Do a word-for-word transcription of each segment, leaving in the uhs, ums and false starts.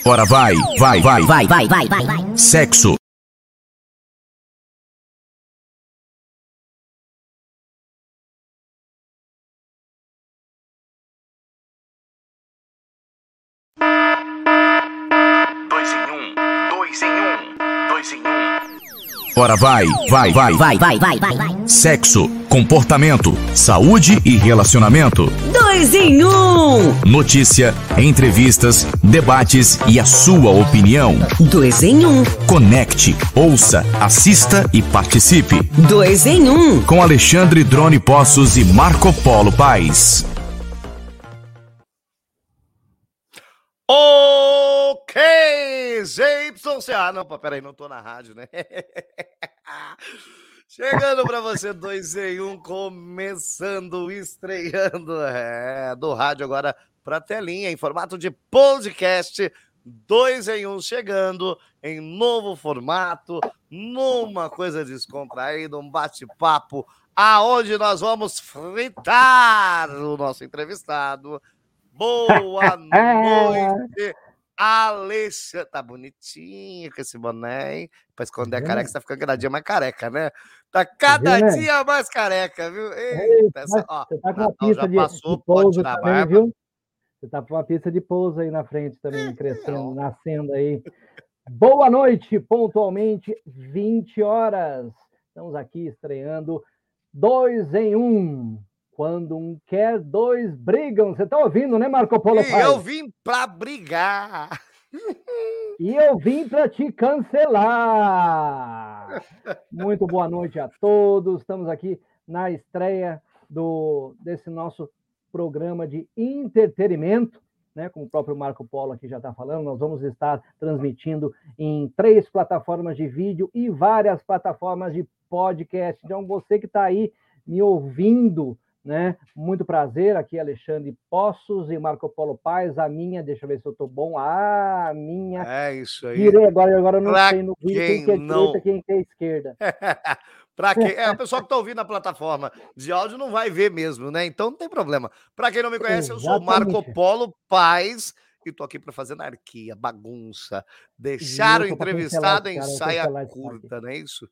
Ora vai, vai, vai, vai, vai, vai, vai, vai. Sexo. Dois em um, dois em um, dois em um. Ora vai, vai, vai, vai, vai, vai, vai, vai. Sexo, comportamento, saúde e relacionamento. Dois em um. Notícia, entrevistas, debates e a sua opinião. Dois em um. Conecte, ouça, assista e participe. Dois em um. Com Alexandre Drone Poços e Marco Polo Paes. Ok, Z Y C. Ah, não, peraí, não tô na rádio, né? Chegando pra você, dois em um, começando, estreando, é, do rádio agora pra telinha, em formato de podcast, dois em um, chegando em novo formato, numa coisa descontraída, um bate-papo, aonde nós vamos fritar o nosso entrevistado. Boa noite, Alexandre. Tá bonitinho com esse boné, hein? Pra esconder a careca, você tá ficando cada dia mais careca, né? Tá cada Viu, né? dia mais careca, viu? Eita, Eita, essa, ó, você tá com uma Natal pista já de, passou, de pode pouso tirar a também, barba. viu? Você tá com uma pista de pouso aí na frente também, É, crescendo, não. nascendo aí. Boa noite, pontualmente, vinte horas. Estamos aqui estreando dois em um. Quando um quer, dois brigam. Você tá ouvindo, né, Marco Polo E Paes? eu vim pra brigar. E eu vim para te cancelar. Muito boa noite a todos. Estamos aqui na estreia do, desse nosso programa de entretenimento, né? Como o próprio Marco Polo aqui já está falando, nós vamos estar transmitindo em três plataformas de vídeo e várias plataformas de podcast. Então, você que está aí me ouvindo, né? Muito prazer, aqui Alexandre Poços e Marco Polo Paes, a minha, deixa eu ver se eu tô bom, ah, a minha, É isso aí. virei agora, agora eu não Pra sei no vídeo quem quem que é não- direita, quem que é esquerda. Pra quem... É, o pessoal que tá ouvindo na plataforma de áudio não vai ver mesmo, né? Então não tem problema. Pra quem não me conhece, eu sou o Marco Exatamente. Polo Paes e tô aqui pra fazer anarquia, bagunça, deixar E o eu tô pra entrevistado cancelar em esse cara, eu vou saia cancelar esse cara curta, não é isso?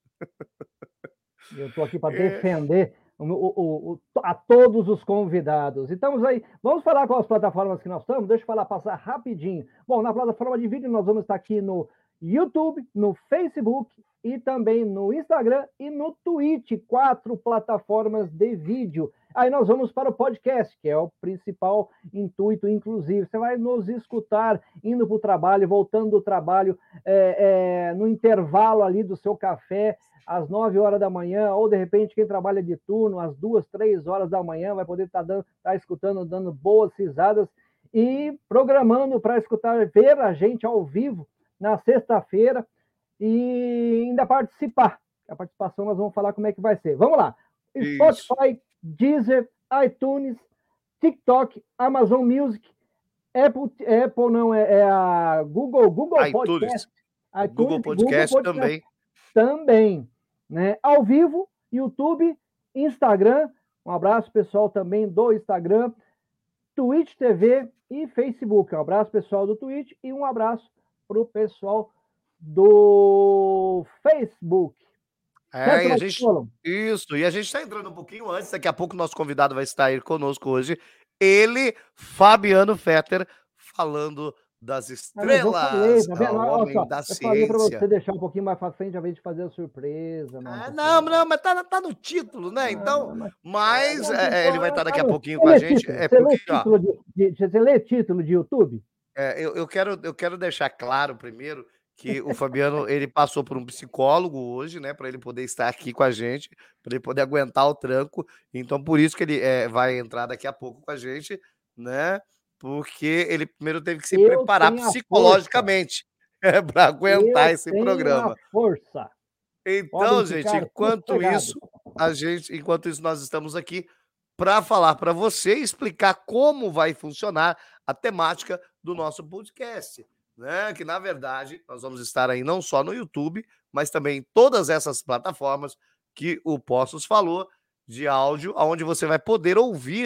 Eu estou aqui para É. defender o, o- o- a todos os convidados. E estamos aí. Vamos falar com as plataformas que nós estamos? Deixa eu falar, passar rapidinho. Bom, na plataforma de vídeo nós vamos estar aqui no YouTube, no Facebook e também no Instagram e no Twitch. Quatro plataformas de vídeo. Aí nós vamos para o podcast, que é o principal intuito, inclusive. Você vai nos escutar indo para o trabalho, voltando do trabalho, é, é, no intervalo ali do seu café, às nove horas da manhã, ou de repente quem trabalha de turno, às duas, três horas da manhã, vai poder estar dando, tá escutando, dando boas risadas e programando para escutar, ver a gente ao vivo na sexta-feira e ainda participar. A participação nós vamos falar como é que vai ser. Vamos lá. Isso. Spotify, Deezer, iTunes, TikTok, Amazon Music, Apple, Apple não, é, é a Google, Google iTunes. Podcast. O iTunes, Google Podcast também. também, né? Ao vivo, YouTube, Instagram. Um abraço, pessoal, também do Instagram, Twitch T V e Facebook. Um abraço, pessoal do Twitch e um abraço para o pessoal do Facebook. É, Certo, e a Marcos gente... Polo? Isso, e a gente está entrando um pouquinho antes, daqui a pouco o nosso convidado vai estar aí conosco hoje. Ele, Fabiano Fetter, falando das Ah, mas eu falei, estrelas, tá vendo? o Olha homem só, da eu falei para ciência. você deixar um pouquinho mais para frente, ao invés de fazer a surpresa. Ah, Marcos não, Polo. não, mas tá, tá no título, né? Então, Ah, mas- mas Não, é, ele vai estar daqui a não, pouquinho você com a lê gente. título? É Você lê porque, ó, título de, de- você lê título de YouTube? é, eu, eu quero, eu quero deixar claro primeiro que o Fabiano ele passou por um psicólogo hoje, né, para ele poder estar aqui com a gente, para ele poder aguentar o tranco. Então, por isso que ele é, vai entrar daqui a pouco com a gente, né? Porque ele primeiro teve que se Eu preparar tenho a psicologicamente para aguentar Eu esse tenho programa. a força. Então, Podem gente, ficar enquanto sossegados. isso, a gente, enquanto isso, nós estamos aqui para falar para você e explicar como vai funcionar a temática do nosso podcast, né? Que na verdade nós vamos estar aí não só no YouTube, mas também em todas essas plataformas que o Postos falou de áudio, onde você vai poder ouvir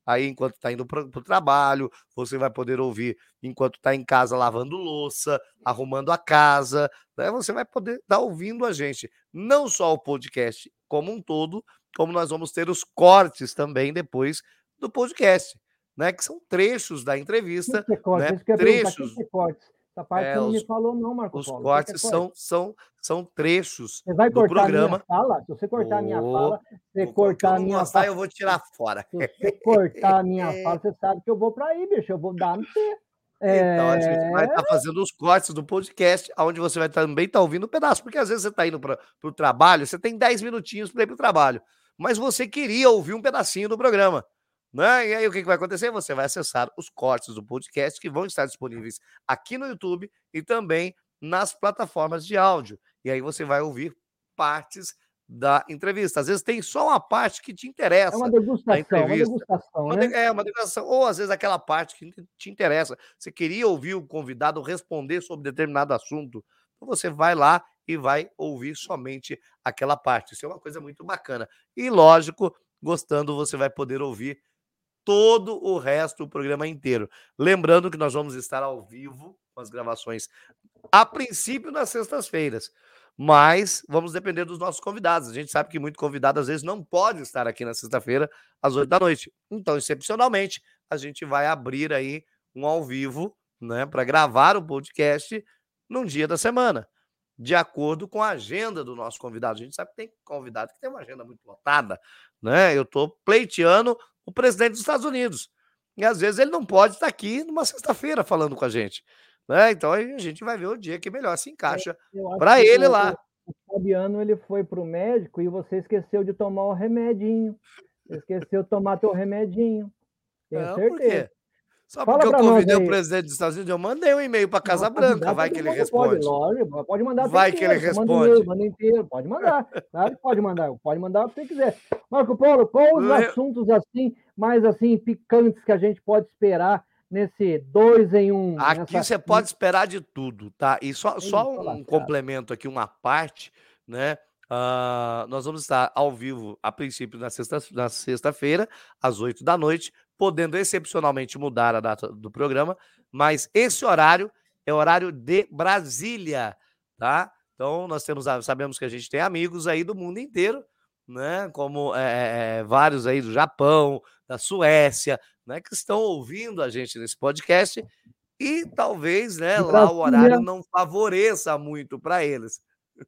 aí enquanto está indo para o trabalho, você vai poder ouvir enquanto está em casa lavando louça, arrumando a casa, né? Você vai poder estar ouvindo a gente. Não só o podcast como um todo, como nós vamos ter os cortes também depois do podcast, né? Que são trechos da entrevista, Que que é corte? né? Isso que eu ia perguntar, Trechos. que que é corte? Essa parte É, você não me os, falou não, Marco os Polo. O que que é cortes corte? são, são, são trechos Você vai do cortar a minha programa. fala? Se você cortar a minha Vou, fala, você vou, que eu cortar a não minha gostar, fala, eu vou tirar fora. se você cortar a minha fala, você sabe que eu vou para aí, bicho, eu vou dar no você. Então, a gente vai É, estar fazendo os cortes do podcast, onde você vai também estar ouvindo um pedaço, porque às vezes você está indo para o trabalho, você tem dez minutinhos para ir para o trabalho, mas você queria ouvir um pedacinho do programa, né? E aí o que, que vai acontecer? Você vai acessar os cortes do podcast que vão estar disponíveis aqui no YouTube e também nas plataformas de áudio. E aí você vai ouvir partes da entrevista. Às vezes tem só uma parte que te é interessa uma da degustação, uma entrevista. degustação, Uma né? de- É uma degustação, ou às vezes aquela parte que te interessa. Você queria ouvir o convidado responder sobre determinado assunto. Então você vai lá e vai ouvir somente aquela parte. Isso é uma coisa muito bacana. E lógico, gostando, você vai poder ouvir todo o resto do programa inteiro. Lembrando que nós vamos estar ao vivo com as gravações, a princípio nas sextas-feiras, mas vamos depender dos nossos convidados. A gente sabe que muito convidado às vezes não pode estar aqui na sexta-feira às oito da noite. Então, excepcionalmente, a gente vai abrir aí um ao vivo, né, para gravar o podcast num dia da semana, de acordo com a agenda do nosso convidado. A gente sabe que tem convidado que tem uma agenda muito lotada, né? Eu estou pleiteando o presidente dos Estados Unidos. E às vezes ele não pode estar aqui numa sexta-feira falando com a gente, né? Então aí a gente vai ver o dia que melhor se encaixa Eu acho para que ele o, lá. o Fabiano ele foi pro médico e você esqueceu de tomar o remedinho. Você esqueceu de tomar teu remedinho. Tenho Não, por certeza. quê? Só Fala porque eu pra nós convidei o aí. presidente dos Estados Unidos, eu mandei um e-mail para a Casa Não, Branca, convidar vai todo que ele mundo pode, responde. lógico, pode mandar o Vai tempo que ele inteiro, manda responde. e-mail, manda inteiro, pode mandar, claro que pode mandar, pode mandar o que você quiser. Marco Polo, quais os Le- assuntos assim, mais assim, picantes que a gente pode esperar nesse dois em um? Aqui nessa... você pode esperar de tudo, tá? E só, só Eita, um lascado. complemento aqui, uma parte, né? Ah, nós vamos estar ao vivo, a princípio, na sexta, na sexta-feira, às oito da noite, podendo excepcionalmente mudar a data do programa, mas esse horário é horário de Brasília, tá? Então, nós temos, a- sabemos que a gente tem amigos aí do mundo inteiro, né? Como é, é, vários aí do Japão, da Suécia, né? Que estão ouvindo a gente nesse podcast e talvez, né, De lá o horário Brasília. não favoreça muito para eles.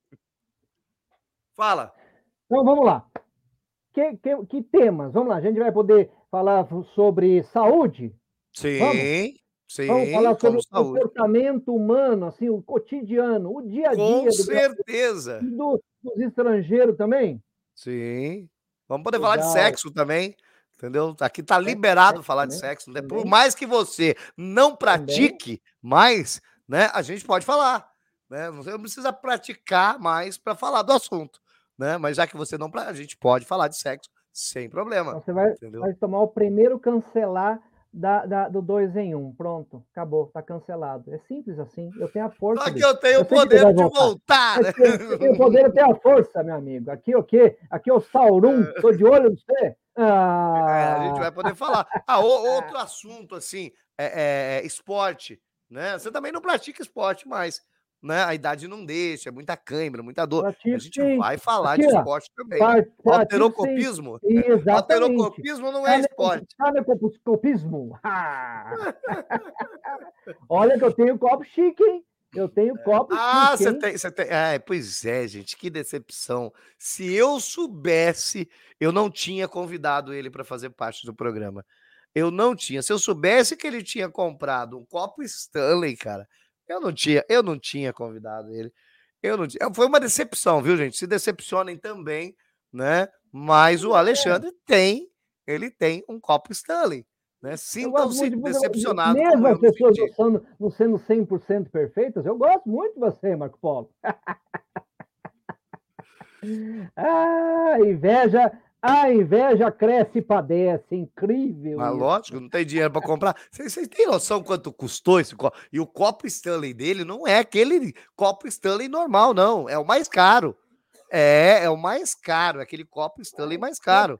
Fala. Então vamos lá. Que, que, que temas? Vamos lá, a gente vai poder falar sobre saúde? Sim, Vamos falar sim, sobre como o saúde. comportamento humano, assim, o cotidiano, o dia a dia Com do Brasil certeza. e do- dos estrangeiros também? Sim. Vamos poder falar de Legal. sexo também, entendeu? Aqui tá liberado sexo falar de também, sexo, né? Por também. mais que você não pratique mais, né? A gente pode falar, né? Você não precisa praticar mais para falar do assunto, né? Mas já que você não, pra- a gente pode falar de sexo sem problema, Então, você vai, entendeu? vai tomar o primeiro cancelar da, da- do dois em um. Pronto, acabou, tá cancelado. É simples assim. Eu tenho a força. Só que bicho. eu tenho Eu o sei que poder vai de voltar. voltar, né? Mas eu tenho o poder, eu tenho a força, meu amigo. Aqui o quê? Aqui é o Sauron. Tô de olho em você. É, a gente Ah, vai poder falar. Ah, o- outro assunto, assim, é, é esporte, né? Você também não pratica esporte mais, né? A idade não deixa, é muita cãibra, muita dor. pratico A gente sim. vai falar Aqui, de ó. esporte também. Pra- pratico sim. Alterocopismo? Exatamente. Alterocopismo não é esporte. Canecopismo. Ah. Olha que eu tenho copo chique, hein? Eu tenho copo Ah, chique, você hein? tem, você tem. É, pois é, gente, que decepção. Se eu soubesse, eu não tinha convidado ele para fazer parte do programa. Eu não tinha. Se eu soubesse que ele tinha comprado um copo Stanley, cara, eu não tinha, eu não tinha convidado ele. Eu não tinha. Foi uma decepção, viu, gente? Se decepcionem também, né? Mas o Alexandre tem, ele tem um copo Stanley, né? Eu gosto Sintam-se muito de você. decepcionados Mesmo como eu as me pessoas senti. não sendo, não sendo cem por cento perfeitas, eu gosto muito de você, Marco Polo. Ah, inveja, a inveja cresce e padece. Incrível Mas isso. lógico, não tem dinheiro para comprar. Vocês vocês têm noção quanto custou esse copo? E o copo Stanley dele não é aquele copo Stanley normal, não. É o mais caro. É, é o mais caro. É aquele copo Stanley mais caro.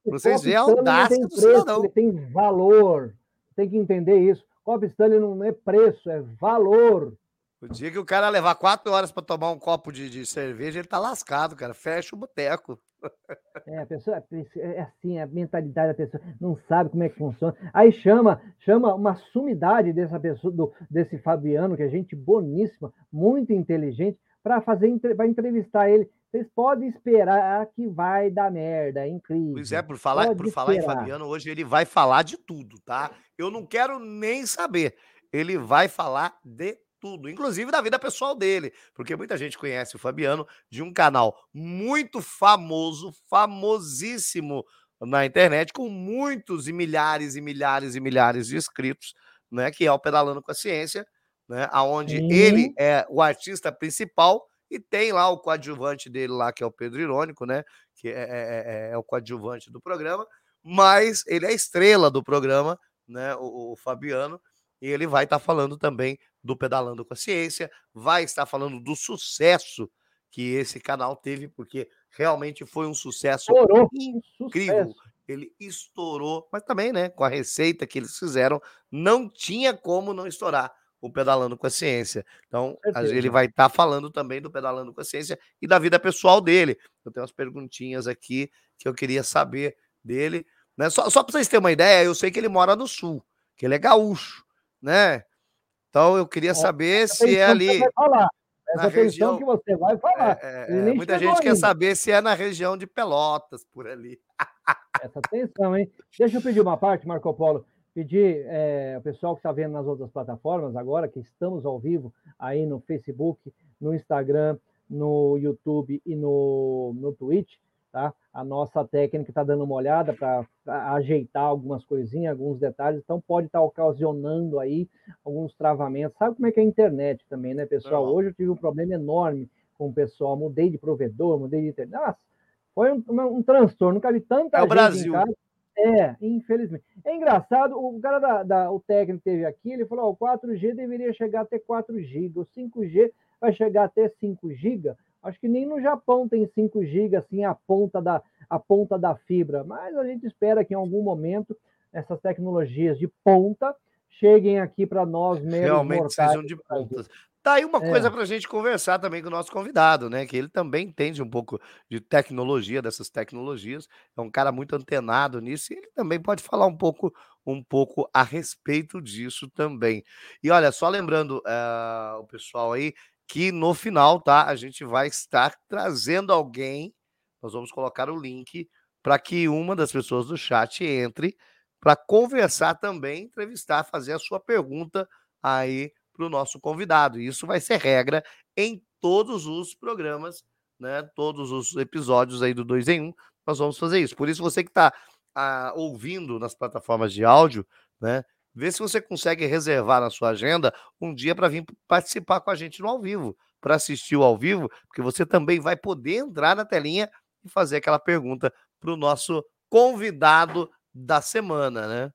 Pra vocês Copo verem a Stanley não audácia tem do preço, cidadão. ele tem valor. Tem que entender isso. Copo Stanley não é preço, é valor. O dia que o cara levar quatro horas pra tomar um copo de, de cerveja, ele tá lascado, cara. Fecha o boteco. É, a pessoa é assim, a mentalidade da pessoa não sabe como é que funciona. Aí chama, chama uma sumidade dessa pessoa, do, desse Fabiano, que é gente boníssima, muito inteligente, para fazer, para entrevistar ele. Vocês podem esperar que vai dar merda, é incrível. Pois é, por falar, por Pode falar em esperar. Fabiano, hoje ele vai falar de tudo, tá? Eu não quero nem saber. Ele vai falar de tudo, inclusive da vida pessoal dele, porque muita gente conhece o Fabiano de um canal muito famoso, famosíssimo na internet, com muitos e milhares e milhares e milhares de inscritos, né? Que é o Pedalando com a Ciência, né? Aonde Sim. ele é o artista principal e tem lá o coadjuvante dele lá, que é o Pedro Irônico, né? Que é, é, é, é o coadjuvante do programa, mas ele é a estrela do programa, né? O, o Fabiano. E ele vai estar falando também do Pedalando com a Ciência, vai estar falando do sucesso que esse canal teve, porque realmente foi um sucesso Estourou. incrível. Sucesso. Ele estourou, mas também, né, com a receita que eles fizeram, não tinha como não estourar o Pedalando com a Ciência. Então, Certeza. ele vai estar falando também do Pedalando com a Ciência e da vida pessoal dele. Eu tenho umas perguntinhas aqui que eu queria saber dele, né? Só, só para vocês terem uma ideia, eu sei que ele mora no Sul, que ele é gaúcho, né? Então eu queria saber Essa se é atenção que você ali vai falar. na Essa atenção região. que você vai falar. É, Ele é, nem muita chegou gente quer ainda. saber se é na região de Pelotas, por ali. Essa atenção, hein? Deixa eu pedir uma parte, Marco Polo. Pedir é, o pessoal que está vendo nas outras plataformas agora, que estamos ao vivo aí no Facebook, no Instagram, no YouTube e no, no Twitch, tá? A nossa técnica está dando uma olhada para ajeitar algumas coisinhas, alguns detalhes, então pode estar tá ocasionando aí alguns travamentos. Sabe como é que é a internet também, né, pessoal? Normal. Hoje eu tive um problema enorme com o pessoal, mudei de provedor, mudei de internet. Nossa, foi um, um, um transtorno, nunca vi tanta É o gente Brasil. em casa. É, infelizmente. É engraçado, o cara da, da o técnico que teve aqui, ele falou, ó, o quatro G deveria chegar até quatro gigas, o cinco G vai chegar até cinco gigas. Acho que nem no Japão tem cinco gigas, assim, a ponta da, a ponta da fibra, mas a gente espera que em algum momento essas tecnologias de ponta cheguem aqui para nós meros Realmente mortais. sejam de pontas. Tá aí uma É. coisa para a gente conversar também com o nosso convidado, né? Que ele também entende um pouco de tecnologia, dessas tecnologias. É um cara muito antenado nisso e ele também pode falar um pouco, um pouco a respeito disso também. E olha, só lembrando eh, o pessoal aí que no final, tá? A gente vai estar trazendo alguém. Nós vamos colocar o link para que uma das pessoas do chat entre para conversar também, entrevistar, fazer a sua pergunta aí para o nosso convidado. Isso vai ser regra em todos os programas, né? Todos os episódios aí do dois em um, nós vamos fazer isso. Por isso, você que está ah, ouvindo nas plataformas de áudio, né? Vê se você consegue reservar na sua agenda um dia para vir participar com a gente no ao vivo, para assistir o ao vivo, porque você também vai poder entrar na telinha e fazer aquela pergunta para o nosso convidado da semana, né?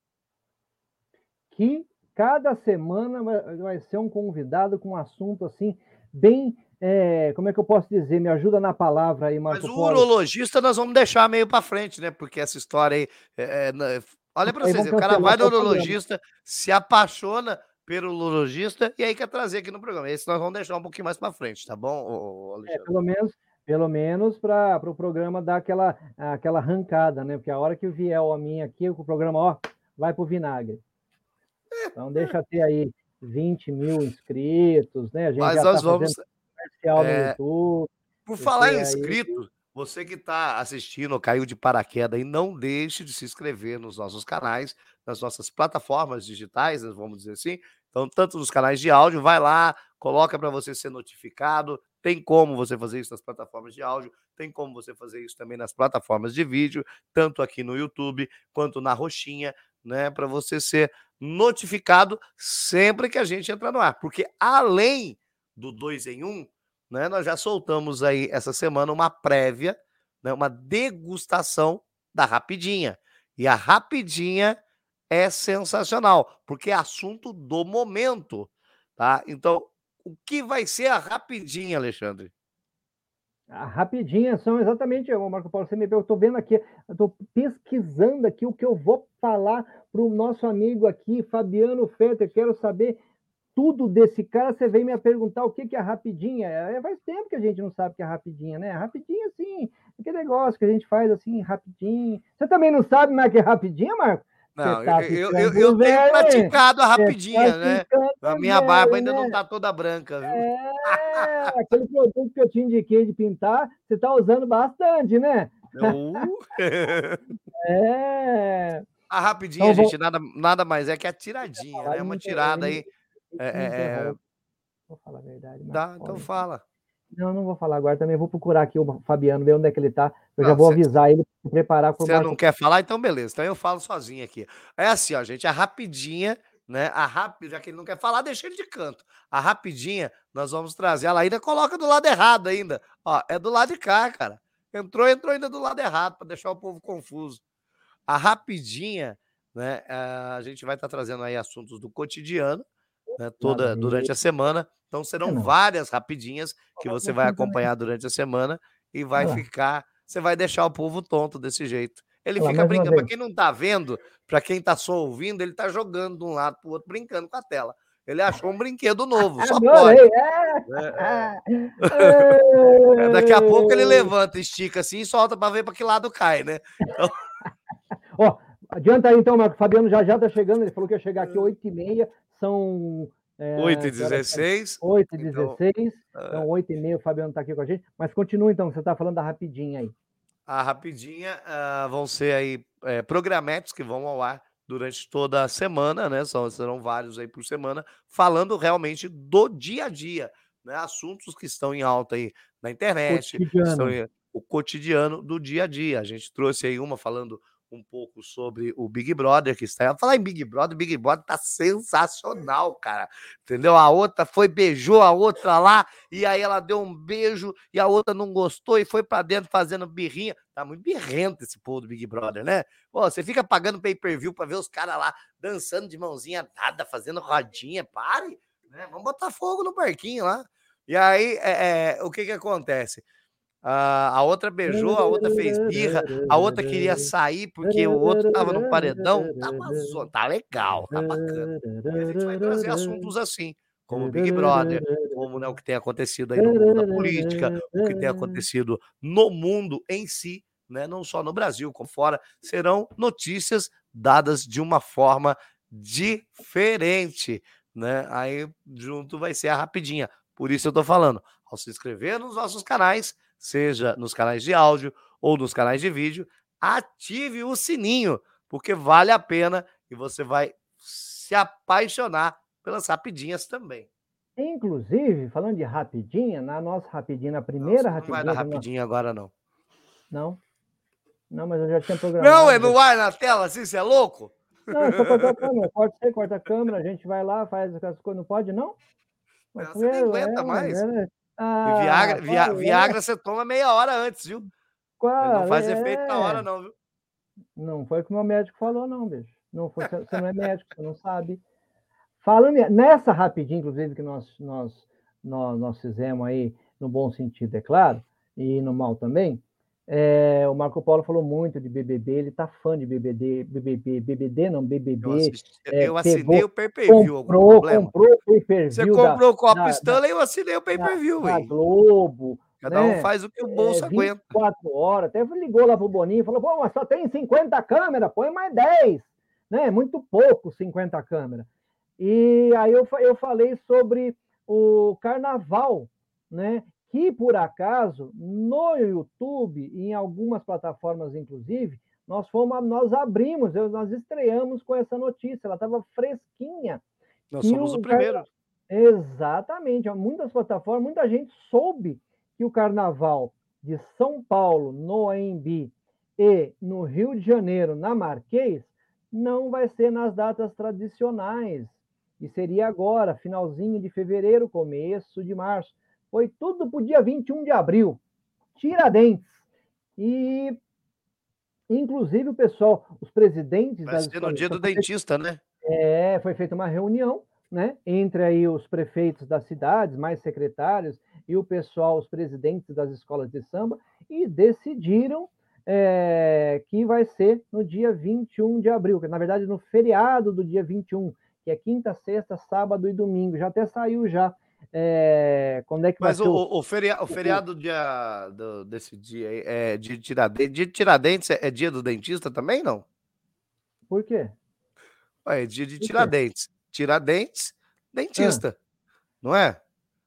Que cada semana vai, vai ser um convidado com um assunto assim, bem. É, como é que eu posso dizer? Me ajuda na palavra aí, Marco Mas o Polo. urologista nós vamos deixar meio para frente, né? Porque essa história aí. É, é, olha para Aí vocês, vão o cara cancelar vai no o programa. urologista, se apaixona pelo urologista e aí quer trazer aqui no programa. Esse nós vamos deixar um pouquinho mais para frente, tá bom, ô, ô, É, Alexandre? pelo menos, pelo menos para o pro programa dar aquela, aquela arrancada, né? Porque a hora que vier o homem aqui, o programa, ó, vai pro vinagre. Então deixa ter aí vinte mil inscritos, né? A gente Mas já nós está vamos. fazendo comercial no é, YouTube. Por e falar ter em aí- inscrito, você que está assistindo ou caiu de paraquedas, e não deixe de se inscrever nos nossos canais, nas nossas plataformas digitais, né, vamos dizer assim. Então, tanto nos canais de áudio, vai lá, coloca para você ser notificado. Tem como você fazer isso nas plataformas de áudio, tem como você fazer isso também nas plataformas de vídeo, tanto aqui no YouTube quanto na roxinha, né, para você ser notificado sempre que a gente entrar no ar. Porque além do dois em um, né, nós já soltamos aí essa semana uma prévia, né, uma degustação da Rapidinha. E a Rapidinha é sensacional, porque é assunto do momento, tá? Então, o que vai ser a Rapidinha, Alexandre? A rapidinha são exatamente, ô, Marco Paulo, você me perguntou, eu tô vendo aqui, eu tô pesquisando aqui o que eu vou falar para o nosso amigo aqui, Fabiano Fetter, quero saber tudo desse cara, você vem me perguntar o que que é rapidinha, é, faz tempo que a gente não sabe o que é rapidinha, né? Rapidinha, assim, aquele negócio que a gente faz assim, rapidinho. Você também não sabe mais o que é rapidinha, Marco? Você Não, tá eu, eu, eu, ficando eu tenho velho, hein? praticado a Você tá rapidinha, né? A ficando minha barba velho, ainda não né? tá toda branca, viu? É, aquele produto que eu te indiquei de pintar, você está usando bastante, né? Uh. É. A rapidinha, Então vou gente, nada, nada mais é que a deixa eu tiradinha, falar, né? ele me Uma inter ele tirada me aí. ele É, me é, é, interrompe. Vou falar a verdade, Marco dá, então Paulo. fala. Não, não vou falar agora, também vou procurar aqui o Fabiano, ver onde é que ele tá, eu já Não, vou avisar ele pra se preparar para o você não Marco. quer falar, então beleza. Então eu falo sozinho aqui. É assim, ó, gente, a rapidinha, né? A rápida, já que ele não quer falar, deixa ele de canto. A rapidinha, nós vamos trazer ela ainda, coloca do lado errado ainda. Ó, é do lado de cá, cara. Entrou, entrou ainda do lado errado, para deixar o povo confuso. A rapidinha, né? A gente vai estar trazendo aí assuntos do cotidiano, né? Nada a Toda ver. durante a semana. Então É serão não. várias rapidinhas que Mas você vai você também. acompanhar durante a semana e vai Olha lá, ficar, você vai deixar o povo tonto desse jeito. Ele olha lá, fica mais uma brincando, para vez. quem não tá vendo, para quem tá só ouvindo, ele tá jogando de um lado pro outro, brincando com a tela. Ele achou um brinquedo novo, só pode. Adorei! É. É, é. Daqui a pouco ele Ê. levanta, estica assim e solta para ver para que lado cai, né? Então... Ó, adianta aí então, Marco. O Fabiano já já tá chegando. Ele falou que ia chegar aqui oito e meia. São. oito É, e que horas são? dezesseis. oito e Então, dezesseis. é, Então, oito e meia o Fabiano tá aqui com a gente. Mas continua então, você tá falando da rapidinha aí. a rapidinha ah, vão ser aí é, programetes que vão ao ar durante toda a semana, né? São, serão vários aí por semana, falando realmente do dia a dia, né? Assuntos que estão em alta aí na internet, que estão Cotidiano. em, o cotidiano do dia a dia. A gente trouxe aí uma falando um pouco sobre o Big Brother, que está. Falar em Big Brother, Big Brother tá sensacional, cara. Entendeu? A outra foi, beijou a outra lá, e aí ela deu um beijo, e a outra não gostou e foi pra dentro fazendo birrinha. Tá muito birrento esse povo do Big Brother, né? Pô, você fica pagando pay-per-view pra ver os caras lá dançando de mãozinha dada, fazendo rodinha, pare, né? Vamos botar fogo no barquinho lá. E aí, é, é, o que que acontece? A, a outra beijou, a outra fez birra, a outra queria sair porque o outro tava no paredão. Tá uma zona, tá legal, tá bacana. E a gente vai trazer assuntos assim, como o Big Brother, como, né, o que tem acontecido aí no mundo da política, o que tem acontecido no mundo em si, né, não só no Brasil, como fora, serão notícias dadas de uma forma diferente, né? Aí junto vai ser a rapidinha. Por isso eu tô falando, ao se inscrever nos nossos canais, seja nos canais de áudio ou nos canais de vídeo, ative o sininho, porque vale a pena e você vai se apaixonar pelas rapidinhas também. Inclusive, falando de rapidinha, na nossa rapidinha, na Não, primeira você não vai dar rapidinha. do nosso- rapidinho agora, não. Não? Não, mas eu já tinha Não, programado. é, não vai na tela assim, você é louco? Não, é só cortar a câmera. Corta você, corta a câmera, a gente vai lá, faz as coisas. Não pode, não? Não, Mas você nem primeiro, aguenta é, mais. é, E ah, Viagra, via, qual é? Viagra você toma meia hora antes, viu? Ele não Qual faz efeito na hora, é? não, viu? Não foi o que o meu médico falou, não, bicho. Não foi, você não é médico, você não sabe. Falando em- nessa rapidinho, inclusive, que nós, nós, nós, nós fizemos aí, no bom sentido, é claro, e no mal também, é, o Marco Paulo falou muito de B B B, ele tá fã de B B D, B B B, B B D não, Eu, B B B, assisti, é, eu assinei pegou, o pay-per-view, algum comprou, problema? comprou o Você pay-per-view da, comprou o copo da, da, Stanley, eu assinei o da, pay-per-view, da hein? Globo, Cada um né? faz o que o É, bolso aguenta. vinte e quatro horas, até ligou lá pro Boninho e falou, pô, mas só tem cinquenta câmeras, põe mais dez, né? Muito pouco cinquenta câmeras. E aí eu, eu falei sobre o carnaval, né? Que por acaso no YouTube, em algumas plataformas inclusive, nós fomos, nós abrimos, nós estreamos com essa notícia, ela estava fresquinha. Nós Que somos o o primeiro. Exatamente, muitas plataformas, muita gente soube que o carnaval de São Paulo, no A M B, e no Rio de Janeiro, na Marquês, não vai ser nas datas tradicionais. E seria agora, finalzinho de fevereiro, começo de março. Foi tudo para o dia vinte e um de abril. Tiradentes. E, inclusive, o pessoal, os presidentes Vai das ser no escolas. dia do dentista, né? É, foi feita uma reunião, né, entre aí os prefeitos das cidades, mais secretários, e o pessoal, os presidentes das escolas de samba, e decidiram é, que vai ser no dia vinte e um de abril, que na verdade no feriado do dia vinte e um, que é quinta, sexta, sábado e domingo. Já até saiu já. É, quando é que Mas vai o, ser o, o, feria, o feriado dia, do, desse dia aí é de Tiradentes. Dia de Tiradentes é, é dia do dentista também, não? Por quê? Ué, é dia de Por quê? Tiradentes. Tiradentes, dentista, Ah, não é?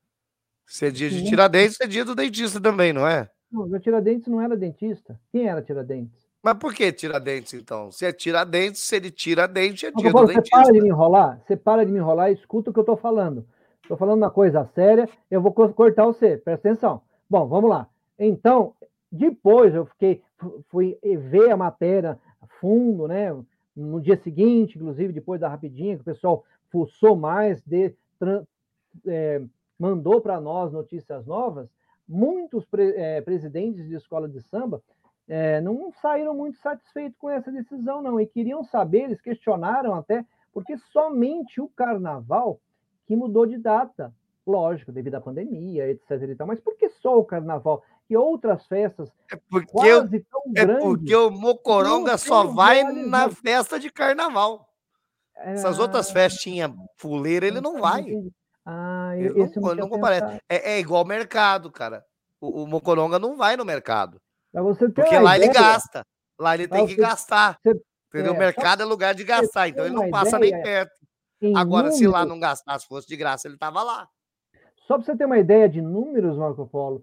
Se é dia de sim, Tiradentes, é dia do dentista também, não é? não, o Tiradentes não era dentista. Quem era Tiradentes? Mas por que Tiradentes, então? Se é Tiradentes, se ele tira dente, é Marco dia do Paulo, você para de dentista. me enrolar, você para de me enrolar e escuta o que eu estou falando. Estou falando uma coisa séria, eu vou co- cortar você, presta atenção. Bom, vamos lá. Então, depois eu fiquei, fu- fui ver a matéria a fundo, né? No dia seguinte, inclusive, depois da rapidinha, que o pessoal fuçou mais, de, tran- é, mandou para nós notícias novas. Muitos pre- é, presidentes de escola de samba é, não saíram muito satisfeitos com essa decisão, não, e queriam saber, eles questionaram até, porque somente o carnaval que mudou de data, lógico, devido à pandemia, etc e tal, mas por que só o carnaval? E outras festas É porque, eu, quase tão é porque grandes o não Mocoronga só sendo vai na realizadas. festa de carnaval. Essas outras Ah, festinhas fuleiras, ele não não vai. entendi. Ah, Ele esse eu não, não ele tinha não comparece. pensado. É, é igual mercado, cara. O, o Mocoronga não vai no mercado. Para você ter Porque uma lá ele ideia, gasta. Lá ele para tem que você, gastar. você Entendeu? O é, só mercado é lugar de para você gastar. ter Então ele uma não passa nem ideia, perto. em Agora, se lá números, não gastasse, fosse de graça, ele tava lá. só para você ter uma ideia de números, Marco Polo,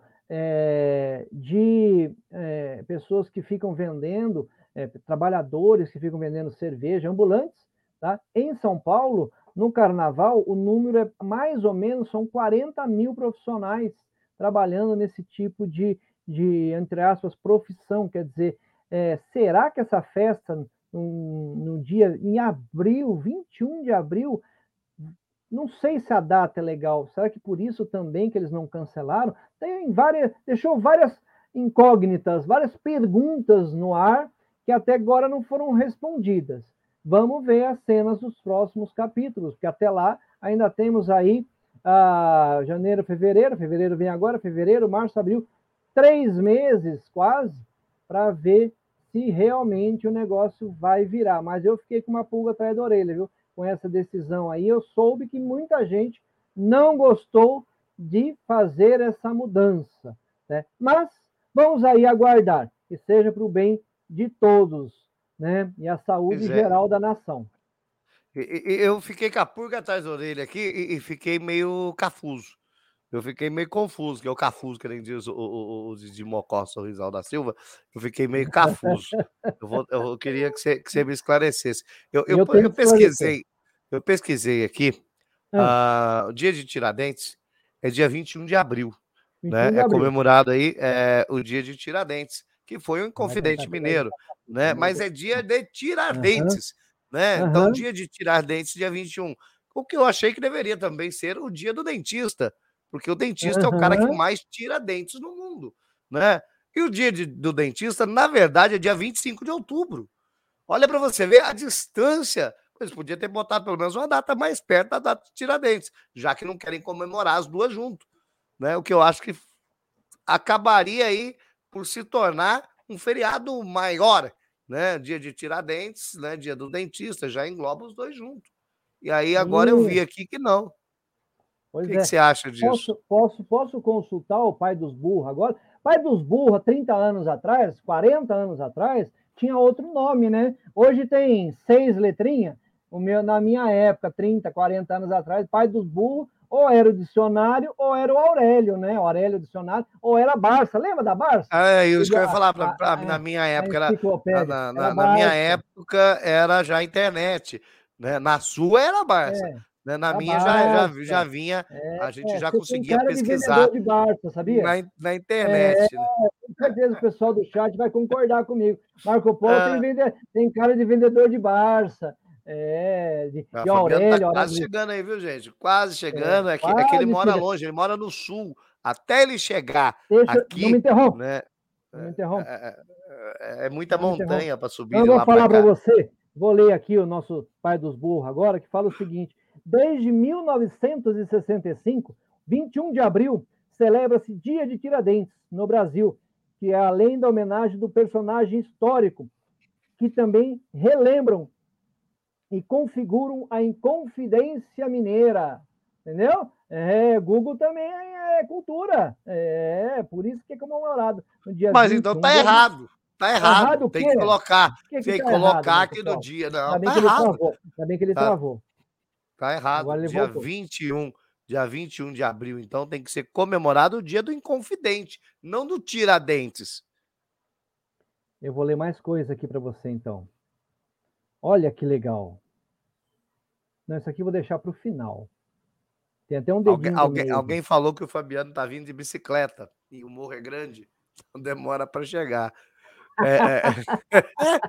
é, de é, pessoas que ficam vendendo, é, trabalhadores que ficam vendendo cerveja, ambulantes, tá? Em São Paulo, no carnaval, o número é mais ou menos, são quarenta mil profissionais trabalhando nesse tipo de, de entre aspas, profissão. Quer dizer, é, será que essa festa, no, no dia, em abril, vinte e um de abril, não sei se a data é legal. Será que por isso também que eles não cancelaram? Tem várias, deixou várias incógnitas, várias perguntas no ar que até agora não foram respondidas. Vamos ver as cenas dos próximos capítulos, porque até lá ainda temos aí ah, janeiro, fevereiro, fevereiro vem agora, fevereiro, março, abril, três meses quase para ver se realmente o negócio vai virar. Mas eu fiquei com uma pulga atrás da orelha, viu? Com essa decisão aí, eu soube que muita gente não gostou de fazer essa mudança, né? Mas vamos aí aguardar que seja para o bem de todos, né? E a saúde Pois é. geral da nação. E- e- Eu fiquei com a pulga atrás da orelha aqui e, e fiquei meio cafuso. Eu fiquei meio confuso, que é o cafuso, que nem diz o, o, o de Mocó Sorrisal da Silva. Eu fiquei meio cafuso. Eu, vou, eu queria que você, que você me esclarecesse. Eu, eu, Eu tenho eu que esclarecer. pesquisei, eu pesquisei aqui. Ah, Ah, o dia de Tiradentes é dia vinte e um de abril, vinte e um né? de É abril. comemorado aí é, o dia de Tiradentes, que foi um Vai cantar Inconfidente pela Mineiro, né? meu Mas Deus. é dia de Aham, Tiradentes, né? Então, aham, dia de Tiradentes, dia vinte e um. O que eu achei que deveria também ser o dia do dentista, porque o dentista é o cara que aham. mais tira dentes no mundo, né? E o dia de- do dentista, na verdade, é dia vinte e cinco de outubro. Olha para você ver a distância. Eles podiam ter botado pelo menos uma data mais perto da data de Tiradentes, já que não querem comemorar as duas junto, né? O que eu acho que acabaria aí por se tornar um feriado maior, né? Dia de Tiradentes, né? Dia do dentista, já engloba os dois juntos. E aí agora eu vi Isso, aqui que não. O pois que, que é. você acha disso? Posso, posso, posso consultar o pai dos burros agora? Pai dos burros, há trinta anos atrás, quarenta anos atrás, tinha outro nome, né? Hoje tem seis letrinhas. O meu, na minha época, trinta, quarenta anos atrás, pai dos burros, ou era o dicionário, ou era o Aurélio, né? O Aurélio Dicionário, ou era a Barça. Lembra da Barça? É isso que eu ia A, falar. Pra, a, pra- na a, minha a época era na, enciclopédia. na, Era na- na minha Barça. época era já a internet, né? Na sua era a Barça, É, né? Na era minha já, já, já Barça. vinha, a gente É, já você tem conseguia cara de vendedor pesquisar de Barça, sabia? na, in- na É, internet, né? com certeza o pessoal do chat vai concordar comigo. Marco Polo tem, Ah, vende... tem cara de vendedor de Barça, é, de, a de Fabiano tá Aurélio, quase Aurélio, chegando aí, viu, gente? Quase é, chegando. É que, é que ele quase mora chega. longe, ele mora no sul. Até ele chegar Deixa, não me aqui, interrompa, né? não me interrompa, É, é- é muita não me interrompa. montanha para Então subir eu de vou lá para falar para cá. você, vou ler aqui o nosso pai dos burros agora, que fala o seguinte: desde mil novecentos e sessenta e cinco, vinte e um de abril, celebra-se Dia de Tiradentes no Brasil, que é além da homenagem do personagem histórico, que também relembram e configuram a Inconfidência Mineira. Entendeu? É, Google também é cultura. É, por isso que é comemorado no dia Mas vinte e um então tá de- errado. Tá errado. errado o Tem quê? que colocar. Por que que Tem que tá colocar errado, aqui no Marcelo? dia. Ainda Não, bem tá que ele errado. travou. Ainda bem que ele Tá. travou. Tá errado. Agora ele Dia voltou. vinte e um, dia vinte e um de abril, então, tem que ser comemorado o dia do Inconfidente, não do Tiradentes. Eu vou ler mais coisa aqui para você, então. Olha que legal. Não, isso aqui eu vou deixar para o final. Tem até um dedinho Alguém, do alguém, meio. alguém falou que o Fabiano tá vindo de bicicleta e o morro é grande, então demora para chegar. É, é.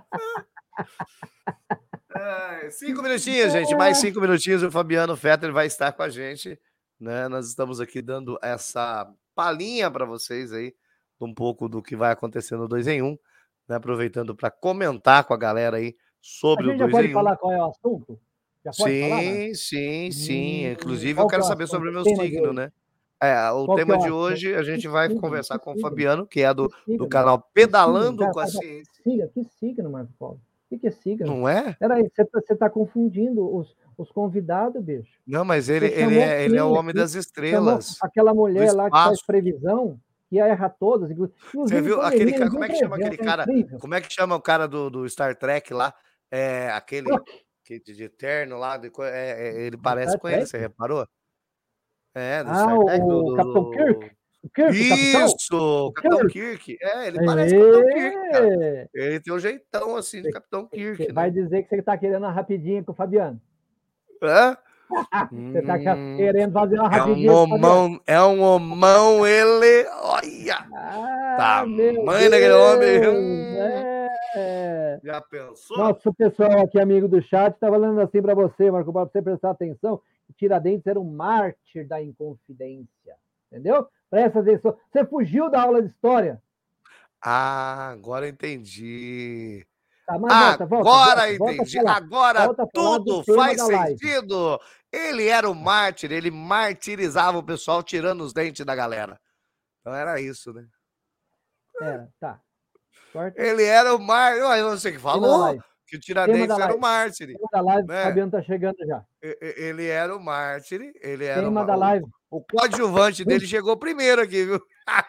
É, cinco minutinhos, gente. Mais cinco minutinhos o Fabiano Fetter vai estar com a gente. Né? Nós estamos aqui dando essa palhinha para vocês aí, um pouco do que vai acontecer no dois em um, né? Aproveitando para comentar com a galera aí A sobre o gente já dois pode em um. falar qual é o assunto? Já pode falar, Marcos? Sim, sim, sim. Hum, Inclusive, eu qual que quero é o saber assunto, sobre o o meu tema de signo, hoje? né? É, o Qual que é tema o de assunto? hoje a Que gente vai signo? conversar Que com o signo? Fabiano, que é do, Que do signo? canal Que signo? Pedalando Já, com a já, Ciência. siga, que signo, Marcos Paulo? O que, que é signo? Não é? Peraí, você está tá confundindo os, os convidados, bicho. Não, mas ele, Você ele, chamou é, ele é o quem homem aqui? das Chamou estrelas, aquela do mulher lá que faz espaço. previsão, que erra todas. inclu- Você Inclusive, viu aquele poderia cara? Como é que chama prever, aquele é cara? incrível. Como é que chama o cara do, do Star Trek lá? É aquele Spock, que de, de terno lá, de co- é, é, ele do parece Star com ele, Trek. você reparou? É, do Ah, Star Trek, do, o do, Capitão Kirk? do- O Kirk, o capitão? Isso, O Capitão Kirk. Kirk. É, ele parece com o Capitão Kirk, cara. É. Ele tem um jeitão assim de Capitão Você Kirk, vai né? dizer que você está querendo uma rapidinha com o Fabiano. Hã? Você está Hum, querendo fazer uma é um rapidinha com o Fabiano. homão, é um homão, ele. Olha! Ah, meu Tamanho daquele homem. Deus! Hum, É. já pensou? Nosso pessoal aqui, amigo do chat, está falando assim para você, Marco Paulo, para você prestar atenção, que Tiradentes era um mártir da Inconfidência. Entendeu? Presta atenção. Você fugiu da aula de história. Ah, agora eu entendi. Tá, mas volta, volta, Agora volta, volta a entendi. falar. Agora Volta a falar do tudo tema faz da live. sentido. Ele era o mártir, ele martirizava o pessoal tirando os dentes da galera. Então era isso, né? Era, tá. Corta. Ele era o mártir. Olha, você que Tema da falou live. que o Tema Tiradentes da era o live. mártir. Tema da live, Né? o Fabiano tá chegando já. E- e- Ele era o mártir, ele era Tema o, da ma- live. o, o coadjuvante dele chegou primeiro aqui, viu?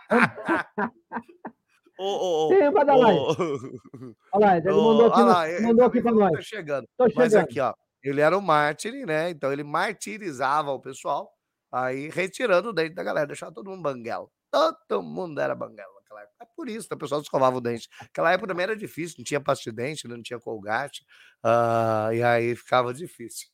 Ô, ô, ô, Tema da live. ô, Olha lá, ele ô, mandou aqui, olha no- lá, ele mandou aqui também para falou que nós. tá chegando. Tô Mas chegando. aqui, ó, ele era o mártir, né? Então ele martirizava o pessoal, aí retirando o dente da galera, deixava todo mundo banguelo. Todo mundo era banguelo naquela época. É por isso que o pessoal escovava o dente. Aquela época também era difícil, não tinha pasta de dente, não tinha colgate, ah, e aí ficava difícil.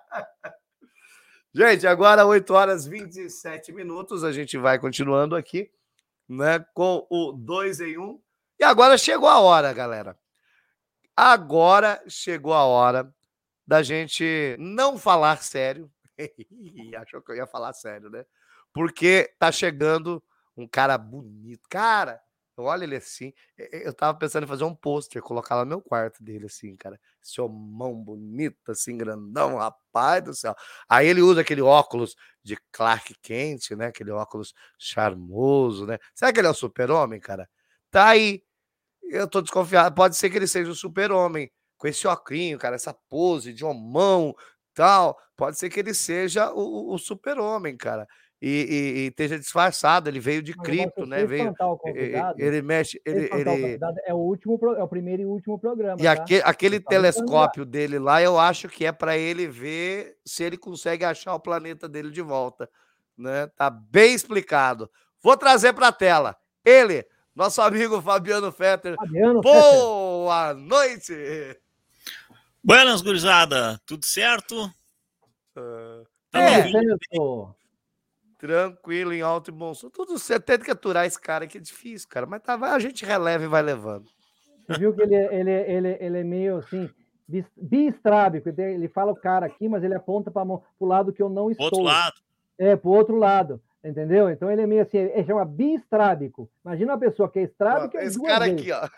Gente, agora oito horas e vinte e sete minutos, a gente vai continuando aqui, né, com o dois em um. E agora chegou a hora, galera. Agora chegou a hora da gente não falar sério. Achou que eu ia falar sério, né? Porque tá chegando um cara bonito. Cara, olha ele assim. Eu tava pensando em fazer um pôster, colocar lá no meu quarto dele, assim, cara. Esse homão bonito, assim, grandão, rapaz do céu. Aí ele usa aquele óculos de Clark Kent, né? Aquele óculos charmoso, né? Será que ele é o super-homem, cara? Tá aí. Eu tô desconfiado. Pode ser que ele seja o super-homem. Com esse ocrinho, cara, essa pose de homão, tal. Pode ser que ele seja o, o super-homem, cara. E, e, e esteja disfarçado. Ele veio de Mas, mas se cripto, você né? Veio. espantar o e- e- convidado, Ele mexe. se Ele, espantar o ele... convidado, é o último, pro- é o primeiro e último programa, E tá? aque- aquele Você tá lembrando já. telescópio dele lá, eu acho que é para ele ver se ele consegue achar o planeta dele de volta, né? Tá bem explicado. Vou trazer para a tela ele, nosso amigo Fabiano Fetter. Fabiano Fetter. Boa noite! Buenas, gurizada, tudo certo? Ah, Tamo É, ouvindo? certo. tranquilo, em alto e bom som. Tudo certo. Tem que aturar esse cara aqui, é difícil, cara. Mas tá, vai, a gente releva e vai levando. Você viu que ele, ele, ele, ele é meio assim, bis- bistrábico. Ele ele fala o cara aqui, mas ele aponta para o lado que eu não estou. Outro lado. É, pro outro lado. Entendeu? Então ele é meio assim, ele chama bistrábico. Imagina uma pessoa que é estrábica. Esse duas cara vezes. aqui, ó.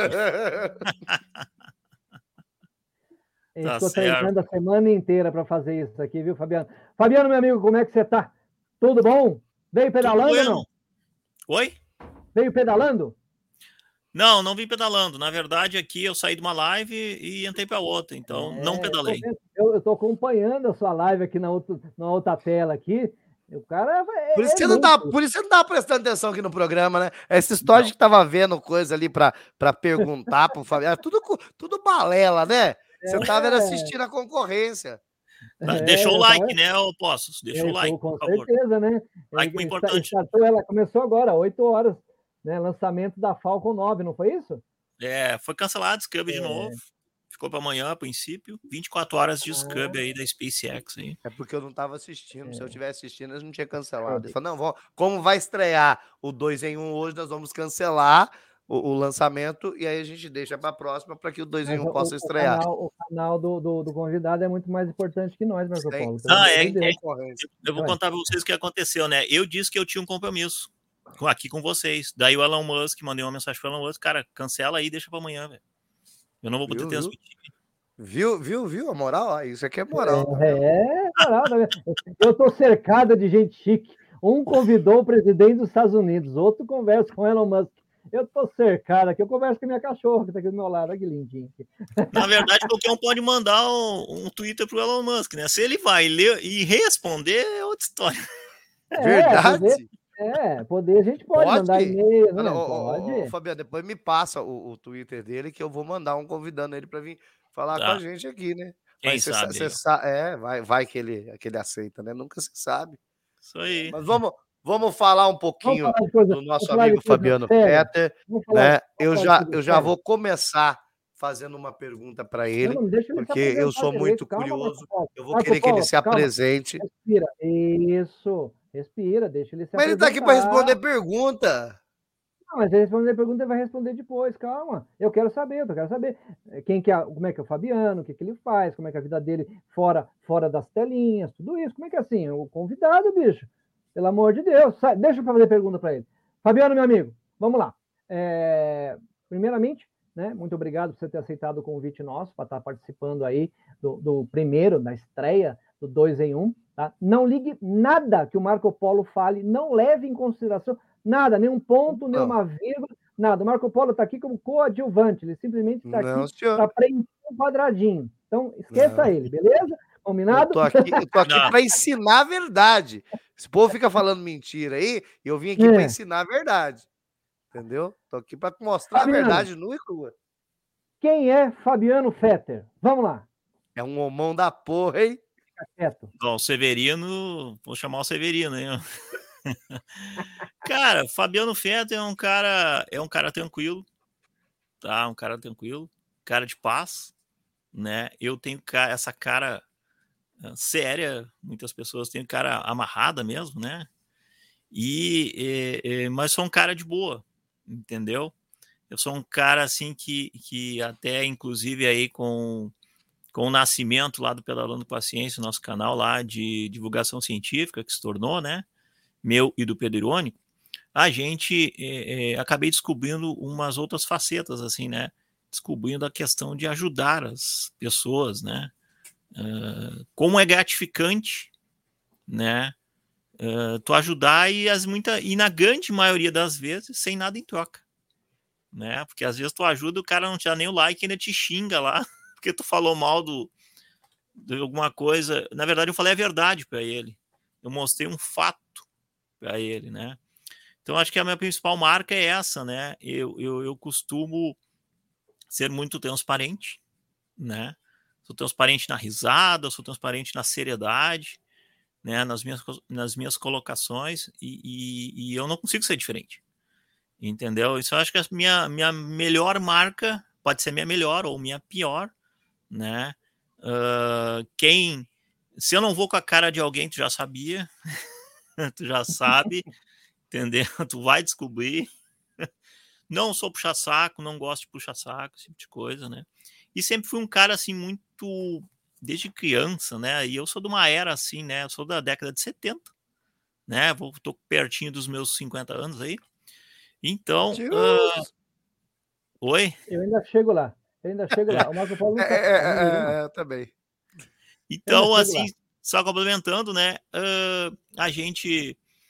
Ele Tá ficou certo. treinando a semana inteira para fazer isso aqui, viu, Fabiano? Fabiano, meu amigo, como é que você tá? Tudo bom? Veio pedalando ou não? Oi? Veio pedalando? Não, não vim pedalando. Na verdade, aqui eu saí de uma live e entrei para outra, então É, não pedalei. Eu estou acompanhando a sua live aqui na outra, na outra tela aqui. O cara é, Por isso, é você não tá, muito. por isso você não tava prestando atenção aqui no programa, né? Essa história Não. de que tava vendo coisa ali pra, pra perguntar pro Fabiano, tudo, co- tudo balela, né? Você tava era assistindo a concorrência. Tá, É, Deixou o eu like, tava- né, ô Poços? Deixou o É, like, com por favor. certeza, né? Like Ele foi está- importante. startou, ela começou agora, oito horas, né? Lançamento da Falcon nove, não foi isso? É, foi cancelado o Scub de É. novo. Ficou para amanhã, a princípio. vinte e quatro horas de Ah. Scub aí da SpaceX aí. É porque eu não tava assistindo. Se eu tivesse assistindo, eles não tinham cancelado. É. Ele falou, não, vamos, como vai estrear o dois em um hoje, nós vamos cancelar o, o lançamento e aí a gente deixa pra próxima para que o dois em Mas um o, possa o estrear. canal, o canal do, do, do convidado é muito mais importante que nós, Marco Sem- Polo. pelo Ah, amor é, de Deus. é. Concorrência. Eu vou Vai. contar para vocês o que aconteceu, né? Eu disse que eu tinha um compromisso com- aqui com vocês. Daí o Elon Musk, mandei uma mensagem para o Elon Musk, cara, cancela aí, deixa para amanhã, velho. Eu não vou poder Viu, viu? transmitir. Viu, viu, viu? A moral, ó, isso aqui é moral. tá vendo? É, moral, tá vendo? Eu estou cercado de gente chique. Um convidou o presidente dos Estados Unidos, outro conversa com o Elon Musk. Eu estou cercado aqui, eu converso com a minha cachorra, que está aqui do meu lado, olha que lindinho. aqui. Na verdade, qualquer um pode mandar um, um Twitter pro Elon Musk, né? Se ele vai ler e responder, é outra história. É, Verdade? poder, é, poder a gente pode, Pode? mandar e-mail, né? Olha, ô, ô, Pode. ô, ô, Fabiano, depois me passa o, o Twitter dele que eu vou mandar um convidando ele para vir falar Tá. com a gente aqui, né? Quem Mas cê sa- sabe cê aí, ó. sa- é, vai, vai que ele, que ele aceita, né? Nunca se sabe. Isso aí. Mas vamos, vamos falar um Vamos pouquinho falar de coisa, do nosso vamos falar de amigo coisa Fabiano séria. Fetter, Vamos falar- né? vamos Eu falar de já, coisa eu já séria. vou começar fazendo uma pergunta para ele, Não, não deixa ele se porque eu apresentar sou direito. muito Calma, curioso. Marco Polo. Eu vou Marco querer que ele Polo, se calma. apresente. Respira. Isso. Respira, deixa ele se Mas ele tá aqui para responder pergunta. Não, mas ele responder a pergunta, ele vai responder depois, calma. Eu quero saber, eu quero saber quem que é, como é que é o Fabiano, o que, que ele faz, como é que é a vida dele fora, fora das telinhas, tudo isso. Como é que é assim? O convidado, bicho. Pelo amor de Deus. Sai, deixa eu fazer pergunta para ele. Fabiano, meu amigo, vamos lá. É, primeiramente, né, muito obrigado por você ter aceitado o convite nosso para estar participando aí do, do primeiro, da estreia do dois em um. Tá? Não ligue nada que o Marco Polo fale, não leve em consideração nada, nenhum ponto, nenhuma vírgula, nada. O Marco Polo está aqui como coadjuvante, ele simplesmente está Não, aqui senhor. para preencher um quadradinho. Então, esqueça Não. ele, beleza? Combinado? Eu tô aqui, eu tô aqui Não. para ensinar a verdade. Esse povo fica falando mentira aí, e eu vim aqui É. para ensinar a verdade. Entendeu? Tô aqui para mostrar Fabiano. a verdade nua e crua. Quem é Fabiano Fetter? Vamos lá, É um homão da porra, hein? fica quieto. Ó, o Severino, vou chamar o Severino, hein? Cara, Fabiano Fetter é um cara, é um cara tranquilo, tá? Um cara tranquilo, cara de paz, né? Eu tenho ca- essa cara eh, séria, muitas pessoas têm cara amarrada mesmo, né? E, eh, eh, mas sou um cara de boa, entendeu? Eu sou um cara assim que, que até inclusive aí com com o nascimento lá do Pedalando com a Ciência, nosso canal lá de divulgação científica que se tornou, né? Meu e do Pedro Irônico, a gente é, é, acabei descobrindo umas outras facetas, assim, né? Descobrindo a questão de ajudar as pessoas, né? Uh, como é gratificante, né? Uh, tu ajudar e, as muita, e na grande maioria das vezes sem nada em troca, né? Porque às vezes tu ajuda, o cara não te dá nem o like, ainda te xinga lá, porque tu falou mal do, de alguma coisa. Na verdade, eu falei a verdade para ele. Eu mostrei um fato para ele, né? Então, acho que a minha principal marca é essa, né? Eu, eu, eu costumo ser muito transparente, né? Sou transparente na risada, sou transparente na seriedade, né? Nas minhas, nas minhas colocações e, e, e eu não consigo ser diferente, entendeu? Isso eu acho que a minha, minha melhor marca pode ser minha melhor ou minha pior, né? Uh, quem... Se eu não vou com a cara de alguém, tu já sabia, tu já sabe, entendeu? Tu vai descobrir. Não sou puxa-saco, não gosto de puxa-saco, esse tipo de coisa, né? E sempre fui um cara, assim, muito... Desde criança, né? E eu sou de uma era, assim, né? Eu sou da década de setenta, né? Vou, tô pertinho dos meus cinquenta anos aí. Então... Uh... Oi? Eu ainda chego lá. Eu ainda chego lá. O Marco Polo É, nunca... é, é, é, eu também. Então, Eu assim, só complementando, né? Uh, a gente...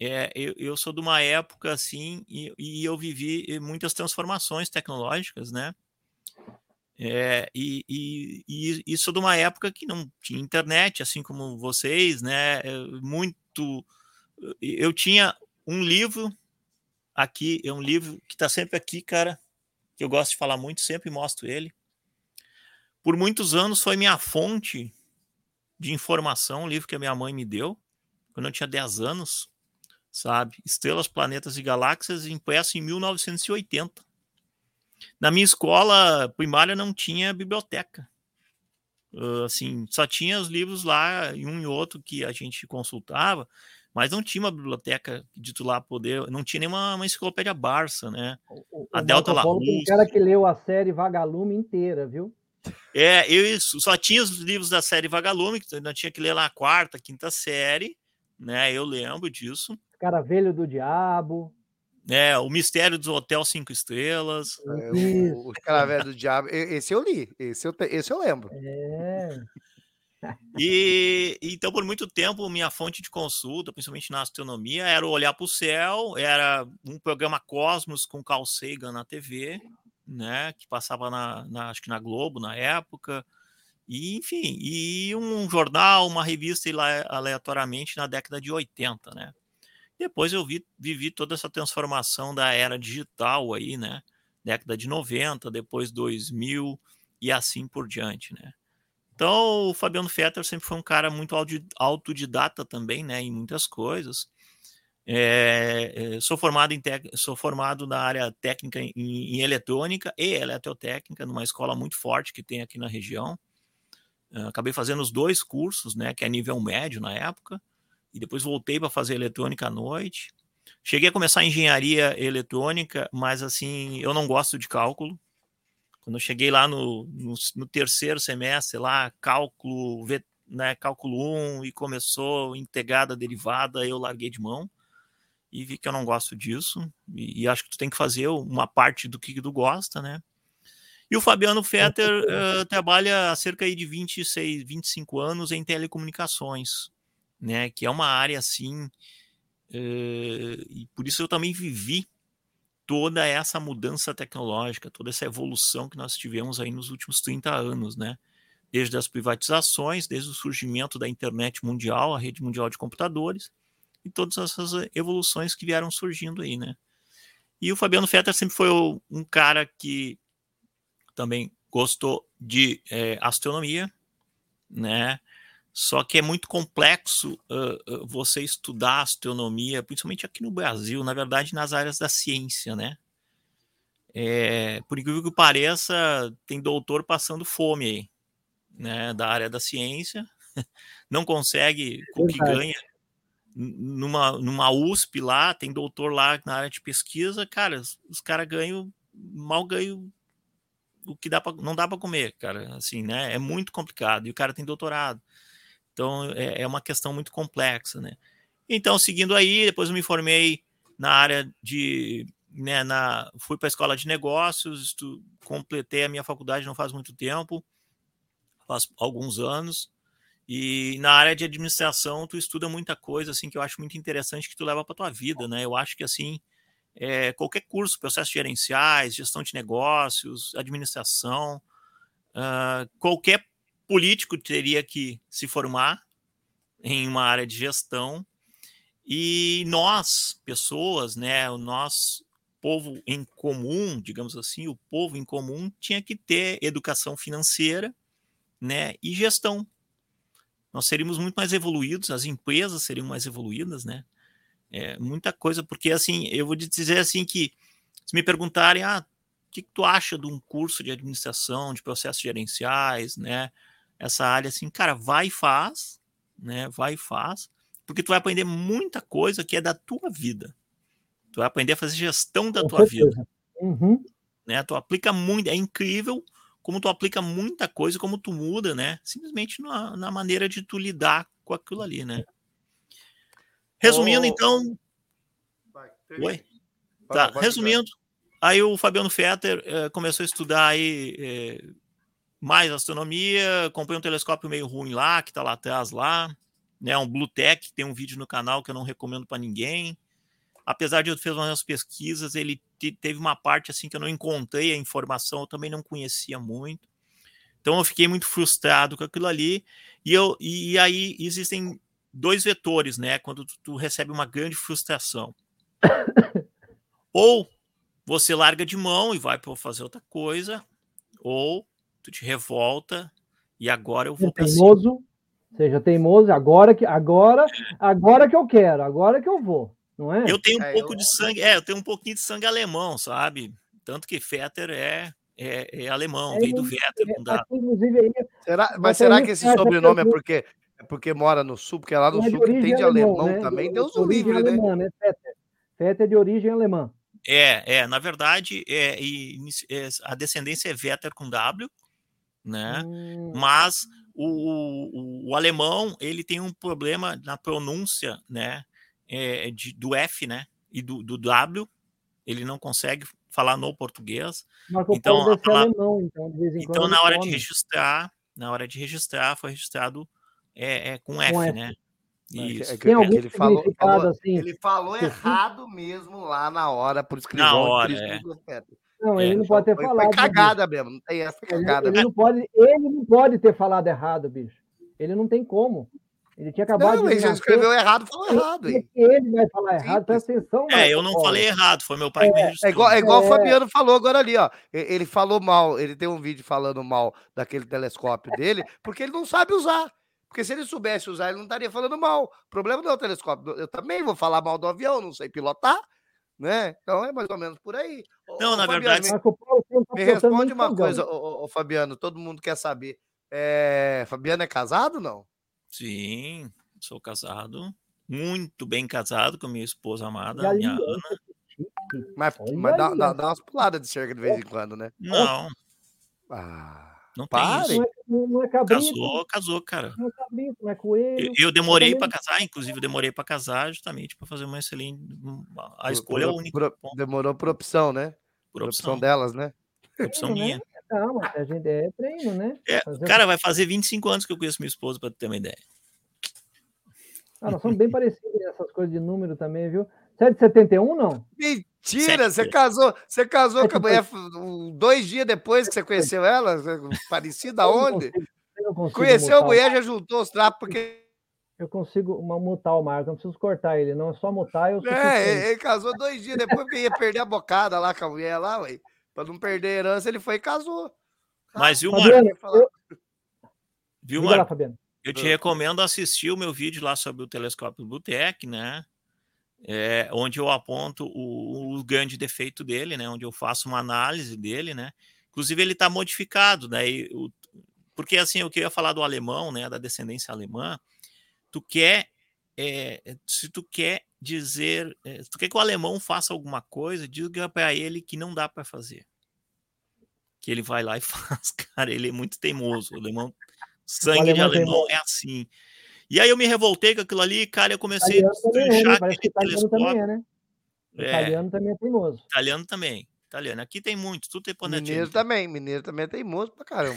é, eu, eu sou de uma época assim e, e eu vivi muitas transformações tecnológicas, né? É, e, e, e, e sou de uma época que não tinha internet, assim como vocês, né? Muito. Eu tinha um livro aqui, é um livro que está sempre aqui, cara, que eu gosto de falar muito, sempre mostro ele. Por muitos anos foi minha fonte de informação, um livro que a minha mãe me deu, quando eu tinha dez anos, sabe? Estrelas, Planetas e Galáxias, impresso em mil novecentos e oitenta. Na minha escola primária não tinha biblioteca. Uh, assim, só tinha os livros lá, e um e outro que a gente consultava, mas não tinha uma biblioteca de tu lá poder, não tinha nenhuma uma enciclopédia Barça, né? O, a o Delta Marco Polo tem um cara que leu a série Vagalume inteira, viu? É, eu isso, só tinha os livros da série Vagalume, que não tinha que ler lá a quarta, quinta série, né? Eu lembro disso. Caravelho do Diabo. É, o Mistério do Hotel Cinco Estrelas. É, o, o Caravelho do Diabo, esse eu li, esse eu, esse eu lembro. É. E então, por muito tempo, minha fonte de consulta, principalmente na astronomia, era Olhar para o Céu, era um programa Cosmos com Carl Sagan na T V, né, que passava na, na, acho que na Globo na época, e enfim, e um jornal, uma revista aleatoriamente na década de oitenta, né. Depois eu vi, vivi toda essa transformação da era digital aí, né, década de noventa, depois dois mil e assim por diante, né. Então, o Fabiano Fetter sempre foi um cara muito autodidata também, né, em muitas coisas. É, sou formado em tec... sou formado na área técnica em, em eletrônica e eletrotécnica numa escola muito forte que tem aqui na região. Uh, acabei fazendo os dois cursos, né, que é nível médio na época, e depois voltei para fazer eletrônica à noite. Cheguei a começar a engenharia eletrônica, mas assim, eu não gosto de cálculo. Quando eu cheguei lá no, no, no terceiro semestre, lá, cálculo, né, cálculo um, e começou integrada, derivada, eu larguei de mão e vi que eu não gosto disso, e, e acho que tu tem que fazer uma parte do que tu gosta, né? E o Fabiano Fetter uh, trabalha há cerca de vinte e seis, vinte e cinco anos em telecomunicações, né? Que é uma área assim, uh, e por isso eu também vivi toda essa mudança tecnológica, toda essa evolução que nós tivemos aí nos últimos trinta anos, né? Desde as privatizações, desde o surgimento da internet mundial, a rede mundial de computadores, e todas essas evoluções que vieram surgindo aí, né? E o Fabiano Fetter sempre foi um cara que também gostou de é, astronomia, né? Só que é muito complexo uh, uh, você estudar astronomia, principalmente aqui no Brasil, na verdade, nas áreas da ciência, né? É, por incrível que pareça, tem doutor passando fome aí, né? Da área da ciência, não consegue com o que ganha. Numa, numa U S P lá, tem doutor lá na área de pesquisa, cara, os, os caras ganham, mal ganham o que dá pra, não dá para comer, cara, assim, né? É muito complicado, e o cara tem doutorado. Então, é, é uma questão muito complexa, né? Então, seguindo aí, depois eu me formei na área de... Né, na, fui para a escola de negócios, estu, completei a minha faculdade não faz muito tempo, faz alguns anos, e na área de administração tu estuda muita coisa, assim, que eu acho muito interessante que tu leva para tua vida, né? Eu acho que, assim, é, qualquer curso, processos gerenciais, gestão de negócios, administração, uh, qualquer político teria que se formar em uma área de gestão, e nós, pessoas, né, o nosso povo em comum, digamos assim, o povo em comum tinha que ter educação financeira, né, e gestão. Nós seríamos muito mais evoluídos, as empresas seriam mais evoluídas, né, é, muita coisa, porque assim, eu vou te dizer assim que, se me perguntarem, ah, o que, que tu acha de um curso de administração, de processos gerenciais, né, essa área, assim, cara, vai e faz, né, vai e faz, porque tu vai aprender muita coisa que é da tua vida. Tu vai aprender a fazer gestão da Com tua certeza. vida. Uhum. Né, tu aplica muito, é incrível como tu aplica muita coisa, como tu muda, né, simplesmente na, na maneira de tu lidar com aquilo ali, né. Resumindo, oh, então... Vai, Oi? Tá, vai, resumindo, aí o Fabiano Fetter eh, começou a estudar aí... Eh, mais astronomia, comprei um telescópio meio ruim lá, que tá lá atrás lá, né? Um Bluetech, tem um vídeo no canal que eu não recomendo para ninguém. Apesar de eu fazer umas pesquisas, ele te, teve uma parte assim que eu não encontrei a informação, eu também não conhecia muito. Então eu fiquei muito frustrado com aquilo ali. E, eu, e, e aí existem dois vetores, né? Quando tu, tu recebe uma grande frustração. Ou você larga de mão e vai para fazer outra coisa, ou tu te revolta e agora eu vou para cima. Teimoso, seja teimoso, agora que, agora, agora que eu quero, agora que eu vou, não é? Eu tenho um É, pouco eu- de sangue, é, eu tenho um pouquinho de sangue alemão, sabe? Tanto que Vetter é, é, é alemão, É, veio do Vetter. é, com W. aqui, inclusive, aí, Será, Mas mas será aí que esse essa sobrenome é pergunta- porque, é porque mora no sul? Porque é lá no não é de sul que origem tem de alemão, alemão né? também, De- Deus de o origem livre, né? alemã, né? Fetter. Fetter é de origem alemã. É, é, na verdade, é, e, é, a descendência é Vetter com W, né? Hum, Mas o, o, o alemão, ele tem um problema na pronúncia, né? É, de, do F, né? E do, do W, ele não consegue falar no português. Marco Então, Polo deve a ser palavra- alemão, então, de vez em quando Então, ele na hora de some. registrar, na hora de registrar, foi registrado é, é, com Com F, F. né? É que- Isso. é que- Tem é algum que ele falou, significado falou- assim? ele falou específico? errado mesmo lá na hora pro Na escrivão, por hora, isso que é. ele deu certo. Não, É, ele não pode ter Foi, foi falado. né, bicho? cagada mesmo, não tem essa Ele, cagada. ele não pode, ele não pode ter falado errado, bicho. Ele não tem como. Ele tinha acabado Não, de ele já nascer. escreveu errado, falou Como errado. é Hein? que ele vai falar errado? Simples. Presta atenção, É, Marco eu não Polo. falei errado, foi meu pai que me É registrou. igual, é igual É. o Fabiano falou agora ali, ó. E- Ele falou mal, ele tem um vídeo falando mal daquele telescópio dele, porque ele não sabe usar. Porque se ele soubesse usar, ele não estaria falando mal. O problema não é o telescópio. Eu também vou falar mal do avião, não sei pilotar, né? Então é mais ou menos por aí. Ô, Não, ô, na Fabiano, verdade, me, Marco Polo você não tá me botando responde nem uma fogão. coisa, ô, ô, ô, Fabiano, todo mundo quer saber. É, Fabiano é casado ou não? sim, sou casado, muito bem casado com minha esposa amada, Olha minha ali, Ana. olha que chique. Mas, Olha mas dá, aí, dá, ó. dá umas puladas de cerca de vez em quando, né? Não, Ah, não tem pare. isso. Não é, não é cabrito, Casou, casou, cara. não é cabrito, não é Eu, coelho. eu demorei Eu para também- casar, inclusive eu demorei para casar justamente para fazer uma excelente. A Por- escolha é por- única, por- ponto, demorou por opção, né? por Por opção opção, delas, né? opção Treino, minha. né? Não, mas a gente é treino, né? É, Fazer- cara, vai fazer vinte e cinco anos que eu conheço minha esposa, para ter uma ideia. Ah, nós somos bem parecidos nessas coisas de número também, viu? Você é de setenta e um, não? Mentira, Sete. você casou, você casou Sete com a mulher um, dois dias depois que você conheceu ela? Parecida Eu não aonde? consigo- eu não consigo Conheceu a mutar o- mulher, já juntou os trapos, porque Eu consigo uma- mutar o Marco, não preciso cortar ele, não. É só mutar e eu é, ele, ele casou dois dias depois, porque ia perder a bocada lá com a mulher lá, ué. Pra não perder a herança, ele foi e casou. Mas, viu, Fabiano, Marco? falar. eu... Viu, Diga lá, Marco? Fabiano. Eu te recomendo assistir o meu vídeo lá sobre o telescópio Bluetech, né? É, onde eu aponto o, o grande defeito dele, né? Onde eu faço uma análise dele, né? Inclusive ele está modificado, né? E o, porque assim, eu queria falar do alemão, né? Da descendência alemã. Tu quer, é, se tu quer dizer, é, se tu quer que o alemão faça alguma coisa, diga para ele que não dá para fazer. Que ele vai lá e faz, cara. Ele é muito teimoso. O alemão, sangue O de alemão é alemão teimoso. é assim. E aí eu me revoltei com aquilo ali, cara, eu comecei Italiano a também é, né? destrinchar Parece que aquele italiano também telescópio. é, né? É, Italiano também é teimoso. italiano também. Italiano. Aqui tem muito, tudo tem Mineiro pontinho. também, mineiro também é teimoso pra caramba.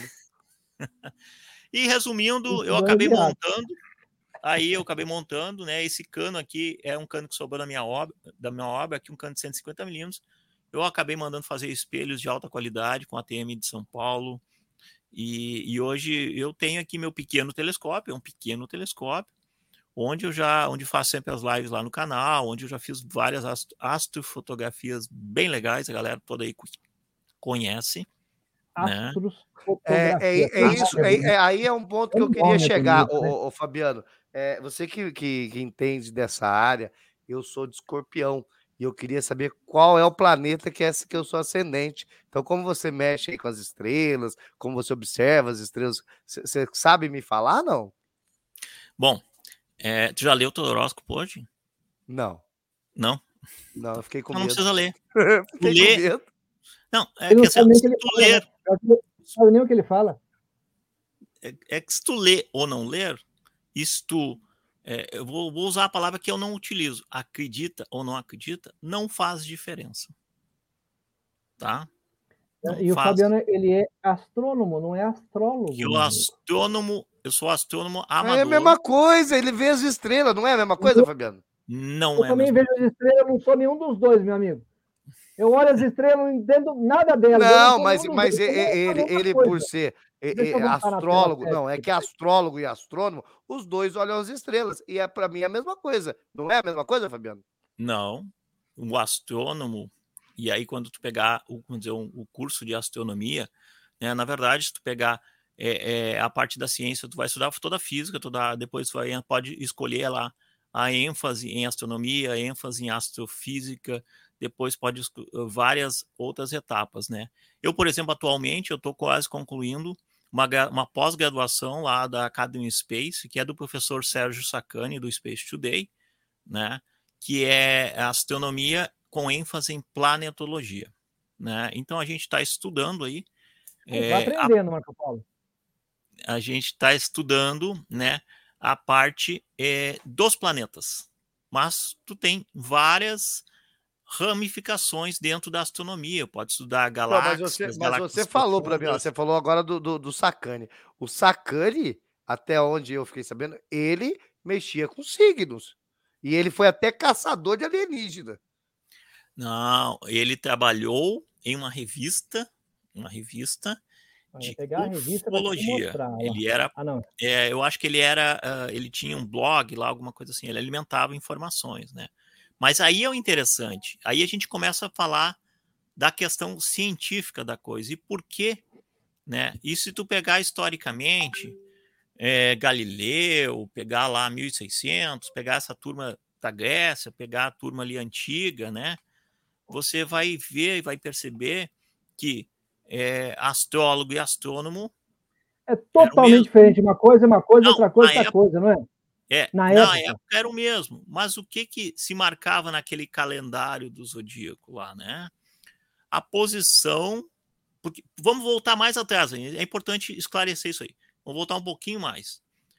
E resumindo, Isso eu não é acabei viado. montando. Aí eu acabei montando, né? Esse cano aqui é um cano que sobrou da minha obra, da minha obra, aqui um cano de cento e cinquenta milímetros. Eu acabei mandando fazer espelhos de alta qualidade com a T M de São Paulo. E, e hoje eu tenho aqui meu pequeno telescópio, é um pequeno telescópio, onde eu já, onde faço sempre as lives lá no canal, onde eu já fiz várias astro, astrofotografias bem legais, a galera toda aí conhece. Né? Astros, É, é, é isso, é, é, aí é um ponto que eu queria chegar, ô, ô, ô, Fabiano. É, você que, que, que entende dessa área, eu sou de Escorpião. E eu queria saber qual é o planeta que é esse que eu sou ascendente. Então, como você mexe aí com as estrelas, como você observa as estrelas, você sabe me falar, não? Bom, é, tu já leu o teu horóscopo hoje? Não. Não? Não, eu fiquei com não, medo. Não precisa ler. fiquei lê... com medo. Não, é eu que não assim, nem se que ele tu fala, ler... né? Não sabe nem o que ele fala. É, é que se tu ler ou não ler, isto... É, eu vou, vou usar a palavra que eu não utilizo. Acredita ou não acredita, não faz diferença. Tá? Não E faz. o Fabiano, ele é astrônomo, não é astrólogo. E o astrônomo eu sou astrônomo É a amador. mesma coisa, ele vê as estrelas, não é a mesma coisa, Eu- Fabiano? Não Eu é também mesmo. vejo as estrelas, eu não sou nenhum dos dois, meu amigo. Eu olho as estrelas, não entendo nada delas. eu Não, sou mas, nenhum dos mas dois, e- eu e- sou ele, nenhuma ele coisa. por ser e- Deixa e- eu voltar na tela astrólogo, certa não, é aqui. que astrólogo e astrônomo, os dois olham as estrelas, e é para mim a mesma coisa. Não é a mesma coisa, Fabiano? Não. O astrônomo, e aí quando tu pegar o, vamos dizer, um- o curso de astronomia, né, na verdade, se tu pegar é, é, a parte da ciência, tu vai estudar toda a física, toda, depois tu vai, pode escolher lá a ênfase em astronomia, a ênfase em astrofísica, depois pode esco- várias outras etapas, né? Eu, por exemplo, atualmente, eu estou quase concluindo uma, gra- uma pós-graduação lá da Academy Space, que é do professor Sérgio Sacani, do Space Today, né? Que é astronomia com ênfase em planetologia, né? Então a gente está estudando aí, Vai é, a, aprendendo, Marco Paulo. a gente está estudando, né, a parte é, dos planetas, mas tu tem várias ramificações dentro da astronomia. Pode estudar Então, mas galáxias, você, mas galáxias você falou para mim, ó, profundas. você falou agora do, do, do Sacani. O Sacani, até onde eu fiquei sabendo, ele mexia com signos. E ele foi até caçador de alienígena. Não, ele trabalhou em uma revista, uma revista Vai de pegar a revista para te ufologia. mostrar. Lá. Ele era, Ah, não. é, eu acho que ele era, uh, ele tinha um blog lá, alguma coisa assim. Ele alimentava informações, né? Mas aí é o interessante. Aí a gente começa a falar da questão científica da coisa e por quê, né? E se tu pegar historicamente, é, Galileu, pegar lá mil e seiscentos, pegar essa turma da Grécia, pegar a turma ali antiga, né? Você vai ver e vai perceber que é, astrólogo e astrônomo É era o totalmente mesmo. diferente. Uma coisa é uma coisa, Não, outra coisa na é outra coisa, não é? É, Na na época. época era o mesmo, mas o que que se marcava naquele calendário do zodíaco lá, né? A posição, porque vamos voltar mais atrás, é importante esclarecer isso aí. Vamos voltar um pouquinho mais.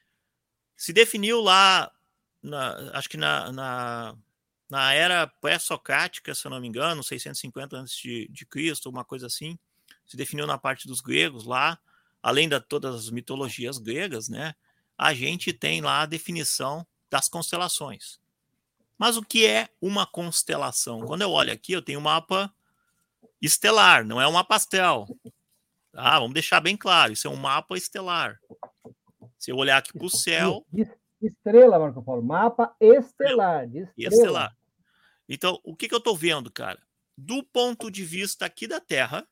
Se definiu lá, na, acho que na, na, na era pré-socrática, se eu não me engano, seiscentos e cinquenta antes de, de Cristo, uma coisa assim, se definiu na parte dos gregos lá, além de todas as mitologias gregas, né? A gente tem lá a definição das constelações. Mas o que é uma constelação? Quando eu olho aqui, eu tenho um mapa estelar, não é um mapa astral. Tá? Vamos deixar bem claro, isso é um mapa estelar. Se eu olhar aqui para o céu... De estrela, Marco Paulo. Mapa estelar, de estrela. Estelar. Então, o que, que eu estou vendo, cara? Do ponto de vista aqui da Terra,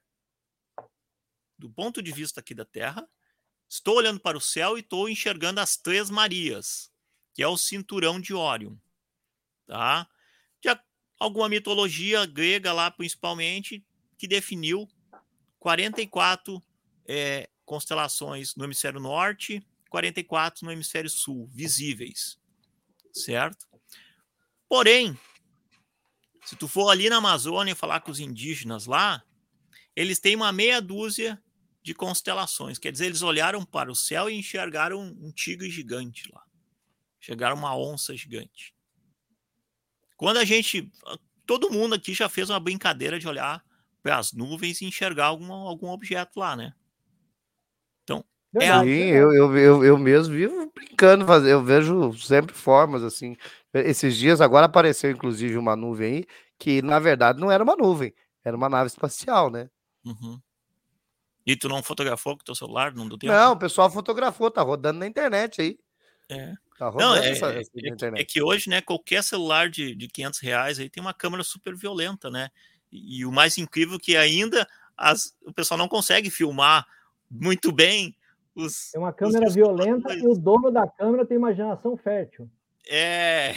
do ponto de vista aqui da Terra, estou olhando para o céu e estou enxergando as Três Marias, que é o cinturão de Órion. Tá? De alguma mitologia grega lá, principalmente, que definiu quarenta e quatro é, constelações no hemisfério norte, quarenta e quatro no hemisfério sul, visíveis. Certo? Porém, se tu for ali na Amazônia falar com os indígenas lá, eles têm uma meia dúzia de constelações. Quer dizer, eles olharam para o céu e enxergaram um tigre gigante lá. Enxergaram uma onça gigante. Quando a gente... Todo mundo aqui já fez uma brincadeira de olhar para as nuvens e enxergar algum, algum objeto lá, né? Então, Verdade, Sim, verdade. eu, eu, eu, eu mesmo vivo brincando, fazer, eu vejo sempre formas assim. Esses dias agora apareceu inclusive uma nuvem aí, que na verdade não era uma nuvem, era uma nave espacial, né? Uhum. E tu não fotografou com o teu celular, não deu tempo? Não, o pessoal fotografou, tá rodando na internet aí. É. Tá Não, rodando é, essa, é, essa é, na que, internet. é que hoje, né, qualquer celular de, de quinhentos reais aí tem uma câmera super violenta, né? E, e o mais incrível é que ainda as, o pessoal não consegue filmar muito bem os... É uma os câmera violenta discos. e o dono da câmera tem imaginação fértil. É...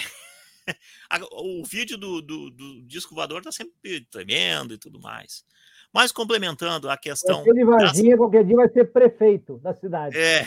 O vídeo do, do, do disco voador tá sempre tremendo e tudo mais. Mas complementando a questão... Aquele Varginha, das... qualquer dia vai ser prefeito da cidade. É...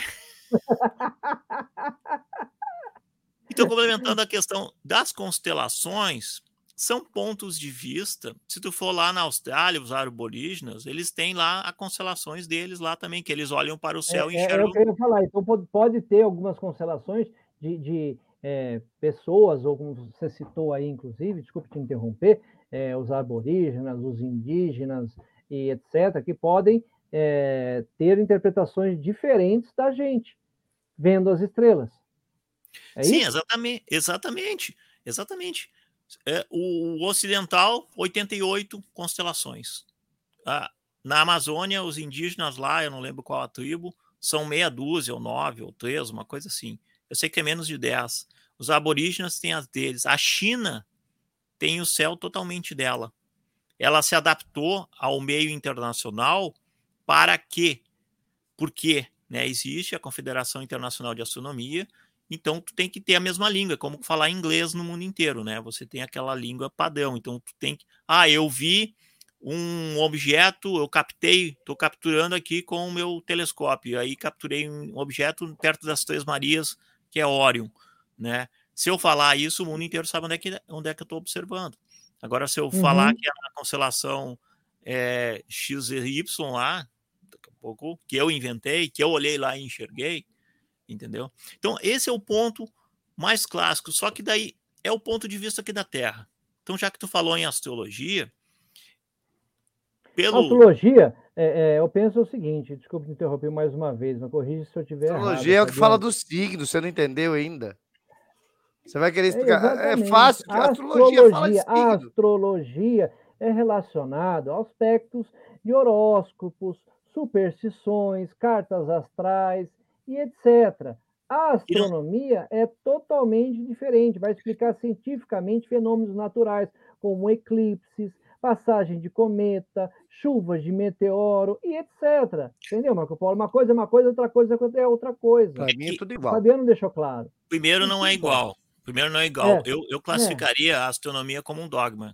Então, complementando a questão das constelações, são pontos de vista. Se tu for lá na Austrália, os aborígenes, eles têm lá as constelações deles lá também, que eles olham para o céu é, e enxergam. É o que eu ia falar. Então, pode, pode ter algumas constelações de, de é, pessoas, ou como você citou aí, inclusive, desculpe te interromper, é, os aborígenes, os indígenas e etcétera, que podem é, ter interpretações diferentes da gente. vendo as estrelas. É Sim, isso? exatamente, exatamente, exatamente. É, o, o ocidental, oitenta e oito constelações. Ah, na Amazônia, os indígenas lá, eu não lembro qual a tribo, são meia dúzia, ou nove, ou três, uma coisa assim. Eu sei que é menos de dez. Os aborígenes têm as deles. A China tem o céu totalmente dela. Ela se adaptou ao meio internacional para quê? Porque, né, existe a Confederação Internacional de Astronomia, então tu tem que ter a mesma língua, como falar inglês no mundo inteiro, né? Você tem aquela língua padrão, então tu tem que... Ah, eu vi um objeto, eu captei, estou capturando aqui com o meu telescópio, aí capturei um objeto perto das Três Marias, que é Órion, né? Se eu falar isso, o mundo inteiro sabe onde é que, onde é que eu estou observando. Agora, se eu Uhum. falar que é a constelação é, X Y lá, daqui a pouco, que eu inventei, que eu olhei lá e enxerguei, entendeu? Então, esse é o ponto mais clássico, só que daí é o ponto de vista aqui da Terra. Então, já que tu falou em astrologia, pelo... Astrologia, é, é, eu penso o seguinte, desculpe te interromper mais uma vez, mas corrija se eu estiver errado. Astrologia é o que Fabiano. fala do signo, você não entendeu ainda. Você vai querer É, explicar. É exatamente. fácil, A astrologia fala de astrologia, a signo. astrologia é relacionado a aspectos de horóscopos, superstições, cartas astrais e etcétera. A astronomia é totalmente diferente, vai explicar cientificamente fenômenos naturais, como eclipses, passagem de cometa, chuvas de meteoro e etcétera. Entendeu, Marco Paulo? Uma coisa é uma coisa, outra coisa é outra coisa. Pra mim é tudo igual. Fabiano deixou claro. Primeiro não é igual. Primeiro não é igual. É, eu, eu classificaria é. a astronomia como um dogma.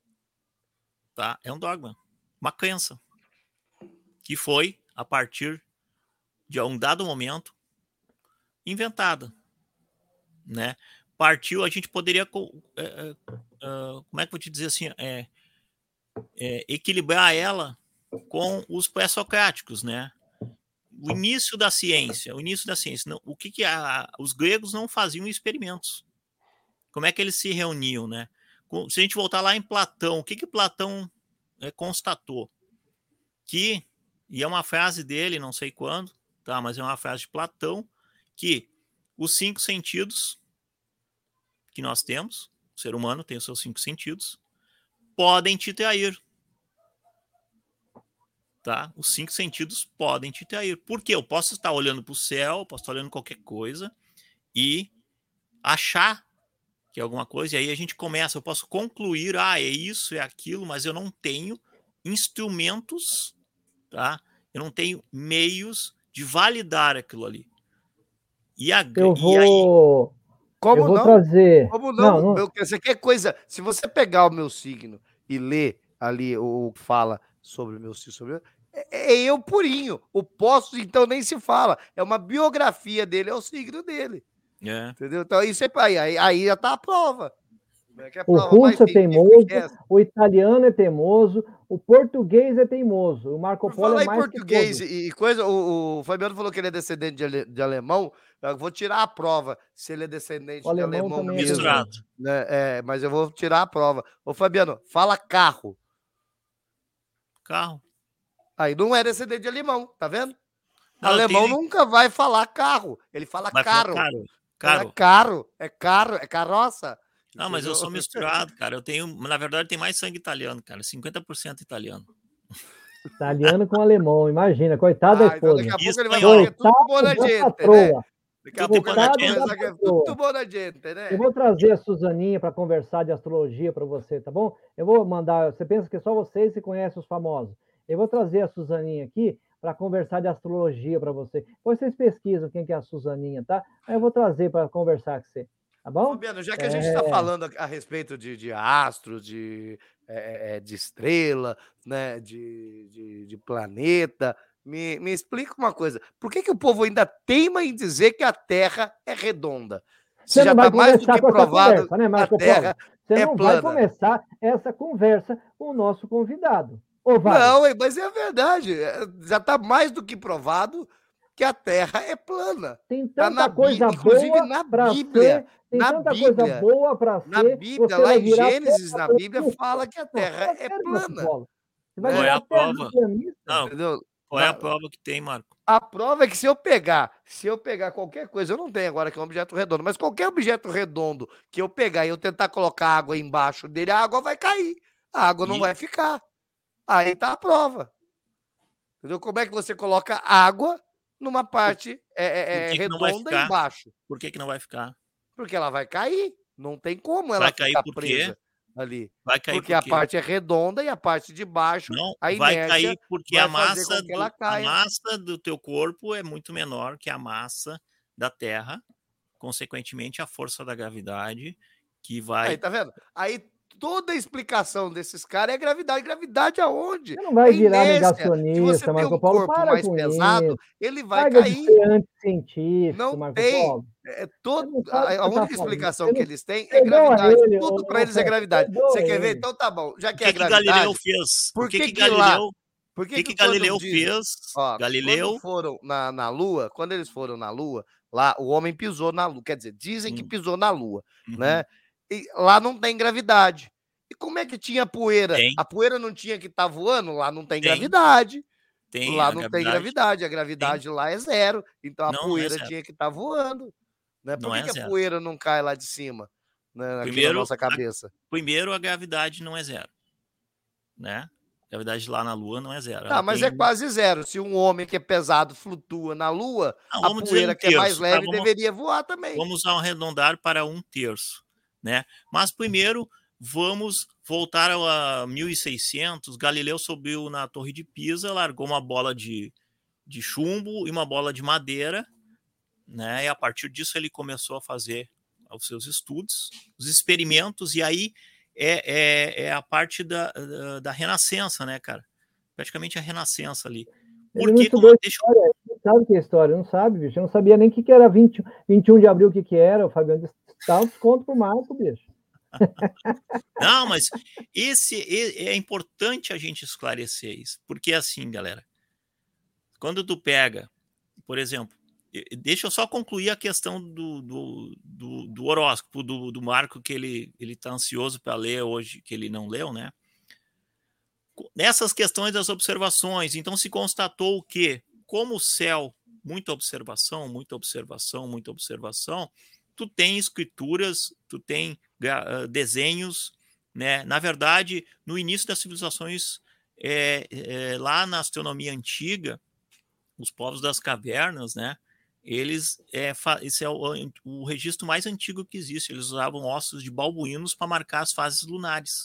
Tá? É um dogma. Uma crença. Que foi, a partir de um dado momento, inventada. Né? Partiu, a gente poderia... É, é, é, como é que eu vou te dizer assim? É, é, equilibrar ela com os pré-socráticos, né? O início da ciência. O início da ciência. Não, o que, que a, os gregos não faziam experimentos. Como é que eles se reuniam, né? Se a gente voltar lá em Platão, o que que Platão é, constatou? Que, e é uma frase dele, não sei quando, tá? Mas é uma frase de Platão, que os cinco sentidos que nós temos, o ser humano tem os seus cinco sentidos, podem te trair. Tá? Os cinco sentidos podem te trair. Por quê? Eu posso estar olhando para o céu, posso estar olhando qualquer coisa e achar que é alguma coisa, e aí a gente começa, eu posso concluir, ah, é isso, é aquilo, mas eu não tenho instrumentos, tá? Eu não tenho meios de validar aquilo ali. E, a, eu vou, e aí... Como eu vou não? trazer... Como não? não, não... Eu, você quer coisa... Se você pegar o meu signo e ler ali o que fala sobre o meu signo, sobre... É, é eu purinho. O posto, então, nem se fala. É uma biografia dele, é o signo dele. É. Entendeu? Então, isso é, aí, aí já tá a prova. É a o prova russo é teimoso, é o italiano é teimoso, o português é teimoso, o Marco Por Polo falar é mais em português que e coisa, o, o Fabiano falou que ele é descendente de, ale, de alemão. Eu vou tirar a prova se ele é descendente o de alemão alemão também mesmo. Misturado. Né? É, mas eu vou tirar a prova. Ô, Fabiano, fala carro. Carro. Aí não é descendente de alemão, tá vendo? Não, alemão tenho... nunca vai falar carro. Ele fala vai caro. Falar caro. Caro. É caro, é caro, é carroça. Não, mas eu sou misturado, cara. Eu tenho, na verdade, tem mais sangue italiano, cara. cinquenta por cento italiano. Italiano com alemão, imagina, coitado da ah, então esposa. daqui a pouco ele vai Espanhol. falar que é tudo bom na gente, né? Daqui a pouco ele vai Coitado da pensar que é tudo bom na gente, né? Eu vou trazer a Suzaninha para conversar de astrologia para você, tá bom? Eu vou mandar, você pensa que só vocês se conhecem os famosos. Eu vou trazer a Suzaninha aqui para conversar de astrologia para você. Depois vocês pesquisam quem que é a Suzaninha, tá? Aí eu vou trazer para conversar com você, tá bom? Fabiano, já que a É... gente está falando a, a respeito de, de astro, de, é, de estrela, né, de, de, de planeta, me, me explica uma coisa. Por que, que o povo ainda teima em dizer que a Terra é redonda? Se Você já não vai está mais do começar que com essa provado conversa, né, que a Marco Terra Paulo? Você é não plana. vai começar essa conversa com o nosso convidado. Ou vai? Não, mas é verdade. Já está mais do que provado que a Terra é plana. Tem Tá tanta na coisa Bí- inclusive boa na para Bíblia. ser, tem Na tanta Bíblia. coisa boa para ser. Na Bíblia, você lá vai em virar Gênesis, na Bíblia, terraplanista. fala que a Não, Terra fala é sério, Marco plana. Paulo. Você vai Né? Qual é virar a prova? terraplanista? Não, Entendeu? Qual é a Na- prova que tem, Marco? A prova é que se eu pegar, se eu pegar qualquer coisa, eu não tenho agora que é um objeto redondo, mas qualquer objeto redondo que eu pegar e eu tentar colocar água embaixo dele, a água vai cair. A água não E? vai ficar. Aí tá a prova. Entendeu? Como é que você coloca água numa parte é, é, Por é, que que não vai redonda ficar? embaixo? Por que que não vai ficar? Porque ela vai cair. Não tem como ela Vai cair ficar por quê? presa ali. Vai cair Porque por a quê? parte é redonda e a parte de baixo, Não, a vai inércia cair porque a vai fazer massa, com que ela do, a caia. massa do teu corpo é muito menor que a massa da Terra. Consequentemente, a força da gravidade que Aí, vai. tá vendo? Aí toda a explicação desses caras é gravidade. Gravidade aonde? Você não vai É virar inércia. Se você negacionista, tem Marco um Paulo. corpo Para mais com pesado, isso. ele vai Larga de cair. ser anticientífico, Não Marco tem. Paulo. É Você todo, não sabe o a, que a você única tá falando. explicação Você que não... eles têm é Perdoa gravidade. ele, Tudo ô, para ô, eles é Feta, gravidade. perdoa Você quer ver? ele. Então tá bom. Já O que é que que Galileu gravidade, fez? por O que que que que lá... Galileu? Por O que que que que quando Galileu dizem... fez? Ó, quando Galileu. foram na, na Lua, quando eles foram na Lua, lá o homem pisou na Lua. Quer dizer, dizem que Hum, pisou na Lua, uhum. né? E lá não tem gravidade. E como é que tinha poeira? Tem, A poeira não tinha que estar voando? Lá não tem tem, gravidade. tem Lá a não tem gravidade. gravidade. A Tem. gravidade lá é zero. Então a Não, não é poeira zero. tinha que estar voando. Né? Por Não que, é que a zero. poeira não cai lá de cima? Né? Aqui na Primeiro, nossa a, cabeça. primeiro, a gravidade não é zero. Né? A gravidade lá na Lua não é zero. Tá, Ela mas tem. é quase zero. Se um homem que é pesado flutua na Lua, Não, a vamos dizer um poeira que é mais terço. Tá? leve Vamos, deveria voar também. vamos arredondar para um terço. Né? Mas primeiro, vamos voltar a mil e seiscentos. Galileu subiu na Torre de Pisa, largou uma bola de, de chumbo e uma bola de madeira. Né? E a partir disso ele começou a fazer os seus estudos, os experimentos, e aí é, é, é a parte da, da, da renascença, né, cara? Praticamente a renascença ali. Ele não Porque, como, estudou deixa, história, ele não sabe o que é história, não sabe, bicho. Eu não sabia nem o que, que era vinte, vinte e um de abril, o que, que era, o Fabiano dá um desconto pro Marco, bicho. Não, mas esse é, é importante a gente esclarecer isso, porque assim, galera, quando tu pega, por exemplo, deixa eu só concluir a questão do, do, do, do horóscopo do, do Marco, que ele ele está ansioso para ler hoje, que ele não leu, né? Nessas questões das observações, então se constatou que, como o céu, muita observação, muita observação, muita observação, tu tem escrituras, tu tem uh, desenhos, né? Na verdade, no início das civilizações, é, é, lá na astronomia antiga, os povos das cavernas, né? Eles, é, esse é o, o registro mais antigo que existe. Eles usavam ossos de balbuínos para marcar as fases lunares.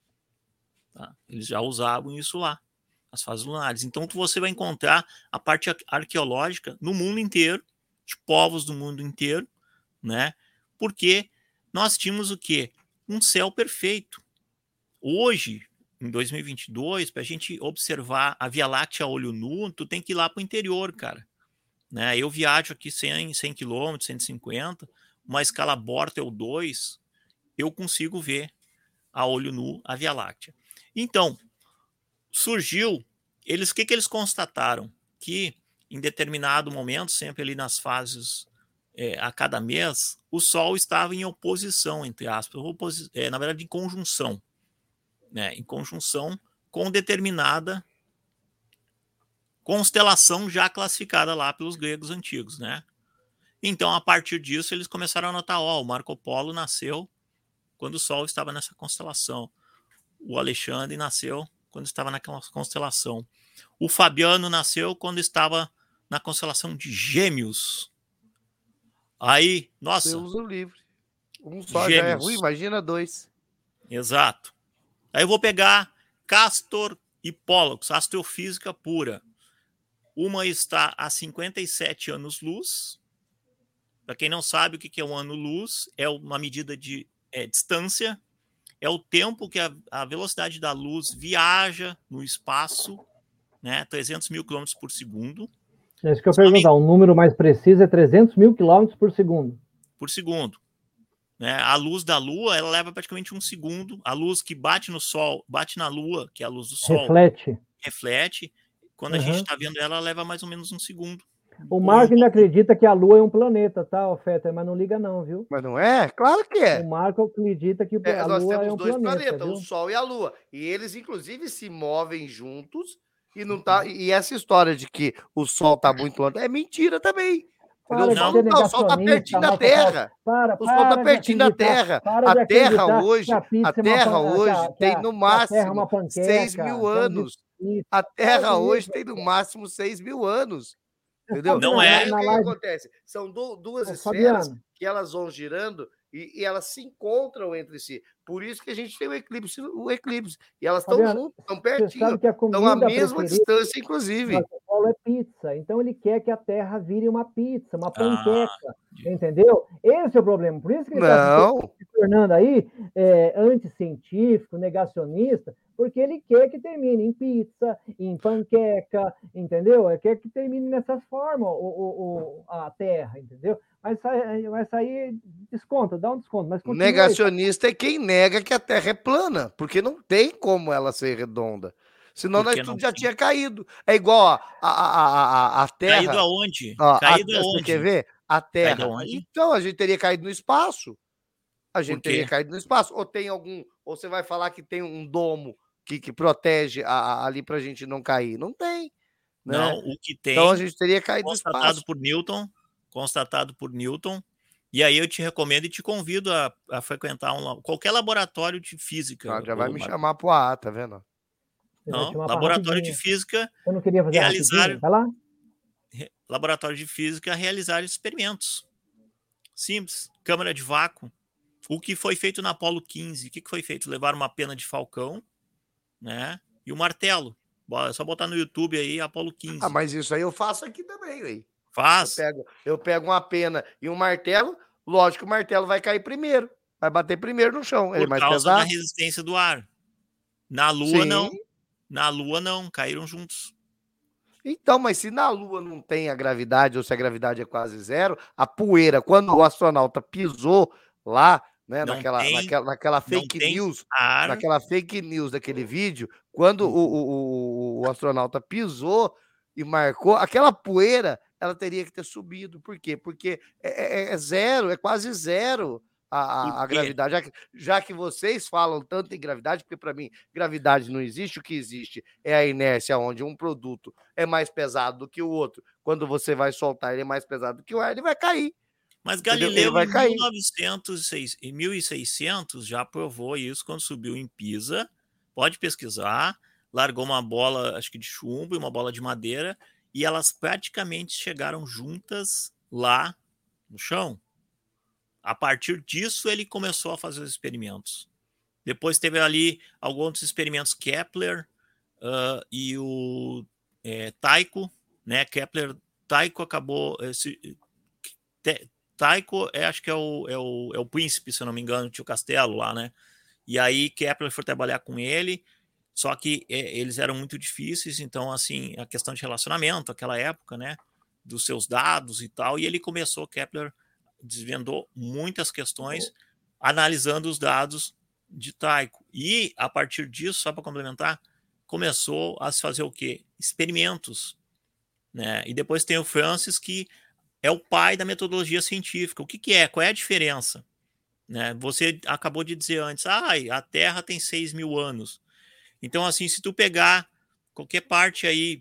Tá? Eles já usavam isso lá, as fases lunares. Então, você vai encontrar a parte arqueológica no mundo inteiro, de povos do mundo inteiro, né? Porque nós tínhamos o quê? Um céu perfeito. Hoje, em dois mil e vinte e dois, para a gente observar a Via Láctea a olho nu, tu tem que ir lá para o interior, cara. Né? Eu viajo aqui cem, cem quilômetros, cento e cinquenta, uma escala Bortle dois, eu consigo ver a olho nu a Via Láctea. Então, surgiu, eles, o que, que eles constataram? Que em determinado momento, sempre ali nas fases, é, a cada mês, o Sol estava em oposição, entre aspas, oposi- é, na verdade em conjunção, né? Em conjunção com determinada constelação já classificada lá pelos gregos antigos, né? Então, a partir disso, eles começaram a notar, ó, o Marco Polo nasceu quando o Sol estava nessa constelação. O Alexandre nasceu quando estava naquela constelação. O Fabiano nasceu quando estava na constelação de Gêmeos. Aí, nossa... Deus o livre. Um só Gêmeos. já é ruim, imagina dois. Exato. Aí eu vou pegar Castor e Pollux, astrofísica pura. Uma está a cinquenta e sete anos-luz. Para quem não sabe o que é um ano-luz, é uma medida de é, distância, é o tempo que a, a velocidade da luz viaja no espaço, né, trezentos mil quilômetros por segundo. É isso que eu ia perguntar, o número mais preciso é trezentos mil quilômetros por segundo. Por segundo. Né? A luz da Lua, ela leva praticamente um segundo. A luz que bate no Sol, bate na Lua, que é a luz do Sol, reflete. reflete. Quando a Uhum. gente está vendo ela, ela leva mais ou menos um segundo. O Marco ainda acredita que a Lua é um planeta, tá, Feta? Mas não liga não, viu? Mas não é? Claro que é. O Marco acredita que É, a nós Lua temos é um dois planeta, planetas, viu? o Sol e a Lua. E eles, inclusive, se movem juntos E, não tá, e essa história de que o Sol tá muito longe é mentira também. Entendeu? Para O de Sol, ser não, o Sol tá pertinho da negacionista, Marco Terra. Para, O Sol tá para de pertinho da acreditar, Terra. para de A Terra acreditar hoje, que a pizza a é uma Terra pan- que a- hoje que tem a- no que a Terra é uma máximo panqueca, seis mil que é um anos. biscoito. A Para Terra com hoje isso, tem no máximo seis mil anos. Você Entendeu? sabe Não na, é. na, Aí o na que, que live, acontece? São du- duas ô, esferas Fabiano, que elas vão girando e, e elas se encontram entre si. Por isso que a gente tem o eclipse, o eclipse. E elas estão Fabiano, juntas, estão você pertinho. sabe que a Estão à comida mesma preferida distância, do inclusive. Marco Polo é pizza. Então ele quer que a Terra vire uma pizza, uma Ah, panqueca. Entendeu? Esse é o problema. Por isso que ele está se, Não. se tornando aí é, anticientífico, negacionista, porque ele quer que termine em pizza, em panqueca, entendeu? Ele quer que termine nessas formas o, o, o- a Terra, entendeu? Vai sair, vai sair desconto, dá um desconto, mas continua aí. Negacionista é quem nega que a Terra é plana, porque não tem como ela ser redonda. Senão nós Porque não tudo já tem. tinha caído. É igual a, a, a, a, a Caído Terra. aonde? Ó, a- Caído você quer aonde? ver? A Caído Terra. aonde? Então a gente teria caído no espaço. A Por gente teria quê? caído no espaço. Ou tem algum. Ou você vai falar que tem um domo que, que protege a- a- ali pra gente não cair. Não tem, né? Não, o que Então a tem, gente teria caído no constatado espaço. por Newton, constatado por Newton, e aí eu te recomendo e te convido a, a frequentar um la- qualquer laboratório de física. Ah, já vai ô me Marco. chamar pro A, tá vendo? Você vai Não, chamar pra laboratório de rapidinho. física, Eu não queria fazer realizar, rapidinho? Vai lá. re- laboratório de física, realizar experimentos. Simples, câmara de vácuo. O que foi feito na Apolo quinze? O que que foi feito? Levaram uma pena de falcão, né? E o martelo. Bo- É só botar no YouTube aí, Apolo Ah, quinze. mas isso aí eu faço aqui também, aí. Eu Faz. pego, eu pego uma pena e um martelo, lógico que o martelo vai cair primeiro. Vai bater primeiro no chão. Ele é Por mais causa da pesado. resistência do ar. Na Lua, Sim. não. Na Lua, não. Caíram juntos. Então, mas se na Lua não tem a gravidade, ou se a gravidade é quase zero, a poeira, quando o astronauta pisou lá, né, Não naquela, tem, naquela, naquela não fake tem news, ar. naquela fake news daquele vídeo, quando o, o, o, o astronauta pisou e marcou, aquela poeira, ela teria que ter subido. Por quê? Porque é, é- é zero, é quase zero a, a- Por a quê? gravidade. Já que, já que vocês falam tanto em gravidade, porque para mim, gravidade não existe, o que existe é a inércia, onde um produto é mais pesado do que o outro. Quando você vai soltar, ele é mais pesado do que o ar, ele vai cair. Mas Entendeu? Ele Galileu, vai em cair. mil e novecentos e seis em mil e seiscentos, já provou isso quando subiu em Pisa. Pode pesquisar. Largou uma bola, acho que de chumbo e uma bola de madeira, e elas praticamente chegaram juntas lá no chão. A partir disso, ele começou a fazer os experimentos. Depois teve ali alguns experimentos Kepler uh, e o é, Tycho, né? Kepler, Tycho acabou. Esse, te, Tycho, é, acho que é o, é, o, é o príncipe, se eu não me engano, tinha o castelo lá, né? E aí Kepler foi trabalhar com ele, só que é, eles eram muito difíceis, então, assim, a questão de relacionamento, aquela época, né? Dos seus dados e tal, e ele começou, Kepler desvendou muitas questões analisando os dados de Tycho. E, a partir disso, só para complementar, começou a se fazer o quê? Experimentos. Né? E depois tem o Francis, que é o pai da metodologia científica. O que, que é? Qual é a diferença? Né? Você acabou de dizer antes, ah, a Terra tem seis mil anos. Então, assim, se tu pegar qualquer parte aí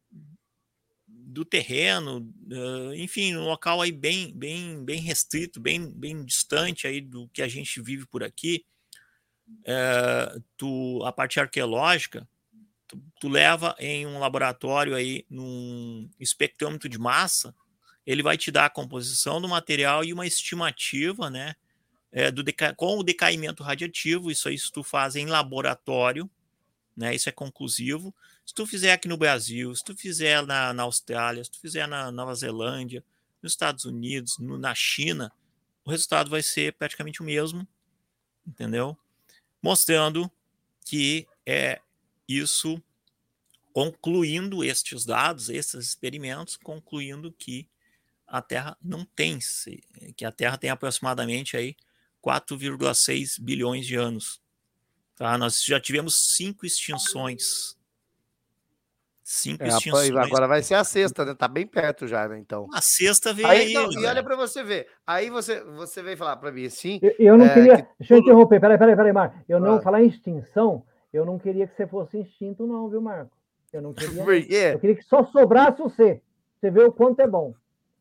do terreno, uh, enfim, um local aí bem, bem, bem restrito, bem, bem distante aí do que a gente vive por aqui, uh, tu, a parte arqueológica, tu, tu leva em um laboratório aí, num espectrômetro de massa, ele vai te dar a composição do material e uma estimativa, né, é, do deca- com o decaimento radiativo. Isso aí se tu faz em laboratório, né, isso é conclusivo. Se tu fizer aqui no Brasil, se tu fizer na, na Austrália, se tu fizer na Nova Zelândia, nos Estados Unidos, no, na China, o resultado vai ser praticamente o mesmo, entendeu? Mostrando que é isso, concluindo estes dados, esses experimentos, concluindo que a Terra não tem, que a Terra tem aproximadamente aí quatro vírgula seis bilhões de anos. Tá? Nós já tivemos cinco extinções. Cinco É, extinções. agora vai ser a sexta, né? Tá bem perto já, né? Então. A sexta veio Aí, aí. não, e galera. olha para você ver. Aí você, você veio falar para mim assim. Eu, eu não é, queria. que Deixa eu tudo- interromper. Peraí, peraí, peraí, Marco. Eu não Ah. falar em extinção. Eu não queria que você fosse extinto, não, viu, Marco? Eu não queria. Por quê? Eu queria que só sobrasse você. Você vê o quanto é bom.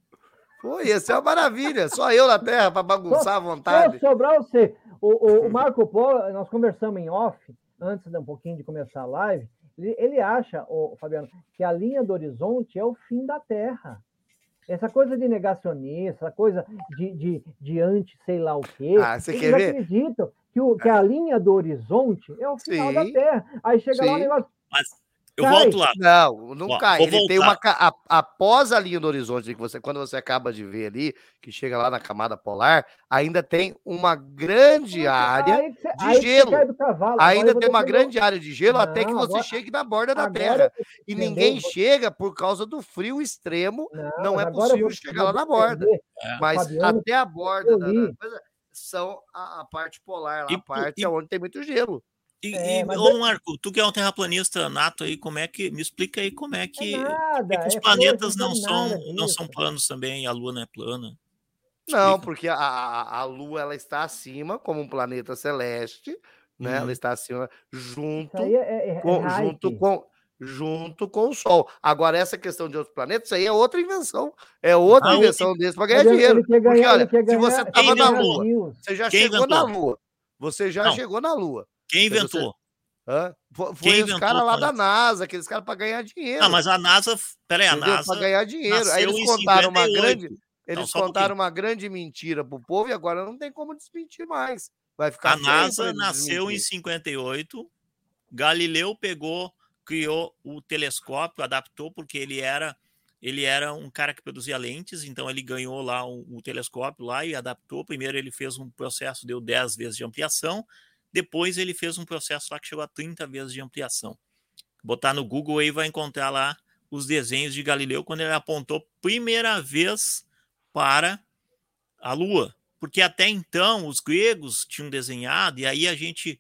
Pô, ia ser uma maravilha. Só eu na Terra para bagunçar à vontade. Só sobrar você. O, o, o Marco Polo, nós conversamos em off, antes de um pouquinho de começar a live, ele, ele acha, o Fabiano, que a linha do horizonte é o fim da Terra. Essa coisa de negacionista, essa coisa de, de, de anti sei lá o quê, Ah, você eles quer ver? acreditam que, o, que a linha do horizonte é o final Sim, da Terra. Aí chega lá o sim. negócio... Mas eu Cai. volto lá. Não, não Ó, cai. vou Ele tem voltar. uma. ca- a- Após a linha do horizonte, que você, quando você acaba de ver ali, que chega lá na camada polar, ainda tem uma grande área Aí que você, de aí que você gelo. cai do cavalo. Agora eu Ainda vou tem uma defender- grande área de gelo até que Não, você agora- chegue na borda da agora Terra. eu vou E defender, ninguém vou- chega por causa do frio extremo. Não, Não é mas agora eu possível vou- chegar vou lá na borda. defender É. Mas Fabiano, até a borda eu da, da li. coisa são a, a parte polar, lá, E a por- parte e- onde tem muito gelo. E, É, e, mas ô, eu- Marco, tu que é um terraplanista nato aí, como é que. Me explica aí como é que. É por nada, que que os é planetas frouxo, não não são, tem nada não disso. são planos também, a Lua não é plana. Não, Explica. porque a, a, a Lua ela está acima como um planeta celeste, né? Ela Uhum. está acima Isso junto aí é, é, é com, hype. junto com junto com o Sol. Agora essa questão de outros planetas, isso aí é outra invenção. É outra Ah, invenção desse para ganhar Mas ele- dinheiro. ele quer ganhar- Porque olha, ele quer se ganhar- você quer estava na ganhar Lua, views. você já Quem chegou na inventou? Lua. Você já Não. chegou na Lua. Quem Mas você- inventou? Hã? Fo- Quem Foi os inventou caras o lá da planeta? NASA, aqueles caras para ganhar dinheiro. Ah, mas a NASA. Peraí, a Entendeu? NASA. Para ganhar dinheiro. Aí nasceu eles em contaram uma cinquenta e oito. grande, Não, eles só um contaram pouquinho. uma grande mentira pro povo e agora não tem como desmentir mais. Vai ficar A feio pra NASA eles nasceu em desmentir. cinquenta e oito. Galileu pegou, criou o telescópio, adaptou, porque ele era, ele era um cara que produzia lentes, então ele ganhou lá o, o telescópio lá e adaptou. Primeiro ele fez um processo, deu dez vezes de ampliação, depois ele fez um processo lá que chegou a trinta vezes de ampliação. Botar no Google aí vai encontrar lá os desenhos de Galileu quando ele apontou primeira vez para a Lua. Porque até então os gregos tinham desenhado, e aí a gente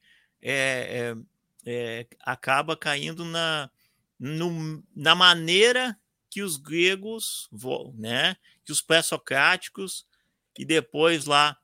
é, é, é, acaba caindo na, no, na maneira que os gregos, né, que os pré-socráticos, e depois lá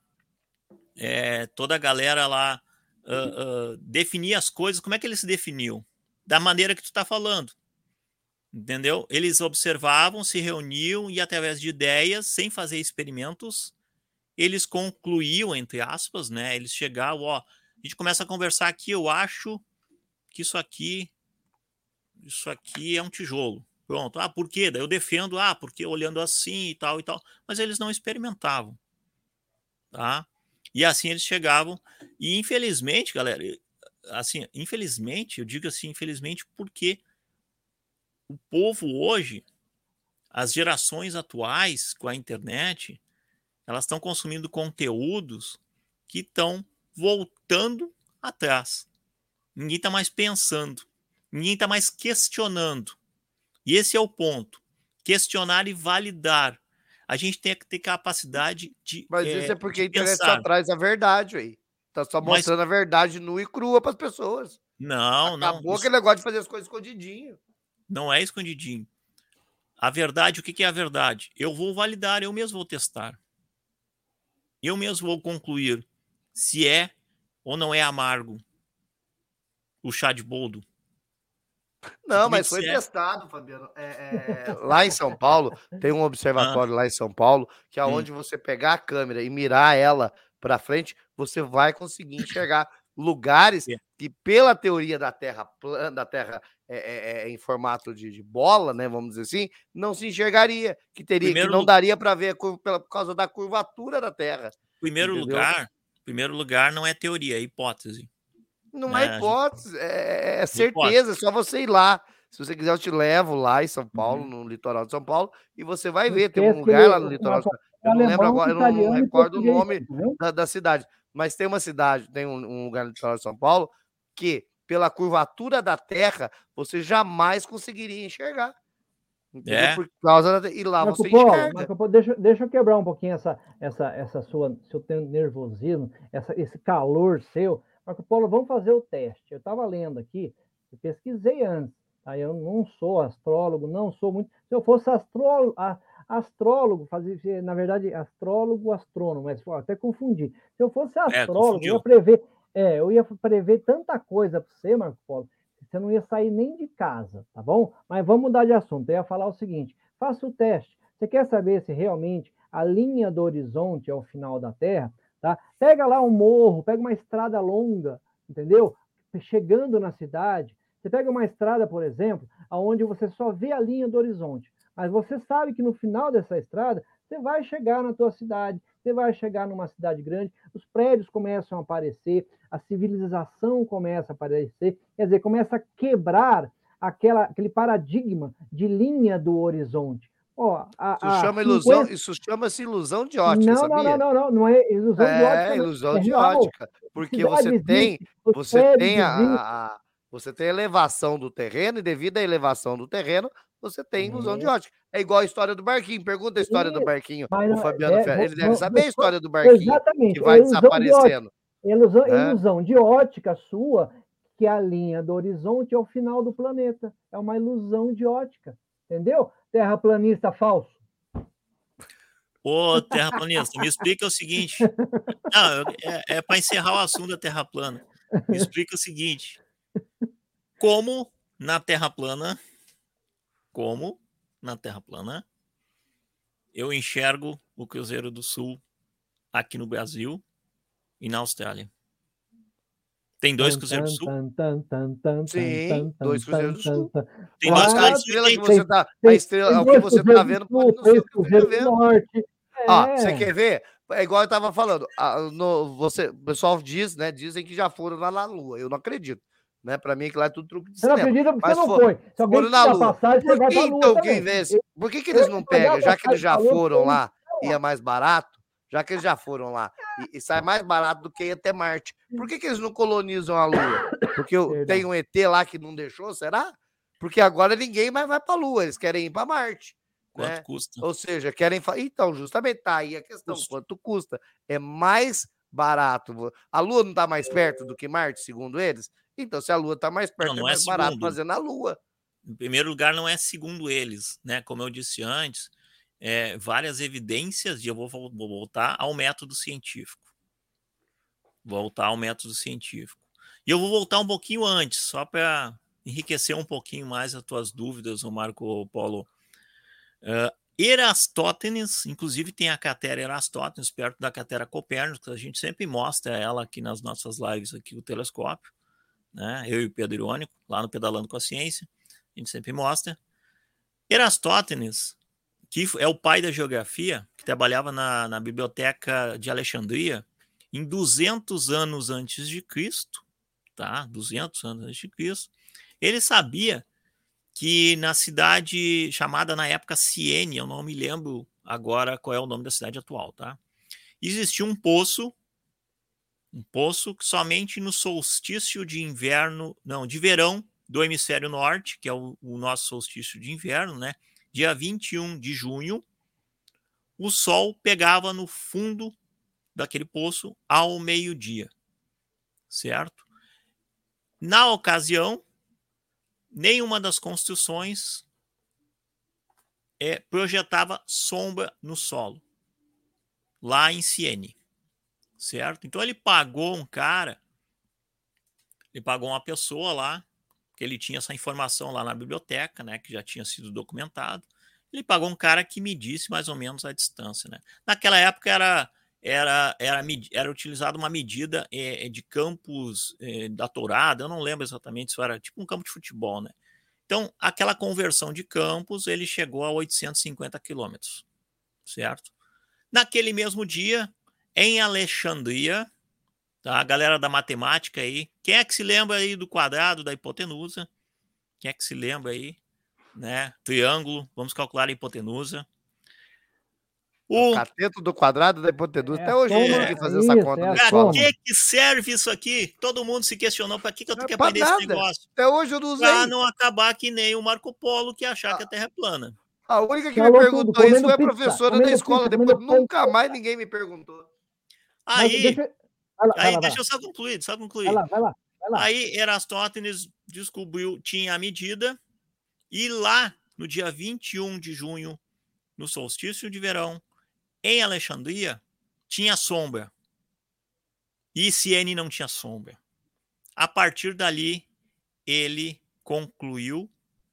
é, toda a galera lá uh, uh, definia as coisas. Como é que eles se definiam? Da maneira que tu está falando. Entendeu? Eles observavam, se reuniam e através de ideias, sem fazer experimentos, eles concluíam, entre aspas, né? Eles chegavam, ó, a gente começa a conversar aqui, eu acho que isso aqui, isso aqui é um tijolo. Pronto. Ah, por quê? Daí eu defendo, ah, porque olhando assim e tal e tal. Mas eles não experimentavam. Tá? E assim eles chegavam. E infelizmente, galera, assim, infelizmente, eu digo assim, infelizmente, porque o povo hoje, as gerações atuais com a internet, elas estão consumindo conteúdos que estão voltando atrás. Ninguém está mais pensando. Ninguém está mais questionando. E esse é o ponto. Questionar e validar. A gente tem que ter capacidade de Mas é, isso é porque a de internet pensar. só traz a verdade aí. Tá só Mas- mostrando a verdade nua e crua para as pessoas. Não, não. Acabou isso aquele negócio de fazer as coisas escondidinho. não é escondidinho. A verdade, o que que é a verdade? Eu vou validar, eu mesmo vou testar. Eu mesmo vou concluir se é ou não é amargo o chá de boldo. Não, Tu me mas foi disser- testado, Fabiano. É, é, lá em São Paulo, tem um observatório lá em São Paulo, que é Hum. onde você pegar a câmera e mirar ela para frente, você vai conseguir enxergar lugares É. que, pela teoria da Terra plana, da Terra é, é, é, em formato de, de bola, né? Vamos dizer assim, não se enxergaria, que teria, Primeiro que não lu- daria para ver a curva- pela, por causa da curvatura da Terra. Primeiro Entendeu? lugar, primeiro lugar não é teoria, é hipótese. Não Né, é gente? hipótese, é, é Hipótese. certeza, é só você ir lá. Se você quiser, eu te levo lá em São Paulo, Uhum. no litoral de São Paulo, e você vai Não ver. Tem um esquece que lugar ele- lá no litoral. Marco, Eu não lembro alemão, agora, eu não, não italiano e recordo o português, nome entendeu? da, da cidade, mas tem uma cidade, tem um, um lugar no litoral de São Paulo que, pela curvatura da Terra, você jamais conseguiria enxergar. Entendeu? É. Por causa da, e lá Marco você Polo, enxerga. Marco Polo, deixa, deixa eu quebrar um pouquinho essa, essa, essa sua, seu nervosismo, essa, esse calor seu. Marco Polo, vamos fazer o teste. Eu estava lendo aqui, eu pesquisei antes, tá? Eu não sou astrólogo, não sou muito. Se eu fosse astrólogo, a, astrólogo, fazia, na verdade, astrólogo, astrônomo, mas pô, até confundi. Se eu fosse astrólogo, eu confundiu. ia prever, é, eu ia prever tanta coisa para você, Marco Polo. você não ia sair nem de casa, tá bom? Mas vamos mudar de assunto. Eu ia falar o seguinte: faça o teste. Você quer saber se realmente a linha do horizonte é o final da Terra? Tá? Pega lá um morro, pega uma estrada longa, entendeu? Chegando na cidade, você pega uma estrada, por exemplo, onde você só vê a linha do horizonte, mas você sabe que no final dessa estrada, você vai chegar na tua cidade, você vai chegar numa cidade grande, os prédios começam a aparecer, a civilização começa a aparecer, quer dizer, começa a quebrar aquela, aquele paradigma de linha do horizonte. Ó, a, Isso a chama cinquenta... ilusão, isso chama-se ilusão de ótica, não, não, sabia? não, não, não, não é ilusão de ótica. É, Não. ilusão É de real. ótica, porque você Cidade tem, existe, os você prédios tem a, existem. a- a- você tem a elevação do terreno, e devido à elevação do terreno, você tem ilusão de É, ótica. É igual a história do barquinho. Pergunta a história do isso. barquinho, Mas o não, Fabiano é, Ferreira. vo- Ele deve vo- saber a vo- história do barquinho, que exatamente, é vai ilusão de ótica. desaparecendo, É ilusão, é né? ilusão de ótica sua que a linha do horizonte é o final do planeta. É uma ilusão de ótica, entendeu? Terraplanista falso. Ô, terraplanista, me explica o seguinte. Não, eu- é, é para encerrar o assunto da Terra plana. Me explica o seguinte. Como na Terra plana, como na Terra plana, eu enxergo o Cruzeiro do Sul aqui no Brasil e na Austrália? Tem dois Cruzeiros do Sul? Sim, dois Cruzeiros do Sul. Tem Ó, dois a Cruzeiros do Sul? estrela que Tem. você tá, a Tem, estrela, tem o que dois você tá cruzeiros vendo do pode sul, não ser três o que eu cruzeiros tô do vendo. norte. Ó, É. você quer ver? É igual eu tava falando. a- no- você, o pessoal diz, né? Dizem que já foram lá na Lua. Eu não acredito. Né? Pra mim, que lá é tudo truque de Você não cinema. acredita porque Mas você não for- foi. Se alguém foram te na dá Lua. passagem, você Por vai que pra Lua então que também. invés- Por que, que Eu eles ia não te pagar pegam? Já que eles passagem já pra Lua, foram porque eu lá não e é mais barato, já que eles já foram lá e, e sai mais barato do que ir até Marte, por que, que eles não colonizam a Lua? Porque eu- Perdão. tem um E T lá que não deixou, será? Porque agora ninguém mais vai pra Lua, eles querem ir pra Marte. Quanto Né? custa? Ou seja, querem. fa- Então, justamente tá aí a questão: Custo. quanto custa? É mais barato. A Lua não está mais perto do que Marte, segundo eles? Então, se a Lua está mais perto, Não, não é é mais barato segundo. fazer na Lua. Em primeiro lugar, não é segundo eles, né? Como eu disse antes, é, várias evidências, e eu vou, vou voltar ao método científico. Voltar ao método científico. E eu vou voltar um pouquinho antes, só para enriquecer um pouquinho mais as tuas dúvidas, o Marco Polo. Uh, Erastótenes, inclusive tem a cratera Erastótenes perto da cratera Copérnico, a gente sempre mostra ela aqui nas nossas lives, aqui o telescópio, né? Eu e o Pedro Irônico, lá no Pedalando com a Ciência, a gente sempre mostra. Erastótenes, que é o pai da geografia, que trabalhava na, na biblioteca de Alexandria, em duzentos anos antes de Cristo, tá? duzentos anos antes de Cristo, ele sabia que na cidade chamada na época Siene, eu não me lembro agora qual é o nome da cidade atual, tá? Existia um poço, um poço que somente no solstício de inverno, não, de verão do hemisfério norte, que é o, o nosso solstício de inverno, né? Dia vinte e um de junho, o sol pegava no fundo daquele poço ao meio-dia, certo? Na ocasião, nenhuma das construções é, projetava sombra no solo, lá em Siene, certo? Então ele pagou um cara, ele pagou uma pessoa lá, que ele tinha essa informação lá na biblioteca, né, que já tinha sido documentado. Ele pagou um cara que medisse mais ou menos a distância, né? Naquela época era era era, era utilizada uma medida é, de campos é, da tourada, eu não lembro exatamente se era tipo um campo de futebol, né? Então, aquela conversão de campos, ele chegou a oitocentos e cinquenta quilômetros, certo? Naquele mesmo dia, em Alexandria, tá? A galera da matemática aí, quem é que se lembra aí do quadrado da hipotenusa? Quem é que se lembra aí? Né? Triângulo, vamos calcular a hipotenusa. O, o cateto do quadrado da hipotenusa. É, até hoje eu não consegui fazer isso, essa conta. É pra que, que serve isso aqui? Todo mundo se questionou para que, que eu tenho que aprender esse negócio. Até hoje eu não usei. Para não acabar que nem o Marco Polo que achar ah. que a Terra é plana. A única que Falou me perguntou tudo, isso foi a professora pizza, da escola. Pizza, Depois nunca pizza. mais ninguém me perguntou. Aí, deixa, vai lá, aí vai lá, deixa vai eu só concluir, só concluir. Vai lá, vai lá, vai lá. Aí Erastótenes descobriu, tinha a medida, e lá no dia vinte e um de junho, no solstício de verão, em Alexandria, tinha sombra. E Siene não tinha sombra. A partir dali, ele concluiu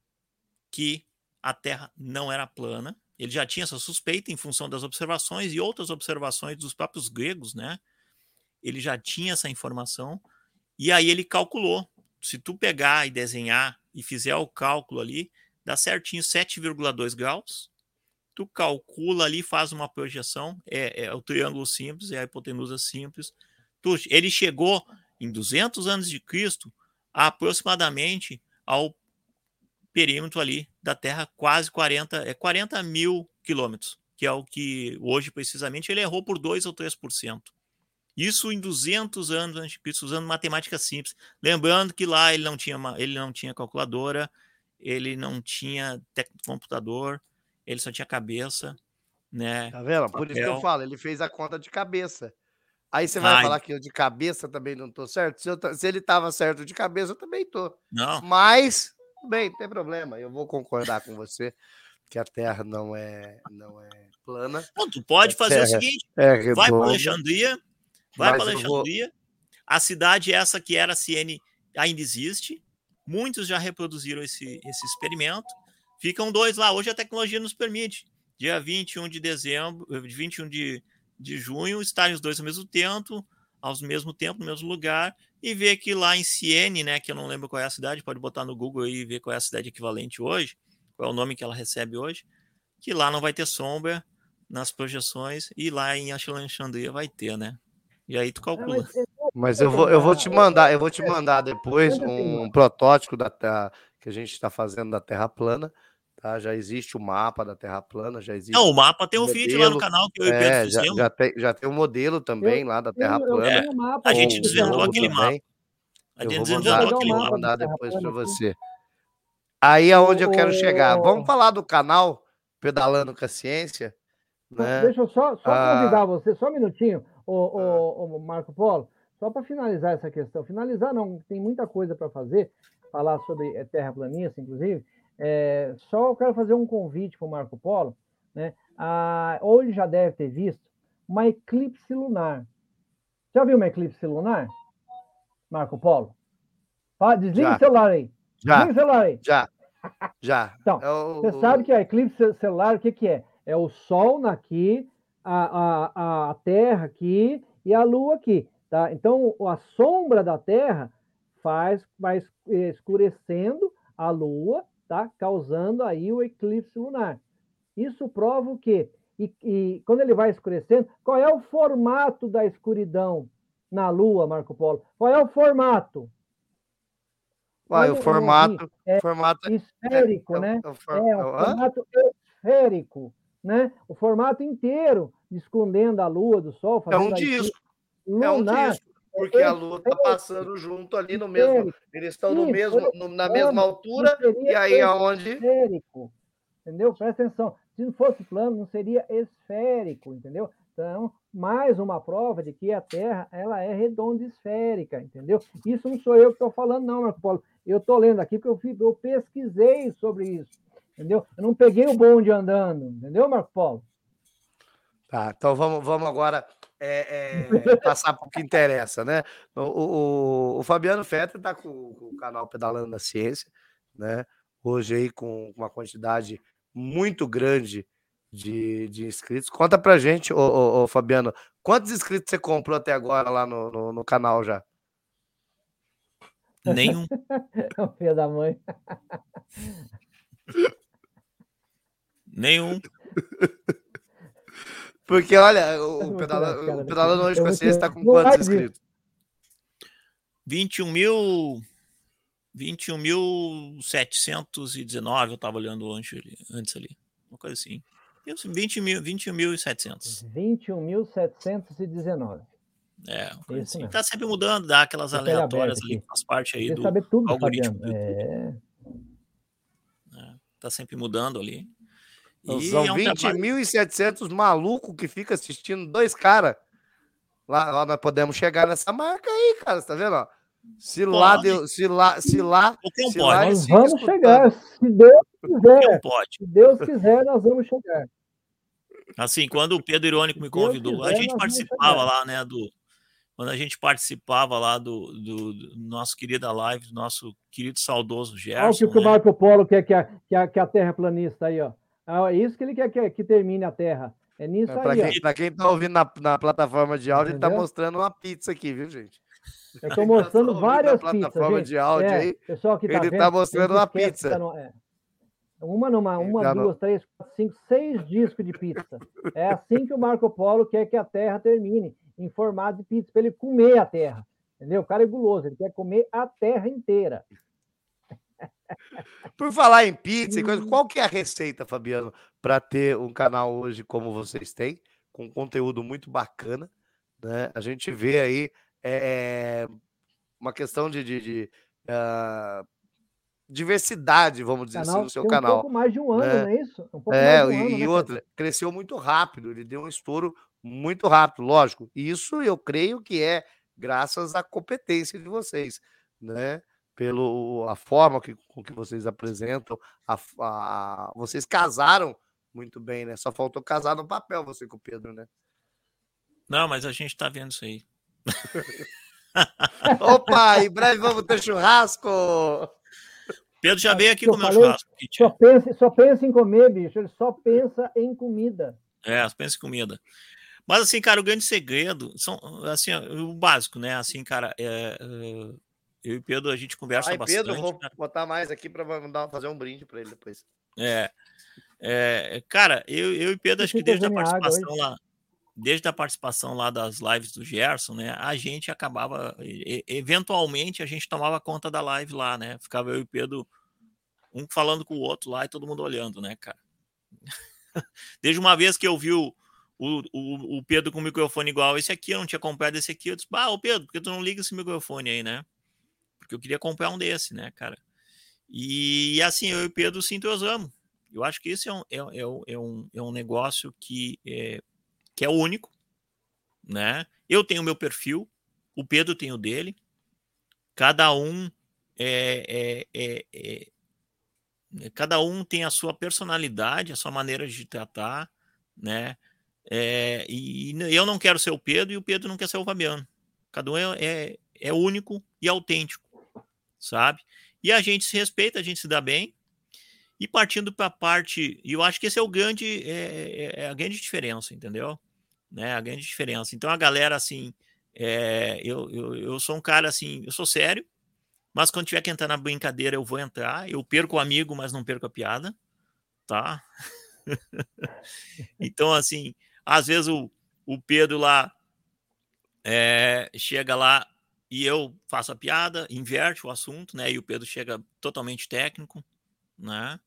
que a Terra não era plana. Ele já tinha essa suspeita em função das observações e outras observações dos próprios gregos, né? Ele já tinha essa informação. E aí ele calculou. Se tu pegar e desenhar e fizer o cálculo ali, dá certinho sete vírgula dois graus. Tu calcula ali, faz uma projeção. É, é o triângulo simples, é a hipotenusa simples. Tu, ele chegou em duzentos anos de Cristo a aproximadamente ao perímetro ali da Terra, quase quarenta, é quarenta mil quilômetros, que é o que hoje, precisamente, ele errou por dois ou três por cento. Isso em duzentos anos antes de Cristo, usando matemática simples. Lembrando que lá ele não tinha, uma, ele não tinha calculadora, ele não tinha computador, ele só tinha cabeça, né? Tá vendo? Por isso que eu falo, ele fez a conta de cabeça. Aí você vai Ai. falar que eu de cabeça também não tô certo? Se, eu, se ele tava certo de cabeça, eu também tô. Não. Mas, bem, não tem problema. Eu vou concordar com você que a Terra não é, não é plana. Não, tu pode fazer o seguinte, é vai para Alexandria, vai para Mas eu vou- Alexandria, a cidade essa que era Siene ainda existe, muitos já reproduziram esse, esse experimento, ficam dois lá, hoje a tecnologia nos permite, dia vinte e um de dezembro, vinte e um de, de junho, estarem os dois ao mesmo tempo, ao mesmo tempo, no mesmo lugar, e ver que lá em Siene, né, que eu não lembro qual é a cidade, pode botar no Google aí e ver qual é a cidade equivalente hoje, qual é o nome que ela recebe hoje, que lá não vai ter sombra nas projeções, e lá em Alexandria vai ter, né? E aí tu calcula. É, mas, é, Mas eu vou, eu vou te mandar, eu vou te mandar depois um protótipo da Terra que a gente está fazendo da Terra plana, tá? Já existe o mapa da Terra plana, já existe. Não, o mapa tem um modelo, vídeo lá no canal que eu e o Pedro É, já, fizemos. já, tem, já tem um modelo também Eu- lá da eu- Terra eu plana. tenho um mapa A aqui gente de desvendou Terra aquele plana. mapa. A Eu gente vou desvendou mandar, Vou aquele mandar um mapa. mapa mandar da Terra depois para plana aqui. você. Aí é onde eu quero O- chegar. Vamos falar do canal Pedalando com a Ciência, né? Deixa eu só, só Ah. convidar você, só um minutinho, o, o, o Marco Polo, só para finalizar essa questão. Finalizar não, tem muita coisa para fazer, falar sobre é, terraplanista, inclusive. É, só eu quero fazer um convite para o Marco Polo, né? Ah, ou ele já deve ter visto uma eclipse lunar. Já viu uma eclipse lunar, Marco Polo? Fala, desliga Já. o celular aí. Já, Desliga o celular aí. já, já. Então, É o- Você sabe que a eclipse celular, o que, que é? É o Sol aqui, a, a, a Terra aqui e a Lua aqui. Tá? Então, a sombra da Terra faz, vai es- escurecendo a Lua, tá? Causando aí o eclipse lunar. Isso prova o quê? E, e quando ele vai escurecendo, qual é o formato da escuridão na Lua, Marco Polo? Qual é o formato? Uai, Quando o eu formato, é formato esférico, é- né? é o for- É, é um o- hã? formato esférico, né? O formato inteiro, escondendo a Lua do Sol, É um fazendo aí disco, é um lunar. disco, porque a Lua tá passando junto ali no mesmo, esférico. eles estão no Isso, mesmo, no- na mesma plano, altura, não seria e aí aonde? esférico, entendeu? Presta atenção. Se não fosse plano, não seria esférico, entendeu? Então, mais uma prova de que a Terra ela é redonda e esférica, entendeu? Isso não sou eu que estou falando, não, Marco Polo. Eu estou lendo aqui porque eu, fui- eu pesquisei sobre isso, entendeu? Eu não peguei o bonde andando, entendeu, Marco Polo? Tá, então vamos, vamos agora é, é, passar para o que interessa, né? O, o, o Fabiano Fetter está com, com o canal Pedalando na Ciência, né? Hoje aí com uma quantidade muito grande de, de inscritos. Conta pra gente, ô, ô, ô, Fabiano, quantos inscritos você comprou até agora lá no, no, no canal já? Nenhum. É o filho da mãe. Nenhum. Porque, olha, o, Eu o vou Pedala- tirar a cara o Pedalando daqui. hoje Eu com a vou Ciência tirar- está com Vou quantos mais disso. inscritos? vinte e um mil. vinte e um mil setecentos e dezenove, eu estava olhando antes ali, antes ali. Uma coisa assim. Isso, vinte mil, vinte e um mil e setecentos. vinte e um mil setecentos e dezenove. É, uma coisa Isso assim. mesmo. Tá sempre mudando, dá aquelas Deixa ele aleatórias aberto ali, aqui. faz parte aí Quer do saber tudo, algoritmo Fabiano. do YouTube. É... Né? Tá sempre mudando ali. Então, E são é um vinte trabalho. mil e setecentos malucos que fica assistindo dois caras. Lá, lá nós podemos chegar nessa marca aí, cara. Você tá vendo? Ó? Se lá Pode. deu, se lá, se lá, Qualquer um se pode. lá eles Nós ficam vamos escutando. chegar, se Deus Qualquer um quiser. pode. Se Deus quiser, nós vamos chegar. Assim, quando o Pedro Irônico me Se Deus convidou, a quiser, gente nós vamos participava chegar. lá, né, do... quando a gente participava lá do, do, do nosso querida live, do nosso querido saudoso Gerson. Olha o que o né? Marco Polo quer que a, que a, que a Terra planista aí, ó. Ah, é isso que ele quer que, que termine a Terra. É nisso Para aí, quem, pra quem tá ouvindo na, na plataforma de áudio, ele tá Entendeu? mostrando uma pizza aqui, viu, gente? ó. Eu estou mostrando Nós estamos ouvindo várias na pizzas, plataforma gente. de áudio É, aí, pessoal que tá ele vendo, tá mostrando a gente uma esquece que pizza. tá no- é. Uma, numa, uma, Tá no- duas, três, quatro, cinco, seis discos de pizza. É assim que o Marco Polo quer que a Terra termine, em formato de pizza, para ele comer a Terra. Entendeu? O cara é guloso, ele quer comer a Terra inteira. Por falar em pizza e coisa, qual que é a receita, Fabiano, para ter um canal hoje como vocês têm, com conteúdo muito bacana, né? A gente vê aí é, uma questão de, de, de, ah, diversidade, vamos O dizer assim, canal no seu tem um canal, pouco mais de um ano, né? não é isso? Um pouco É, mais de um e, ano, e né, outra, cresceu muito rápido, ele deu um estouro muito rápido, lógico. Isso eu creio que é graças à competência de vocês, né? Pelo a forma que, com que vocês apresentam, a, a- vocês casaram muito bem, né? Só faltou casar no papel, você com o Pedro, né? Não, mas a gente tá vendo isso aí. Opa, em breve vamos ter churrasco! Pedro já veio aqui que eu comer o falei, churrasco. aqui, Só tia. pensa, só pensa em comer, bicho. Ele só pensa em comida. É, pensa em comida. Mas assim, cara, o grande segredo são assim, ó, o básico, né? Assim, cara, é, é, eu e o Pedro a gente conversa Ai, bastante. Pedro, vou cara. botar mais aqui para fazer um brinde para ele depois. É, é, cara, eu, eu e Pedro, Eu acho que fico desde a fazendo água participação hoje. lá, desde a participação lá das lives do Gerson, né? A gente acabava, e- e- eventualmente, a gente tomava conta da live lá, né? Ficava eu e o Pedro, um falando com o outro lá e todo mundo olhando, né, cara? Desde uma vez que eu vi o, o, o, o Pedro com o microfone igual esse aqui, eu não tinha comprado esse aqui, eu disse, ah, ô Pedro, por que tu não liga esse microfone aí, né? Porque eu queria comprar um desse, né, cara? E assim, eu e o Pedro se entrosamos. Eu acho que esse é um, é, é, é um, é um negócio que é, que é único, né? Eu tenho o meu perfil, o Pedro tem o dele, cada um é, é, é, é cada um tem a sua personalidade, a sua maneira de tratar, né? É, e eu não quero ser o Pedro e o Pedro não quer ser o Fabiano. Cada um é, é, é único e autêntico, sabe? E a gente se respeita, a gente se dá bem. E partindo para a parte, e eu acho que esse é o grande, é, é a grande diferença, entendeu? Né? A grande diferença. Então a galera assim, é, eu, eu, eu sou um cara assim, eu sou sério. Mas quando tiver que entrar na brincadeira, eu vou entrar. Eu perco o amigo, mas não perco a piada, tá? Então, assim, às vezes o, o Pedro lá é, chega lá e eu faço a piada, inverte o assunto, né? E o Pedro chega totalmente técnico, né?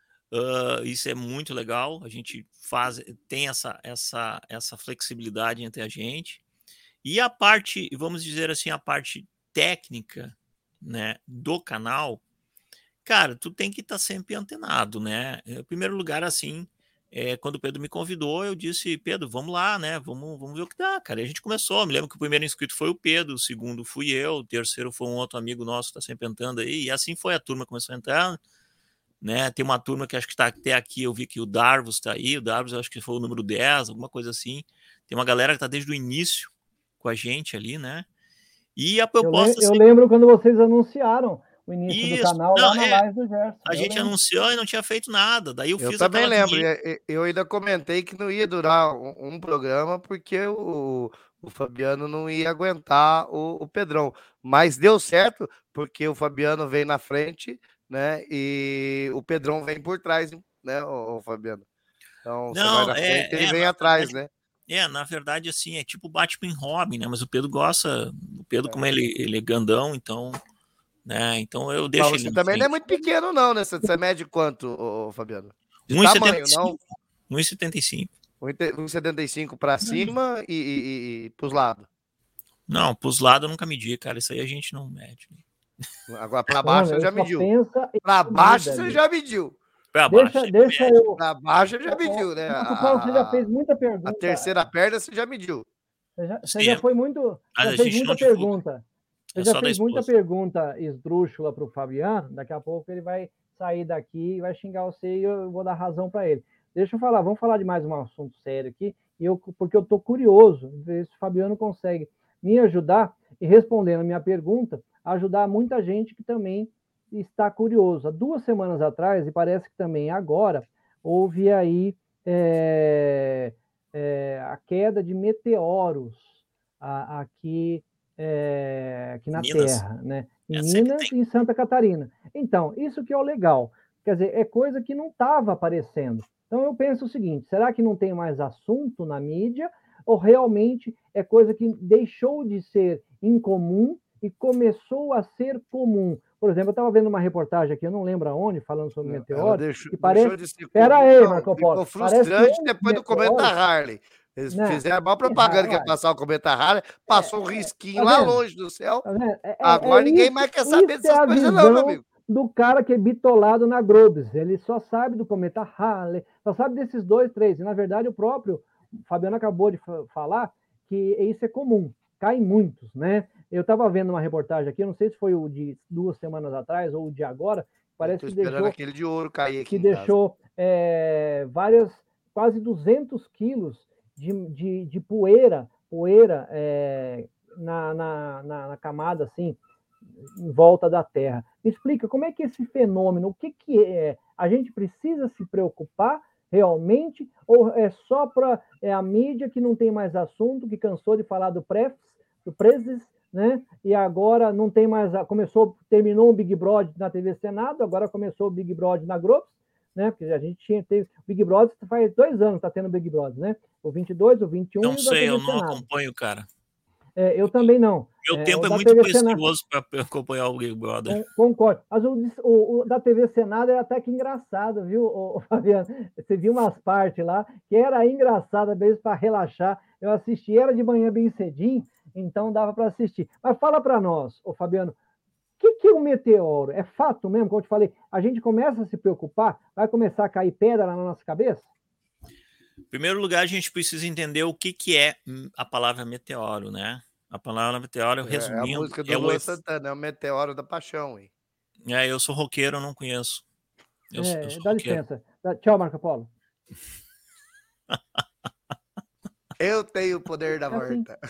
Uh, isso é muito legal. A gente faz, tem essa, essa, essa flexibilidade entre a gente. E a parte, vamos dizer assim, a parte técnica, né, do canal, cara, tu tem que estar tá sempre antenado, né? Em primeiro lugar, assim, é, quando o Pedro me convidou, eu disse, Pedro, vamos lá, né? Vamos, vamos ver o que dá, cara. E a gente começou. Me lembro que o primeiro inscrito foi o Pedro, o segundo fui eu, o terceiro foi um outro amigo nosso que tá sempre entrando aí. E assim foi, a turma começou a entrar, né? Tem uma turma que acho que está até aqui, eu vi que o Darvos está aí, o Darvos acho que foi o número dez, alguma coisa assim. Tem uma galera que está desde o início com a gente ali, né? E a proposta... Eu, le eu lembro quando vocês anunciaram o início Isso, do canal não, lá na é, live do Gerson. a gente lembro. anunciou e não tinha feito nada. Daí eu, Eu fiz também aquela lembro. vinheta. e- Eu ainda comentei que não ia durar um, um programa porque o, o Fabiano não ia aguentar o, o Pedrão. Mas deu certo porque o Fabiano vem na frente, né? E o Pedrão vem por trás, né, o, o Fabiano? Então você vai Não, na é, frente, ele é, vem na atrás, verdade, né? é, na verdade, assim, é tipo Batman e Robin, né? Mas o Pedro gosta, o Pedro, É. como ele, ele é grandão, então, né? Então eu Mas deixo você ele na também não é frente. muito pequeno, não, né? Você, você mede quanto, ô, ô, Fabiano? De um e setenta tamanho, e não? cinco. um e setenta e cinco. um e setenta e cinco para cima e, e, e, e pros lados. Não, pros lados eu nunca medi, cara. Isso aí a gente não mede. Agora para baixo Mano, você já ele só mediu. pensa em Para baixo comida você ali. já mediu. Pra baixo, Deixa, sempre deixa mede. eu. Para baixo ele já mediu, né? Marco A, Paulo, você já a- fez muita a pergunta. terceira perna você já mediu. Você já, você Sim, já foi muito. mas Já a fez gente muita não divulga. pergunta. Você É já só da fez muita esposa. pergunta esdrúxula para o Fabiano. Daqui a pouco ele vai sair daqui e vai xingar você e eu vou dar razão para ele. Deixa eu falar, vamos falar de mais um assunto sério aqui, e eu, porque eu estou curioso ver se o Fabiano consegue me ajudar e respondendo a minha pergunta, ajudar muita gente que também está curioso. Há duas semanas atrás, e parece que também agora, houve aí é, é, a queda de meteoros a, aqui, é, aqui na Minas. Terra, né? Em É, sempre Minas tem. e em Santa Catarina. Então, isso que é o legal. Quer dizer, é coisa que não estava aparecendo. Então, eu penso o seguinte, será que não tem mais assunto na mídia? Ou realmente é coisa que deixou de ser incomum e começou a ser comum? Por exemplo, eu estava vendo uma reportagem aqui, eu não lembro aonde, falando sobre Ela meteoro, deixou, que parece... deixou de ser Espera comum, aí, não, Marco ficou Polo. Parece frustrante que um depois do meteoro... Cometa Harley. Eles Né? fizeram a maior propaganda que ia Ué, passar o Cometa Harley, passou um risquinho tá lá vendo? longe do céu. Tá vendo? É, é- Agora é ninguém isso, mais quer saber isso é dessas a coisas não, meu visão amigo. do cara que é bitolado na Grobes. Ele só sabe do cometa Halley, só sabe desses dois, três. E, na verdade, o próprio Fabiano acabou de fa- falar que isso é comum. Caem muitos, né? Eu estava vendo uma reportagem aqui, eu não sei se foi o de duas semanas atrás ou o de agora, Eu parece tô que esperando deixou, aquele de ouro cair aqui que em casa. deixou é, várias, quase duzentos quilos de, de, de poeira, poeira é, na, na, na, na camada, assim, em volta da Terra. Me explica como é que esse fenômeno, o que, que é? A gente precisa se preocupar realmente ou é só para é a mídia que não tem mais assunto, que cansou de falar do Prefs, do Prezes, né? E agora não tem mais, a- começou, terminou o Big Brother na T V Senado, agora começou o Big Brother na Globos, né? Porque a gente tinha teve Big Brother faz dois anos que está tendo Big Brother, né? O vinte e dois, o vinte e um Não e o da sei, eu T V não Senado. acompanho, cara. É, eu também não. Meu É, tempo o é da muito T V Senado. precioso para acompanhar o Big Brother. Com- Concordo. Mas o, o- o da T V Senado é até que engraçado, viu, ô- ô, Fabiano? Você viu umas partes lá que era engraçada mesmo para relaxar. Eu assisti, era de manhã bem cedinho, então dava para assistir. Mas fala para nós, ô Fabiano, o que, que é um meteoro? É fato mesmo, como eu te falei, a gente começa a se preocupar, vai começar a cair pedra na nossa cabeça? Em primeiro lugar, a gente precisa entender o que, que é hum, a palavra meteoro, né? A palavra meteoro, É, é a resumindo, música do é o Luan ef... Santana, é o Meteoro da Paixão, hein? é, eu sou roqueiro, eu não conheço. Eu, sou- eu É, sou dá roqueiro. licença. Dá- Tchau, Marco Polo. Eu tenho o poder da É assim. morta.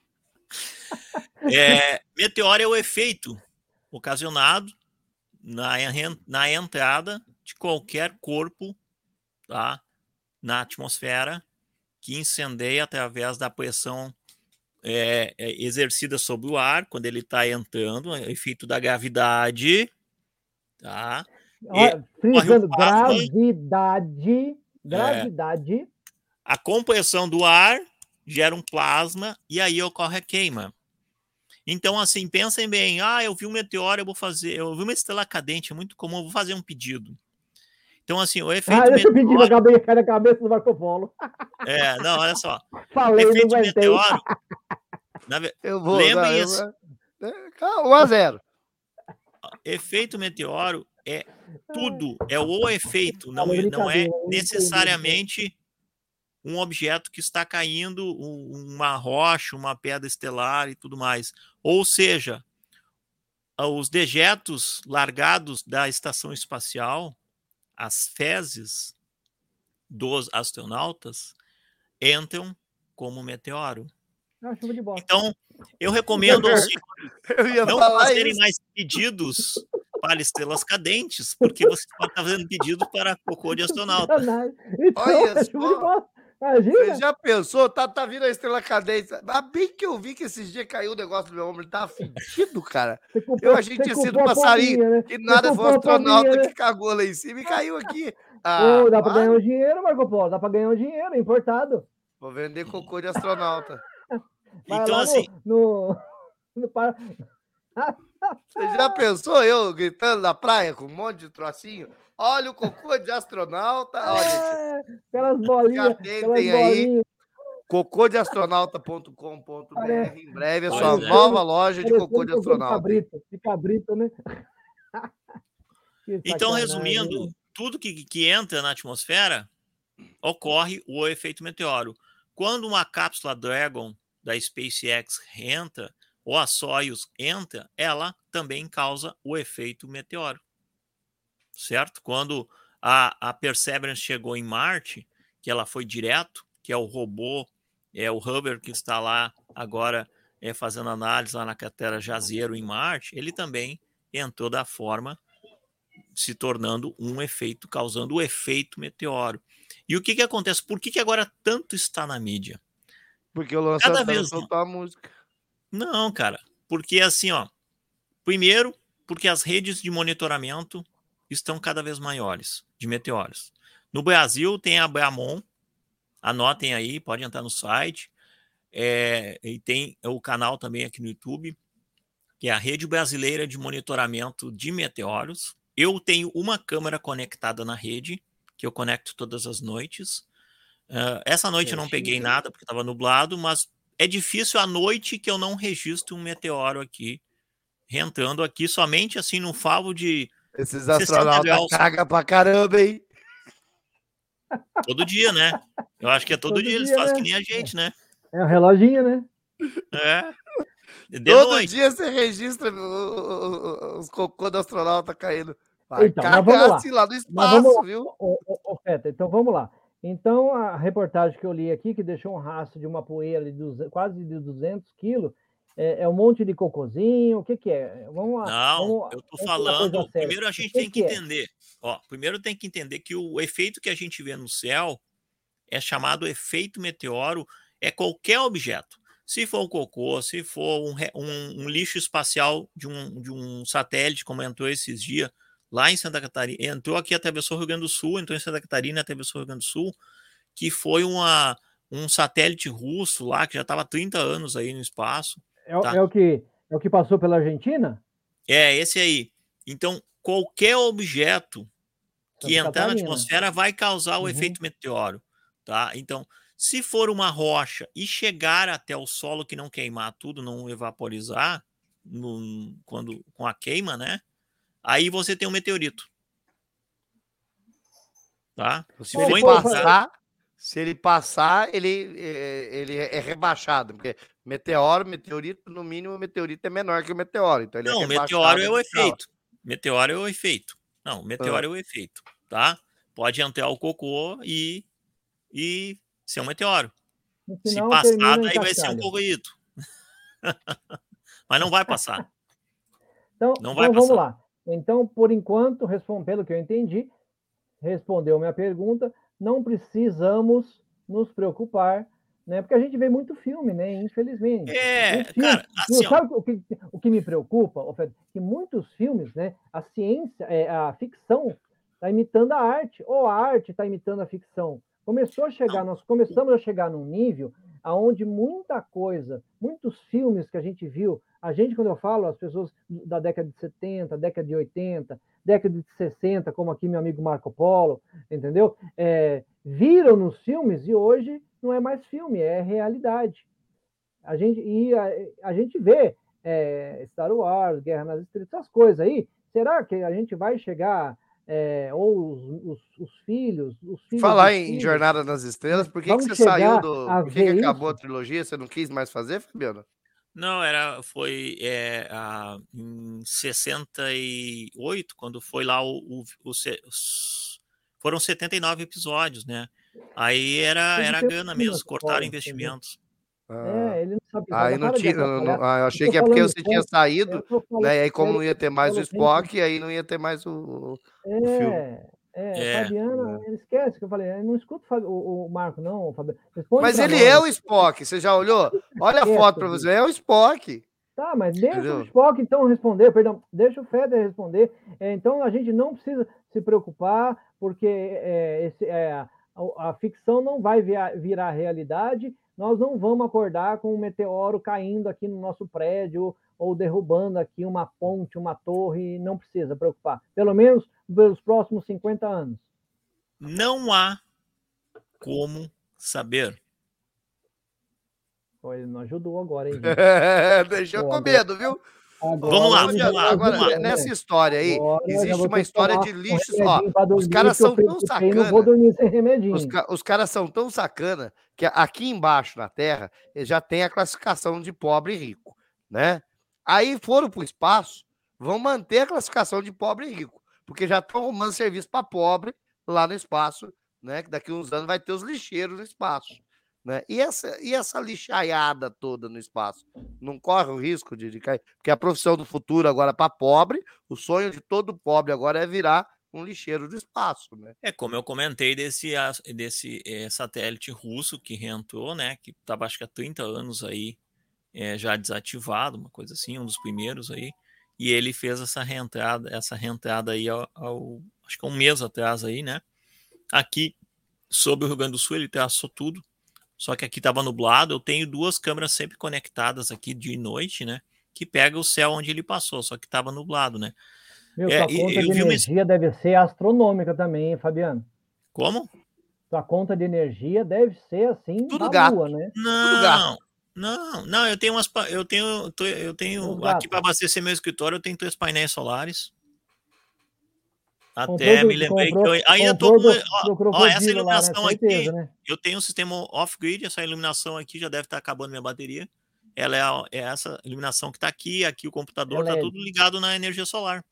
É, meteoro é o efeito ocasionado na, en- na entrada de qualquer corpo, tá, na atmosfera que incendeia através da pressão é, é, exercida sobre o ar quando ele está entrando, é o efeito da gravidade, tá? E Ó, ocorre o frisando, plasma, gravidade, é, gravidade. a compressão do ar gera um plasma e aí ocorre a queima. Então, assim, pensem bem, ah, eu vi um meteoro, eu vou fazer, eu vi uma estrela cadente, é muito comum, eu vou fazer um pedido. Então, assim, o Ah, efeito deixa eu pedir meteoro, pra cabeça, cair na cabeça do Marco Polo. é, não, olha só, Falei, não efeito aguentei. meteoro, na ve- Eu vou, não, lembrem eu, isso, é, calma, um a zero. efeito meteoro é tudo, é o efeito, não, Falei, não é brincadeira. eu entendi. necessariamente um objeto que está caindo, um- uma rocha, uma pedra estelar e tudo mais. Ou seja, os dejetos largados da estação espacial, as fezes dos astronautas, entram como meteoro. É uma chuva de bosta. Então, eu recomendo aos senhores Eu ia não falar fazerem isso. mais pedidos para estrelas cadentes, porque você pode estar fazendo pedido para cocô de astronauta. Sacanagem. Então, Olha é chuva de só. bosta. Você Imagina. já pensou? Tá, tá vindo a estrela cadente. Mas bem que eu vi que esses dias caiu o negócio do meu ombro, ele tava fedido, cara. Você culpou, Eu achei que você tinha sido culpou um a passarinho, pombinha, né? que Você nada, foi um culpou a astronauta pombinha, né? que cagou lá em cima e caiu aqui. Ô, Ah, dá pra para. ganhar um dinheiro, Marco Polo. Dá pra ganhar um dinheiro, é importado. Vou vender cocô de astronauta. Vai Então, lá assim, no... no, no para- Você já pensou eu gritando na praia com um monte de trocinho? Olha o cocô de astronauta. Olha, gente, É, aquelas bolinhas, atentem aquelas aí. bolinhas. cocô de astronauta ponto com ponto b r. Parece- Em breve a Pois sua é. nova loja de cocô parecendo de cocô astronauta. hein? cabrito, de cabrito, né? Que Então, sacanagem, resumindo, hein? tudo que, que entra na atmosfera ocorre o efeito meteoro. Quando uma cápsula Dragon da SpaceX entra, ou a Soyuz entra, ela também causa o efeito meteoro. Certo? Quando a, a Perseverance chegou em Marte, que ela foi direto, que é o robô, é o rover que está lá agora é, fazendo análise lá na cratera Jazero em Marte, ele também entrou da forma se tornando um efeito, causando o efeito meteoro. E o que que acontece? Por que que agora tanto está na mídia? Porque o Luan Cada Santana vez soltou a música. Não, cara. Porque assim, ó. Primeiro, porque as redes de monitoramento estão cada vez maiores de meteoros. No Brasil tem a Bramon, anotem aí, pode entrar no site. É, e tem o canal também aqui no YouTube, que é a Rede Brasileira de Monitoramento de Meteoros. Eu tenho uma câmera conectada na rede, que eu conecto todas as noites. Uh, essa noite eu não peguei nada, porque estava nublado, mas é difícil a noite que eu não registro um meteoro aqui, reentrando aqui somente assim no favo de Esses astronautas cagam pra caramba, hein? Todo dia, né? Eu acho que é todo, todo dia, dia, eles fazem, né? Que nem a gente, né? É o reloginho, né? É. De todo noite. dia você registra os cocô do astronauta caindo. Vai então, cagar vamos lá. assim lá no espaço, viu? Ô, ô, ô, Feta, então vamos lá. Então, a reportagem que eu li aqui, que deixou um rastro de uma poeira de duzentos, quase de duzentos quilos, é, é um monte de cocôzinho, o que que é? Vamos lá. Não, vamos, eu tô falando, primeiro a gente que tem que, que é? entender, ó, primeiro tem que entender que o efeito que a gente vê no céu é chamado efeito meteoro, é qualquer objeto. Se for um cocô, se for um, um, um lixo espacial de um, de um satélite, como entrou esses dias, lá em Santa Catarina, entrou aqui, atravessou o Rio Grande do Sul, entrou em Santa Catarina, atravessou o Rio Grande do Sul, que foi uma, um satélite russo lá, que já estava há trinta anos aí no espaço. É, tá? é, o que, é o que passou pela Argentina? É, esse aí. Então, qualquer objeto que Santa entrar Catarina. na atmosfera vai causar o Uhum. efeito meteoro. Tá? Então, se for uma rocha e chegar até o solo, que não queimar tudo, não evaporizar no, quando, com a queima, né? Aí você tem um meteorito. Tá? Se, Se ele for passar, se ele passar, ele, ele é rebaixado. Porque meteoro, meteorito, no mínimo, o meteorito é menor que o meteoro. Então ele não, é meteoro é o efeito. Meteoro é o efeito. Não, meteoro ah. é o efeito. Tá? Pode entrar o cocô e, e ser um meteoro. Se passar, daí vai ser um corroído. Mas não vai passar. Então, não vai então passar. vamos lá. Então, por enquanto, pelo que eu entendi, respondeu minha pergunta, não precisamos nos preocupar, né? Porque a gente vê muito filme, né? Infelizmente. É, filme, cara, assim, sabe o que, o que me preocupa, Fred? Que muitos filmes, né? A ciência, é, a ficção está imitando a arte, ou a arte está imitando a ficção. Começou a chegar, nós começamos a chegar num nível aonde muita coisa, muitos filmes que a gente viu, a gente, quando eu falo, as pessoas da década de setenta, década de oitenta, década de sessenta, como aqui meu amigo Marco Polo, entendeu? É, viram nos filmes e hoje não é mais filme, é realidade. A gente, e a, a gente vê é, Star Wars, Guerra nas Estrelas, essas coisas aí. Será que a gente vai chegar... É, ou os, os, os filhos, os filhos. Falar em filhos, Jornada nas Estrelas, por que, que você chegar saiu do. a Por que, que acabou isso? a trilogia? Você não quis mais fazer, Fabiano? Não, era, foi é, a, em sessenta e oito, quando foi lá o, o, o, os, foram setenta e nove episódios, né? Aí era, era grana mesmo, cortaram investimentos. Ah, é, ele não sabe. Aí não tinha, não, não, ah, eu achei eu que é porque você tinha saído, né? E aí, como não ia ter mais o Spock, aí não ia ter mais o, é, o filme. É, É. Fabiana, ele esquece que eu falei, eu não escuto o, o Marco, não, Fabiano. Responde mas ele nós. é o Spock, você já olhou? Olha a foto para você, é o Spock. Tá, mas deixa Entendeu? o Spock então responder, perdão, deixa o Feder responder. É, então a gente não precisa se preocupar, porque é, esse, é, a, a ficção não vai via, virar realidade. Nós não vamos acordar com um meteoro caindo aqui no nosso prédio ou derrubando aqui uma ponte, uma torre, não precisa preocupar. Pelo menos pelos próximos cinquenta anos. Não há como saber. Ele não ajudou agora, hein, gente? Deixou com medo, viu? Agora, vamos lá, vamos lá. Agora, vamos lá. nessa história aí, agora existe uma história de lixos. Ó, dormir, os caras são tão sacana. Os, ca os caras são tão sacana que aqui embaixo na Terra já tem a classificação de pobre e rico, né? Aí foram para o espaço, vão manter a classificação de pobre e rico, porque já estão arrumando serviço para pobre lá no espaço, né? Que daqui a uns anos vai ter os lixeiros no espaço. né? E essa, e essa lixaiada toda no espaço, não corre o risco de, de cair? Porque a profissão do futuro agora para pobre, o sonho de todo pobre agora é virar um lixeiro do espaço, né? É como eu comentei desse, as- desse eh, satélite russo que reentrou, né? Que estava acho que há trinta anos aí eh, já desativado, uma coisa assim, um dos primeiros aí. E ele fez essa reentrada, essa reentrada aí ao, ao- acho que há um mês atrás aí, né? Aqui sobre o Rio Grande do Sul ele traçou tudo, só que aqui estava nublado. Eu tenho duas câmeras sempre conectadas aqui de noite, né? Que pega o céu onde ele passou, só que estava nublado, né? Meu, É, tua e- conta eu de vi uma. energia deve ser astronômica também, hein, Fabiano? Como? Tua conta de energia deve ser assim Tudo da gato, lua, né? tudo gato. Não, não, não, eu tenho umas, pa- eu tenho, tô- eu Meus tenho aqui gatos. para abastecer meu escritório, eu tenho três painéis solares. Comprou Até me do, lembrei que comprou, eu ainda tô comprou com, do, ó, do ó, essa crocodilo lá, né? iluminação Certeza, aqui, né? eu tenho um sistema off-grid, essa iluminação aqui já deve estar acabando minha bateria. Ela é, a- é essa iluminação que está aqui, aqui o computador, Ela tá é. tudo ligado na energia solar,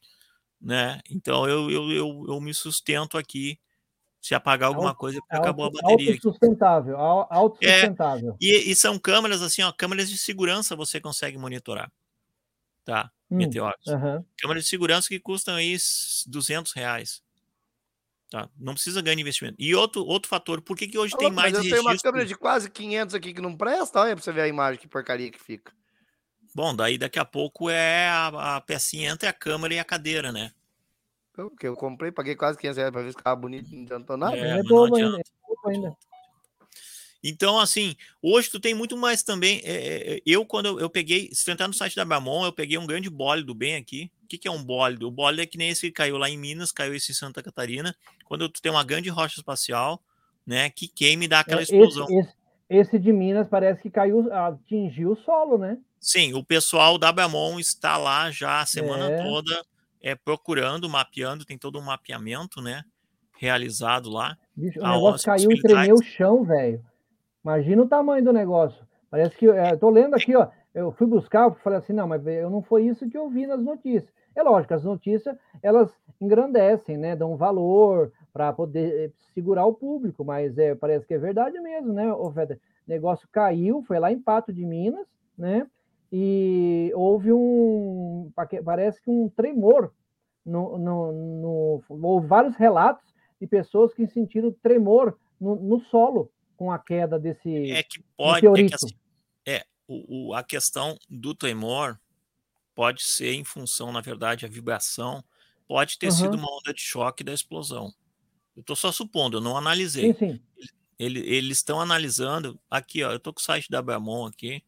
né? Então eu, eu, eu, eu me sustento aqui. Se apagar alguma Auto, coisa, é porque acabou a auto, bateria aqui. autossustentável, au- É, autossustentável. e, e são câmeras assim, ó, câmeras de segurança você consegue monitorar, tá? Hum, Meteoros. aham. Câmeras de segurança que custam aí duzentos reais, tá? Não precisa ganhar investimento. E outro, outro fator, por que que hoje Tá tem louco, mas mais eu tenho uma registro? câmera de quase quinhentos aqui que não presta, olha pra você ver a imagem, que porcaria que fica. Bom, daí daqui a pouco é a, a pecinha entre a câmera e a cadeira, né? Então, porque eu comprei, paguei quase quinhentos reais pra ver se ficava bonito, não adiantou nada. É, Ainda é mas não bobo ainda, adianta. é bobo ainda. Então, assim, hoje tu tem muito mais também. é, é, eu, quando eu, eu peguei, se tu entrar no site da Bamon, eu peguei um grande bólido bem aqui. O que, que é um bólido? O bólido é que nem esse que caiu lá em Minas, caiu esse em Santa Catarina. Quando tu tem uma grande rocha espacial, né, que queima e dá aquela É, esse, explosão. esse, esse de Minas parece que caiu, atingiu o solo, né? Sim, o pessoal da Bamon está lá já a semana É. toda é, procurando, mapeando, tem todo um mapeamento, né, realizado lá. Bicho, o Aonde negócio as caiu e tremeu possibilidades. o chão, velho. Imagina o tamanho do negócio. Parece que. é, eu tô lendo aqui, ó. Eu fui buscar, eu falei assim, não, mas eu não foi isso que eu vi nas notícias. É lógico, as notícias, elas engrandecem, né? Dão valor para poder eh, segurar o público, mas é, parece que é verdade mesmo, né, ô Feder? O negócio caiu, foi lá em Pato de Minas, né? E houve um. Parece que um tremor. No, no, no, houve vários relatos de pessoas que sentiram tremor no, no solo com a queda desse É que pode, é que meteorito. assim, é, o, o- a questão do tremor pode ser em função, na verdade, a vibração pode ter sido Aham. uma onda de choque da explosão. Eu estou só supondo, eu não Sim, analisei. sim. Ele- eles estão analisando, aqui, ó, eu tô com o site da Bamon aqui.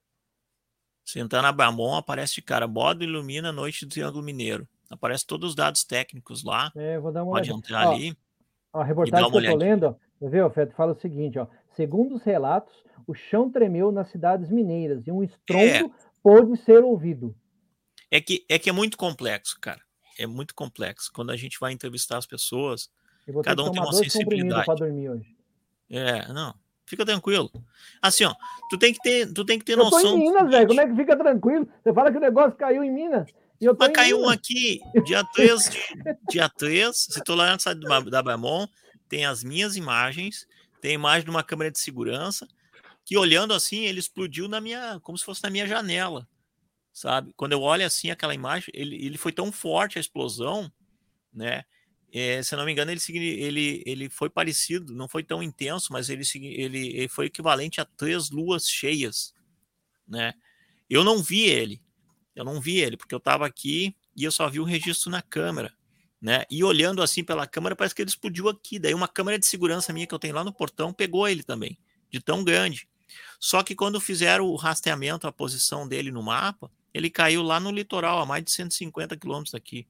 Se entrar na Bamon, aparece de cara, Bordo ilumina a noite do Triângulo Mineiro. Aparece todos os dados técnicos lá, É, vou dar uma pode olhadinha. entrar Ó, ali a e dar reportagem uma que eu tô olhadinha. lendo, ó, você vê, Feto, fala o seguinte, ó. Segundo os relatos, o chão tremeu nas cidades mineiras e um É, estrondo pôde ser ouvido. é que, é que é muito complexo, cara. É muito complexo. Quando a gente vai entrevistar as pessoas, Eu vou ter cada que um tem tomar uma dois comprimidos para sensibilidade. dormir hoje. É, não, fica tranquilo. Assim, ó, tu tem que ter, tu tem que ter Eu tô em noção do Minas, velho. Como seguinte. é que fica tranquilo? Você fala que o negócio caiu em Minas e eu tô Mas em caiu um Minas. aqui, dia três de, dia três, se tu lá no site do Ba- da Bamon, tem as minhas imagens, tem a imagem de uma câmera de segurança, que olhando assim, ele explodiu na minha, como se fosse na minha janela, sabe? Quando eu olho assim aquela imagem, ele, ele foi tão forte a explosão, né? É, se eu não me engano, ele, signi- ele, ele foi parecido, não foi tão intenso, mas ele, signi- ele, ele foi equivalente a três luas cheias, né? Eu não vi ele, eu não vi ele, porque eu estava aqui e eu só vi o registro na câmera, né? E olhando assim pela câmera, parece que ele explodiu aqui. Daí uma câmera de segurança minha que eu tenho lá no portão pegou ele também, de tão grande. Só que quando fizeram o rastreamento, a posição dele no mapa, ele caiu lá no litoral, a mais de cento e cinquenta quilômetros daqui.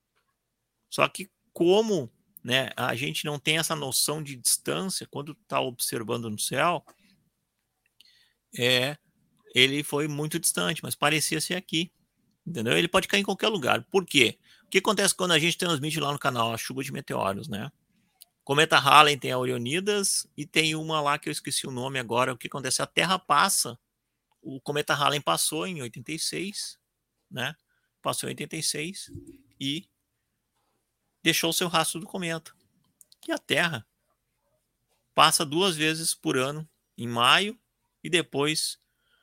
Só que como, né, a gente não tem essa noção de distância quando está observando no céu, é, ele foi muito distante, mas parecia ser aqui. Entendeu? Ele pode cair em qualquer lugar. Por quê? O que acontece quando a gente transmite lá no canal a chuva de meteoros, né? Cometa Halley tem a Orionidas e tem uma lá que eu esqueci o nome agora. O que acontece? A Terra passa. O cometa Halley passou em oitenta e seis, né? Passou em oitenta e seis e deixou o seu rastro do cometa. E a Terra passa duas vezes por ano em maio e depois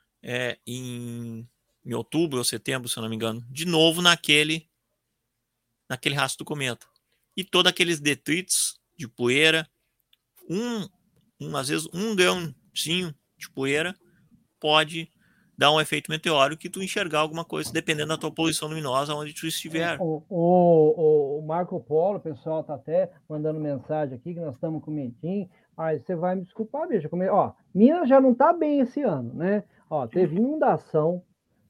é, em, em outubro ou setembro, se eu não me engano, de novo naquele, naquele rastro do cometa. E todos aqueles detritos de poeira, um, um, às vezes um grãozinho de poeira pode dar um efeito meteórico que tu enxergar alguma coisa, dependendo da tua poluição luminosa onde tu estiver. O, o, o Marco Polo, o pessoal tá até mandando mensagem aqui que nós estamos com medinho, mas você vai me desculpar, bicho. Como... Ó, Minas já não tá bem esse ano, né? Ó, teve inundação,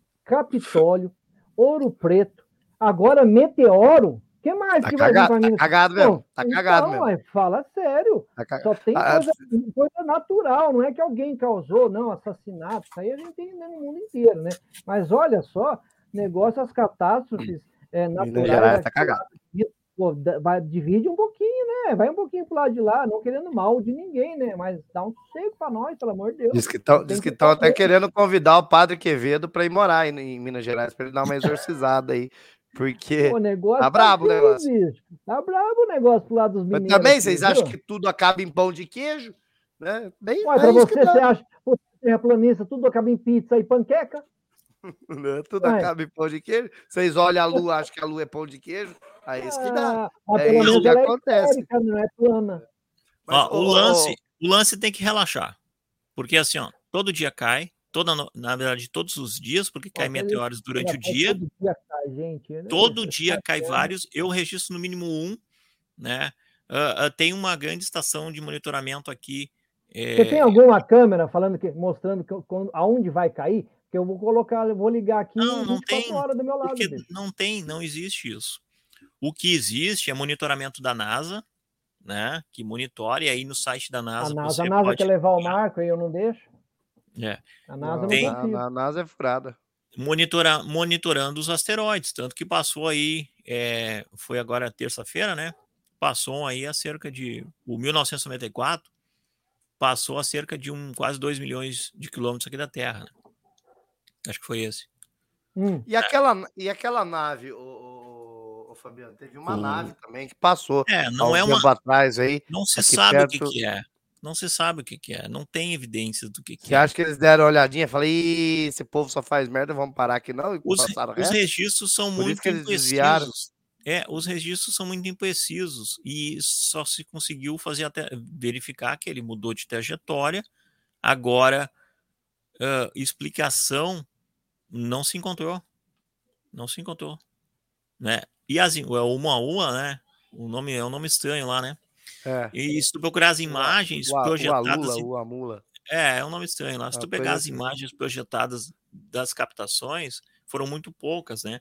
Capitólio, Ouro Preto, agora meteoro. O que mais Tá que cagado, vai vir pra tá Minas? cagado mesmo, tá então, cagado mesmo. Ué, fala sério. Tá ca- Só tem Ah, coisa, coisa natural, não é que alguém causou, não, assassinato, isso aí a gente tem no mundo inteiro, né? Mas olha só, negócio, as catástrofes é, Minas naturais. Gerais tá aqui, cagado. pô, da- vai, divide um pouquinho, né? Vai um pouquinho pro lado de lá, não querendo mal de ninguém, né? Mas dá um sossego pra nós, pelo amor de Deus. Diz que estão Tem que até fazer. querendo convidar o Padre Quevedo para ir morar em, em Minas Gerais, para ele dar uma exorcizada aí, porque O negócio tá brabo o feio, negócio. bicho. Tá brabo o negócio pro lado dos Mas mineiros. também aqui, vocês viu? acham que tudo acaba em pão de queijo? Né? Bem, Ué, é pra isso você, que dá. você acha que terraplanista, tudo acaba em pizza e panqueca? Né? Tudo Ué. acaba em pão de queijo. Vocês olham a lua, acham que a lua é pão de queijo. É isso que dá. Ah, mas É pelo isso menos que ela é acontece. esférica, não é plana. Mas, Ó, ô, o, ô, lance, ô, o lance tem que relaxar. Porque assim, ó, todo dia cai, toda no- na verdade, todos os dias, porque cai Ó, meteoros durante o Rapaz, dia. Todo dia cai, gente. né? Todo Você dia tá cai certo. vários. Eu registro no mínimo um, né? Ah, ah, tem uma grande estação de monitoramento aqui. Você tem é, alguma câmera falando que, mostrando que, quando, aonde vai cair? Que eu vou colocar, eu vou ligar aqui Não, não vinte e quatro tem, horas do meu lado, porque bicho. não tem, não existe isso. O que existe é monitoramento da NASA, né? Que monitora, e aí no site da A NASA NASA, a você NASA pode. quer levar o Marco e eu não deixo. É, A NASA eu não, não tem- na, confio. na NASA é furada. monitora, monitorando os asteroides, tanto que passou aí, é, foi agora terça-feira, né? Passou aí a cerca de, o mil novecentos e noventa e quatro passou a cerca de um, quase dois milhões de quilômetros aqui da Terra, né? Acho que foi esse. Hum. E aquela, e aquela nave, ô, ô, ô, Fabiano, teve uma O- nave também que passou É, há não um é uma, tempo atrás aí. não se aqui sabe o que perto. que é, não se sabe o que que é, não tem evidências do que que Você é. acha que eles deram uma olhadinha? Falei, "Ih, esse povo só faz merda, vamos parar aqui não?" E Os, passaram os reto. registros são Por isso muito que eles desviaram. imprecisos. É, os registros são muito imprecisos e só se conseguiu fazer até verificar que ele mudou de trajetória. Agora, ah, explicação não se encontrou, não se encontrou, né? E as, é o uma a uma, né? O nome é um nome estranho lá, né? É. E se tu procurar as O, a- imagens o, a- o projetadas, Alula, em- o Amula. é, é um nome estranho lá. Se Uma tu pegar coisa as assim. imagens projetadas das captações, foram muito poucas, né?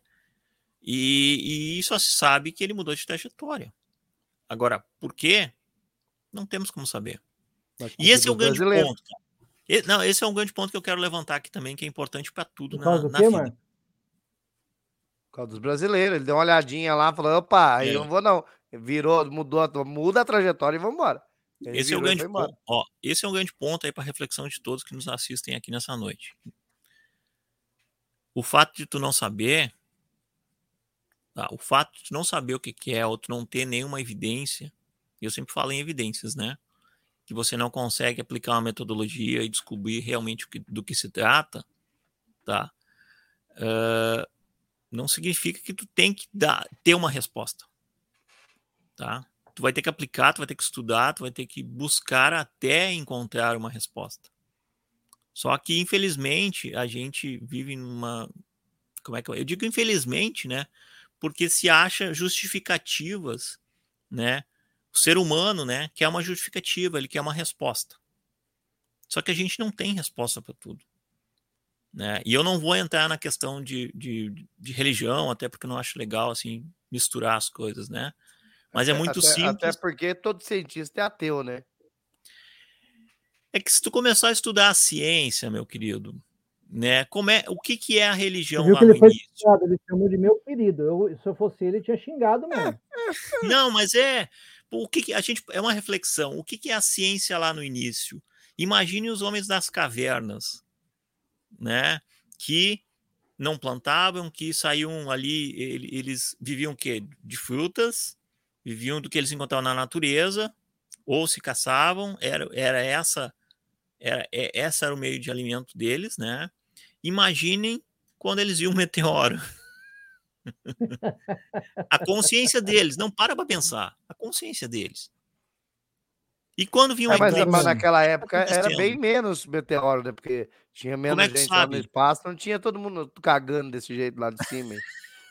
E, e só se sabe que ele mudou de trajetória. Agora, por quê? Não temos como saber. Mas E esse é o dos grande brasileiros. ponto. cara. E- Não, esse é um grande ponto que eu quero levantar aqui também, que é importante para tudo Por na, causa do na quê, vida. Marco? Por causa dos brasileiros. Ele deu uma olhadinha lá, falou, opa, aí É. eu não vou não. Virou, mudou, a- muda a trajetória e vamos embora. Ele Esse é o virou e grande foi embora. ponto. Ó, esse é um grande ponto aí para reflexão de todos que nos assistem aqui nessa noite. O fato de tu não saber, tá? O fato de tu não saber o que, que é, ou tu não ter nenhuma evidência, e eu sempre falo em evidências, né? Que você não consegue aplicar uma metodologia e descobrir realmente o que, do que se trata, tá? Uh, não significa que tu tem que dar, ter uma resposta, tá? Tu vai ter que aplicar, tu vai ter que estudar, tu vai ter que buscar até encontrar uma resposta. Só que, infelizmente, a gente vive numa... Como é que eu... eu digo infelizmente, né? Porque se acha justificativas, né? O ser humano, né? Quer uma justificativa, ele quer uma resposta. Só que a gente não tem resposta para tudo. Né? E eu não vou entrar na questão de, de, de religião, até porque eu não acho legal, assim, misturar as coisas, né? Mas é muito até, simples. Até porque todo cientista é ateu, né? É que se tu começar a estudar a ciência, meu querido, né? Como é, o que, que é a Você religião viu lá que no ele foi início? xingado, ele chamou de meu querido. Eu, se eu fosse ele, eu tinha xingado mesmo. Não, mas é o que, que a gente é uma reflexão. O que, que é a ciência lá no início? Imagine os homens das cavernas, né? Que não plantavam, que saíam ali, eles viviam o quê? De frutas, viviam do que eles encontravam na natureza, ou se caçavam, era, era essa Era, é, essa era o meio de alimento deles, né? Imaginem quando eles viam um meteoro. A consciência deles, não para para pensar, a consciência deles. E quando vinha um É, mas, eclipse, mas naquela o que época está era bem acontecendo? menos meteoro, né? Porque tinha Como é menos que tu gente lá no sabe? espaço, não tinha todo mundo cagando desse jeito lá de cima. hein?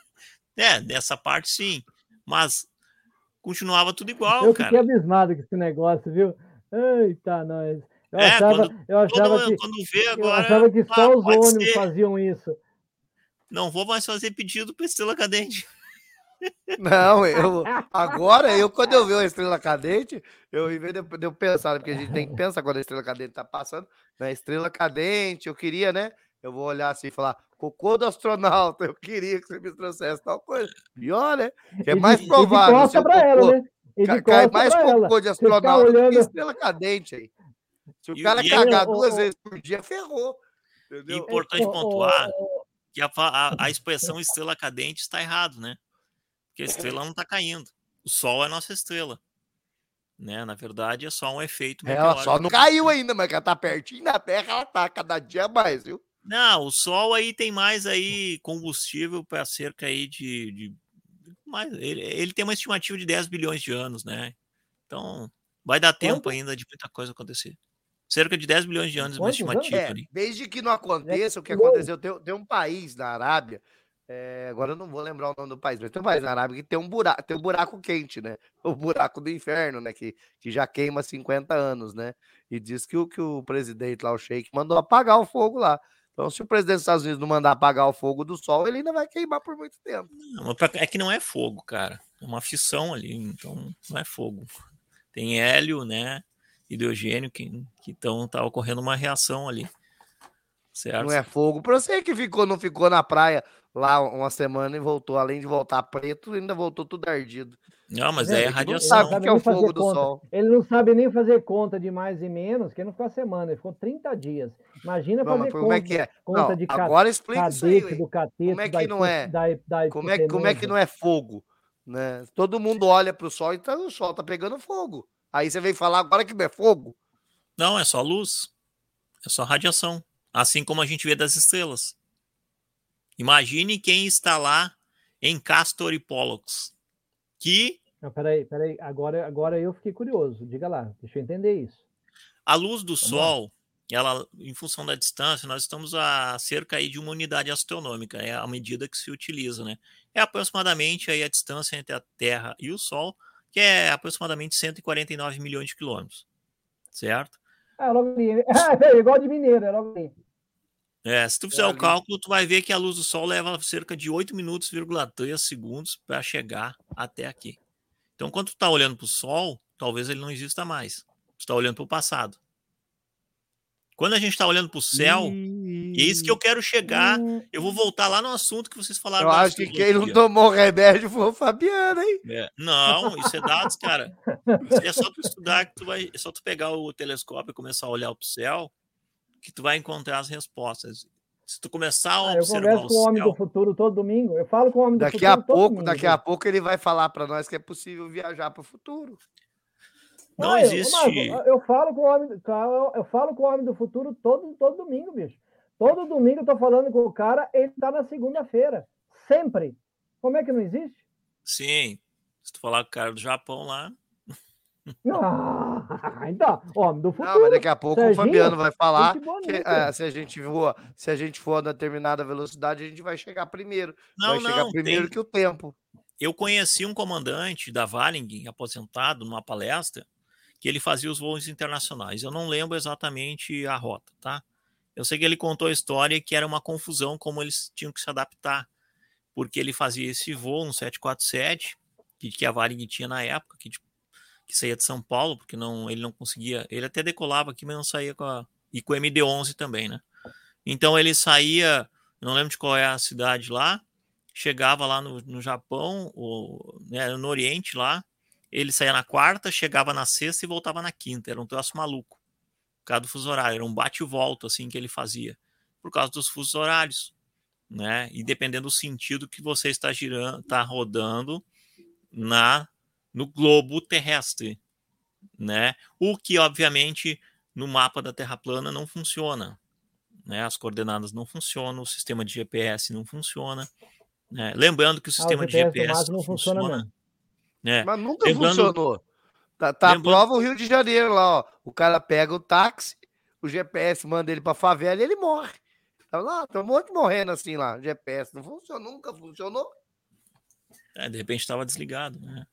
É, dessa parte sim, mas continuava tudo igual, Eu fiquei cara. abismado com esse negócio, viu? Eita, nós. Eu É, achava, quando eu achava todo, que, quando vê eu agora, achava que ah, só os pode ônibus ser, faziam isso. não vou mais fazer pedido para estrela cadente. Não, eu. Agora, eu, quando eu ver uma estrela cadente, eu, em vez de eu, de eu pensar, porque a gente tem que pensar quando a estrela cadente tá passando, na estrela cadente, eu queria, né? Eu vou olhar assim e falar, cocô do astronauta, eu queria que você me trouxesse tal coisa. Pior, né? Que é E mais de, e de provável costa seu para ela, cocô. né? E de ca- Cai costa mais para ela. cocô de Você ficar astronauta do que olhando. estrela cadente aí. Se o E, cara e é, cagar Ô, ô, duas ô, vezes por dia, ferrou. é Entendeu? importante ô, pontuar ô, que a, a, a expressão estrela cadente está errado, né? Porque a estrela não está caindo. O Sol é a nossa estrela. Né? Na verdade, é só um efeito Ela só meteórico. não caiu ainda, mas que ela tá pertinho da Terra, ela tá cada dia mais, viu? Não, o Sol aí tem mais aí combustível para cerca aí de, de mais, ele, ele tem uma estimativa de dez bilhões de anos, né? Então, vai dar tempo Quanto? ainda de muita coisa acontecer. Cerca de dez bilhões de anos, uma Quantos anos? estimativa É, ali. desde que não aconteça o que Uou. aconteceu, tem, tem um país na Arábia, é, agora eu não vou lembrar o nome do país, mas tem um país na Arábia que tem um buraco, tem um buraco quente, né? O buraco do inferno, né? Que, que já queima há cinquenta anos, né? E diz que o, que o presidente lá, o Sheik, mandou apagar o fogo lá. Então, se o presidente dos Estados Unidos não mandar apagar o fogo do sol, ele ainda vai queimar por muito tempo. Não, mas pra- é que não é fogo, cara. É uma fissão ali, então não é fogo. Tem hélio, né? Hidrogênio que então tá ocorrendo uma reação ali, certo? Não é fogo. Pra você que ficou, não ficou na praia lá uma semana e voltou, além de voltar preto, ainda voltou tudo ardido. Não, mas Tá é vendo? Você que não Ele sabe não o radiação. que sabe que é o nem fazer fogo do conta. sol. Ele não sabe nem fazer conta de mais e menos, que ele não ficou a semana, ele ficou trinta dias. Imagina Não, mas fazer como é conta, que é? conta Não, de ca- agora explica isso aí, cadete, ué. do Como cateto, é da, que não hipo- é? da, da Como é, como é que hipotenusa. não é fogo? Né? Todo mundo olha pro sol e tá, o sol tá pegando fogo. Aí você vem falar agora que não é fogo? Não, é só luz. É só radiação. Assim como a gente vê das estrelas. Imagine quem está lá em Castor e Pollux. Que Não, peraí, peraí, agora, agora eu fiquei curioso. Diga lá, deixa eu entender isso. a luz do lá. Sol, ela, em função da distância, nós estamos a cerca aí de uma unidade astronômica, é a medida que se utiliza, né? É aproximadamente aí a distância entre a Terra e o Sol, que é aproximadamente cento e quarenta e nove milhões de quilômetros, certo? Ah, logo ali. Ah, peraí, igual de mineiro, é logo ali. É, se tu fizer É o ali. cálculo, tu vai ver que a luz do Sol leva cerca de oito minutos, três segundos para chegar até aqui. Então, quando tu tá olhando para o Sol, talvez ele não exista mais. Tu está olhando para o passado. Quando a gente está olhando para o céu, e é isso que eu quero chegar. Eu vou voltar lá no assunto que vocês falaram. Eu da acho que quem não astrologia. tomou remédio foi o Fabiano, hein? É, não, isso é dados, cara. Isso é só tu estudar, que tu vai, é só tu pegar o telescópio e começar a olhar para o céu, que tu vai encontrar as respostas. Se tu começar a Ah, eu observar converso o com o homem céu, do futuro todo domingo. Eu falo com o homem do Daqui futuro a todo pouco, domingo. daqui a pouco ele vai falar para nós que é possível viajar para o futuro. não Ah, eu- existe. Marco, eu falo com o homem, eu falo com o homem do futuro todo, todo domingo, bicho. Todo domingo eu tô falando com o cara, ele tá na segunda-feira. Sempre. Como é que não existe? Sim, se tu falar com o cara do Japão lá, Ah, então, homem do futuro. Não, mas daqui a pouco Serginho, o Fabiano vai falar gente que bonita. ah, se a gente voa, se a gente for a determinada velocidade, a gente vai chegar primeiro. não, vai chegar não, primeiro tem. que o tempo. Eu conheci um comandante da Varig, aposentado, numa palestra, que ele fazia os voos internacionais. Eu não lembro exatamente a rota, tá? Eu sei que ele contou a história que era uma confusão como eles tinham que se adaptar, porque ele fazia esse voo, um sete quatro sete, que, que a Varig tinha na época, que, que saía de São Paulo, porque não, ele não conseguia, ele até decolava aqui, mas não saía com a, e com o M D onze também, né? Então ele saía, não lembro de qual é a cidade lá, chegava lá no, no Japão, ou, né, no Oriente lá, ele saía na quarta, chegava na sexta e voltava na quinta. Era um troço maluco, por causa do fuso horário. Era um bate e volta assim que ele fazia, por causa dos fusos horários, né? E dependendo do sentido que você está girando, está rodando na no globo terrestre, né? O que obviamente no mapa da Terra plana não funciona, né? As coordenadas não funcionam, o sistema de G P S não funciona, né? Lembrando que o Ah, o sistema de G P S do G P S Mato não funciona mesmo. né? Mas nunca Lembrando, funcionou. Tá, tá à lembrando, prova o Rio de Janeiro lá, ó. O cara pega o táxi, o G P S manda ele pra favela e ele morre. Tá lá, tem um monte morrendo assim lá. O G P S não funcionou, nunca funcionou. é, de repente estava desligado, né?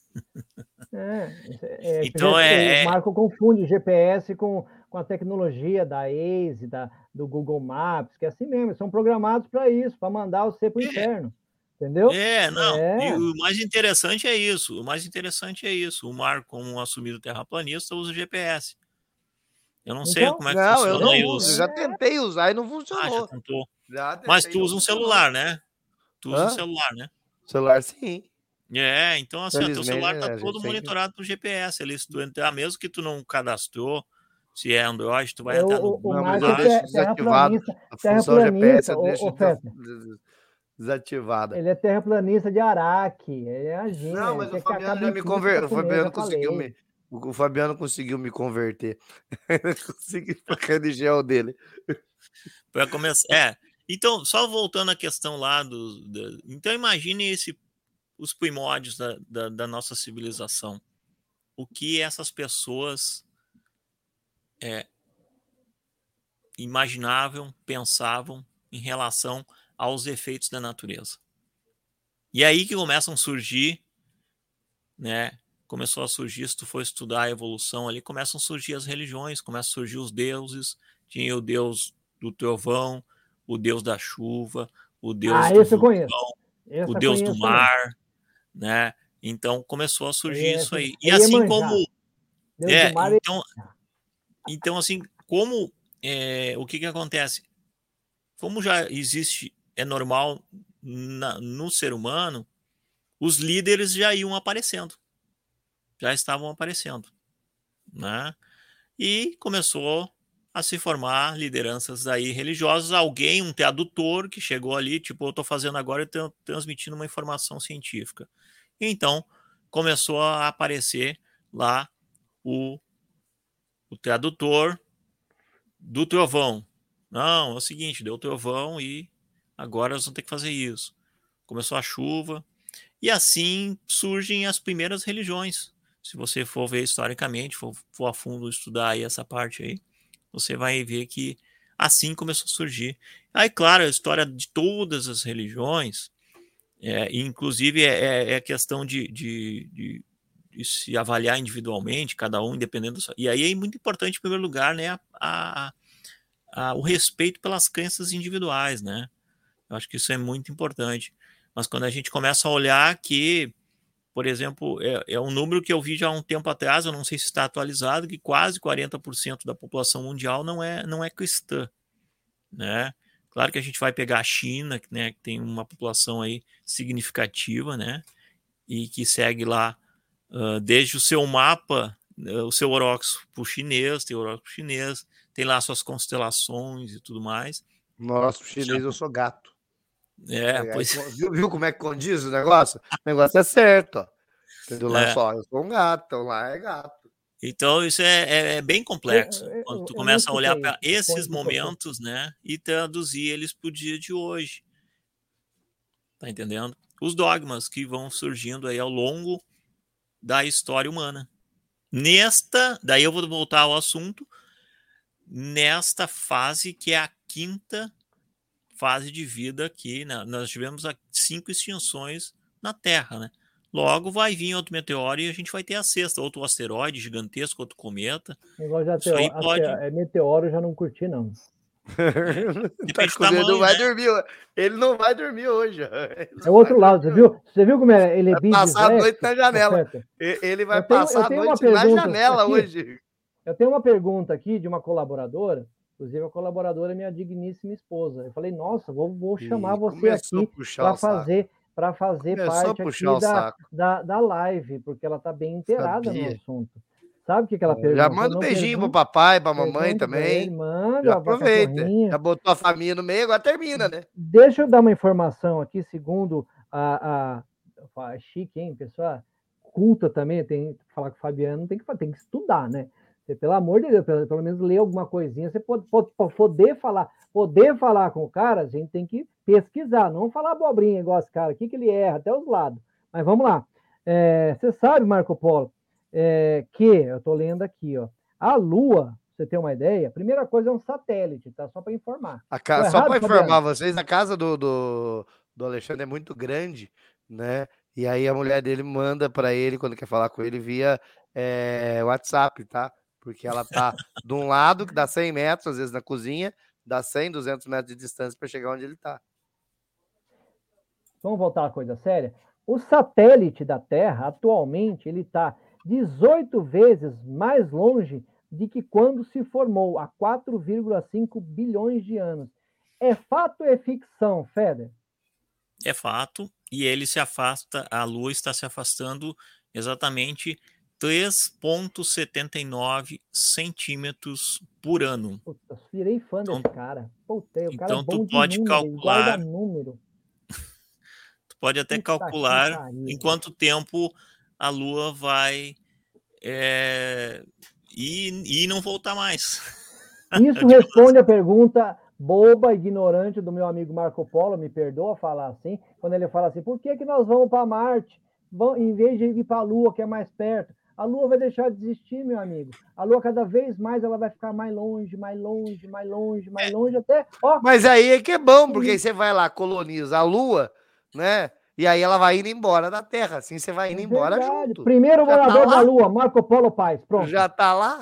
É, é, Então o é, é, Marco confunde o G P S com, com a tecnologia da Waze, da, do Google Maps, que é assim mesmo, são programados para isso, para mandar você para o inferno, entendeu? é, não. E É, o mais interessante é isso. O mais interessante é isso. O Marco, como um assumido terraplanista, usa o G P S. Eu não sei então, como é que Não, eu funciona não aí uso. Eu os. já tentei usar e não Ah, já funcionou. tentou. Já Mas tentei, tu não usa um funcionou. celular, né? Tu usa um Hã? celular, né? Celular sim. É, então assim, ó, teu Felizmente, celular né, tá a gente todo tem que- monitorado pro G P S. Ali, se tu entrar, mesmo que tu não cadastrou, se é Android, tu vai eu, entrar no o, o Google Não, mas Marco eu é lá. deixo ter- desativado. terraplanista, A função G P S terraplanista, eu ô, deixo ô desa- Feta, des- desativada. ele é terraplanista de Araque, ele é agir, Não, ele mas o quer que Fabiano acabe já em me tudo que tá converteu. O comendo, já Fabiano conseguiu falei. me. O Fabiano conseguiu me converter. Consegui pra religião dele. Para começar. É. Então, só voltando à questão lá do. do- então, imagine esse, os primórdios da, da, da nossa civilização. O que essas pessoas é, imaginavam, pensavam em relação aos efeitos da natureza. E aí que começam a surgir, né? Começou a surgir, se tu for estudar a evolução ali, começam a surgir as religiões, começam a surgir os deuses. Tinha o deus do trovão, o deus da chuva, o deus Ah, do esse eu conheço. vulcão, Esse o eu deus do conheço também. mar, né? Então começou a surgir Esse, isso aí. E aí é assim manjar. como Deus é, do mar é então, então assim como é, o que que acontece? Como já existe, é normal na, no ser humano, os líderes já iam aparecendo, já estavam aparecendo, né? E começou a se formar lideranças aí religiosas, alguém, um tradutor que chegou ali, tipo, eu estou fazendo agora e tô transmitindo uma informação científica. Então, começou a aparecer lá o, o tradutor do trovão. Não, é o seguinte, deu trovão e agora nós vamos ter que fazer isso. Começou a chuva, e assim surgem as primeiras religiões. Se você for ver historicamente, for, for a fundo estudar aí essa parte aí, você vai ver que assim começou a surgir. Aí, claro, a história de todas as religiões, é, inclusive é, é questão de, de, de, de se avaliar individualmente, cada um independente da sua... E aí é muito importante, em primeiro lugar, né, a, a, a, o respeito pelas crenças individuais, né? Eu acho que isso é muito importante. Mas quando a gente começa a olhar que, por exemplo, é, é um número que eu vi já há um tempo atrás, eu não sei se está atualizado, que quase quarenta por cento da população mundial não é, não é cristã, né? Claro que a gente vai pegar a China, né, que tem uma população aí significativa, né, e que segue lá uh, desde o seu mapa, uh, o seu horóscopo chinês, tem o horóscopo chinês, tem lá suas constelações e tudo mais. Nossa, chinês eu sou gato. É, Aí, pois viu, viu como é que condiz o negócio? O negócio é certo, ó. Entendeu? Lá é. só, eu sou um gato, então lá é gato. Então, isso é, é, é bem complexo. Eu- eu- Quando tu eu começa a não olhar escutei para isso. esses Conte um pouquinho. momentos, né, e traduzir eles para o dia de hoje. Tá entendendo? Os dogmas que vão surgindo aí ao longo da história humana. Nesta, daí eu vou voltar ao assunto, nesta fase que é a quinta fase de vida aqui, né? Nós tivemos cinco extinções na Terra, né? Logo vai vir outro meteoro e a gente vai ter a sexta, outro asteroide gigantesco, outro cometa. Negócio de Isso aí ateoro, pode... é meteoro, eu já não curti, não. É, depende do Tá, ele tamanho, não vai né? dormir, ele não vai dormir hoje. É o outro lado, você viu? Você viu como é, ele é Vai passar a noite bidislexo? na janela. Oferta. Ele vai Eu tenho- eu passar a tenho uma noite na pergunta janela aqui. hoje. Eu tenho uma pergunta aqui de uma colaboradora, inclusive a colaboradora é minha digníssima esposa. Eu falei, nossa, vou, vou chamar Ih, você começou aqui a puxar para o saco. fazer, para fazer Começou a parte puxar o aqui da, saco. da, da live, porque ela está bem inteirada no Sabia. assunto. Sabe o que, que ela Já pergunta? manda um Não beijinho pro pergunta- papai, pra mamãe pergunta pra ele, também. manda Já pra aproveita. cachorrinha. Já botou a família no meio, agora termina, né? Deixa eu dar uma informação aqui, segundo a, a, a chique, hein, pessoa culta também, tem que falar com o Fabiano, tem que, tem que estudar, né? Você, pelo amor de Deus, pelo, pelo menos ler alguma coisinha, você pode, pode, pode poder falar, poder falar com o cara, a gente tem que pesquisar, não falar abobrinha igual esse cara aqui, que ele erra até os lados. Mas vamos lá. É, você sabe, Marco Polo, é, que, eu tô lendo aqui, ó, a Lua, pra você ter uma ideia, a primeira coisa é um satélite, tá? Só para informar. A ca... Tô Só errado, para Fabiano? informar vocês, a casa do, do, do Alexandre é muito grande, né? E aí a mulher dele manda para ele, quando quer falar com ele, via é, WhatsApp, tá? Porque ela tá de um lado, que dá cem metros, às vezes na cozinha, dá cem, duzentos metros de distância para chegar onde ele tá. Vamos voltar à coisa séria? O satélite da Terra, atualmente, ele está dezoito vezes mais longe de que quando se formou, há quatro vírgula cinco bilhões de anos. É fato ou é ficção, Feder? É fato, e ele se afasta, a Lua está se afastando exatamente três vírgula setenta e nove centímetros por ano. Puta, virei fã Então- desse cara. Puta, o cara então é bom tu de pode número, ele calcular- guarda número. Tu pode até Puta que calcular pariu. em quanto tempo a Lua vai é, ir e não voltar mais. Isso responde a pergunta boba, ignorante do meu amigo Marco Polo, me perdoa falar assim, quando ele fala assim, por que, que nós vamos para Marte, Vão- em vez de ir para a Lua, que é mais perto? A Lua vai deixar de existir, meu amigo. A Lua, cada vez mais, ela vai ficar mais longe, mais longe, mais longe, mais longe, até... Ó, Mas aí é que é bom, porque aí você vai lá, coloniza a Lua, né? E aí ela vai indo embora da Terra. Assim você vai indo é embora verdade. junto. Primeiro Já tá morador lá? da Lua, Marco Polo Paz. Pronto. Já tá lá?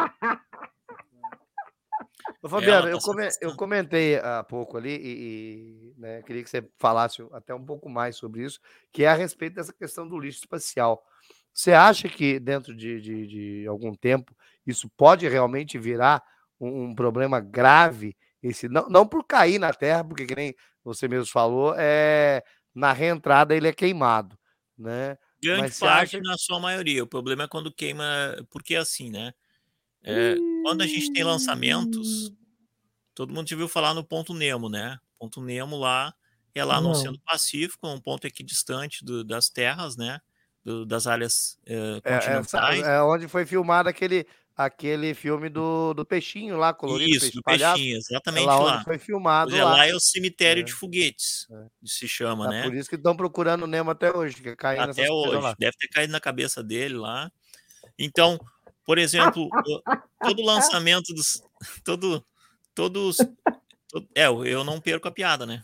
Ô, Fabiano, Ela tá eu, se come- afastando. eu comentei há pouco ali e, e, né, queria que você falasse até um pouco mais sobre isso, que é a respeito dessa questão do lixo espacial. Você acha que dentro de, de- de algum tempo isso pode realmente virar um, um problema grave? Esse, não, não por cair na Terra, porque que nem você mesmo falou, é, na reentrada ele é queimado, né? Grande Mas você parte acha- na sua maioria. O problema é quando queima, porque é assim, né? É, quando a gente tem lançamentos, todo mundo já ouviu falar no Ponto Nemo, né? Ponto Nemo lá é lá no Não. Oceano Pacífico, um ponto equidistante do, das terras, né? Do- das áreas eh, É, essa- continentais. é onde foi filmado aquele, aquele filme do, do peixinho lá, colorido, Isso, peixe do palhaço. peixinho, É exatamente lá lá. onde foi filmado Pois é, lá. lá é o cemitério É. de foguetes, se chama, Tá, né? por isso que estão procurando o Nemo até hoje, que caindo Até nessas coisas hoje. lá. Deve ter caído na cabeça dele lá. Então, por exemplo, o- todo lançamento dos. Todo, todos. todo- é, eu eu não perco a piada, né?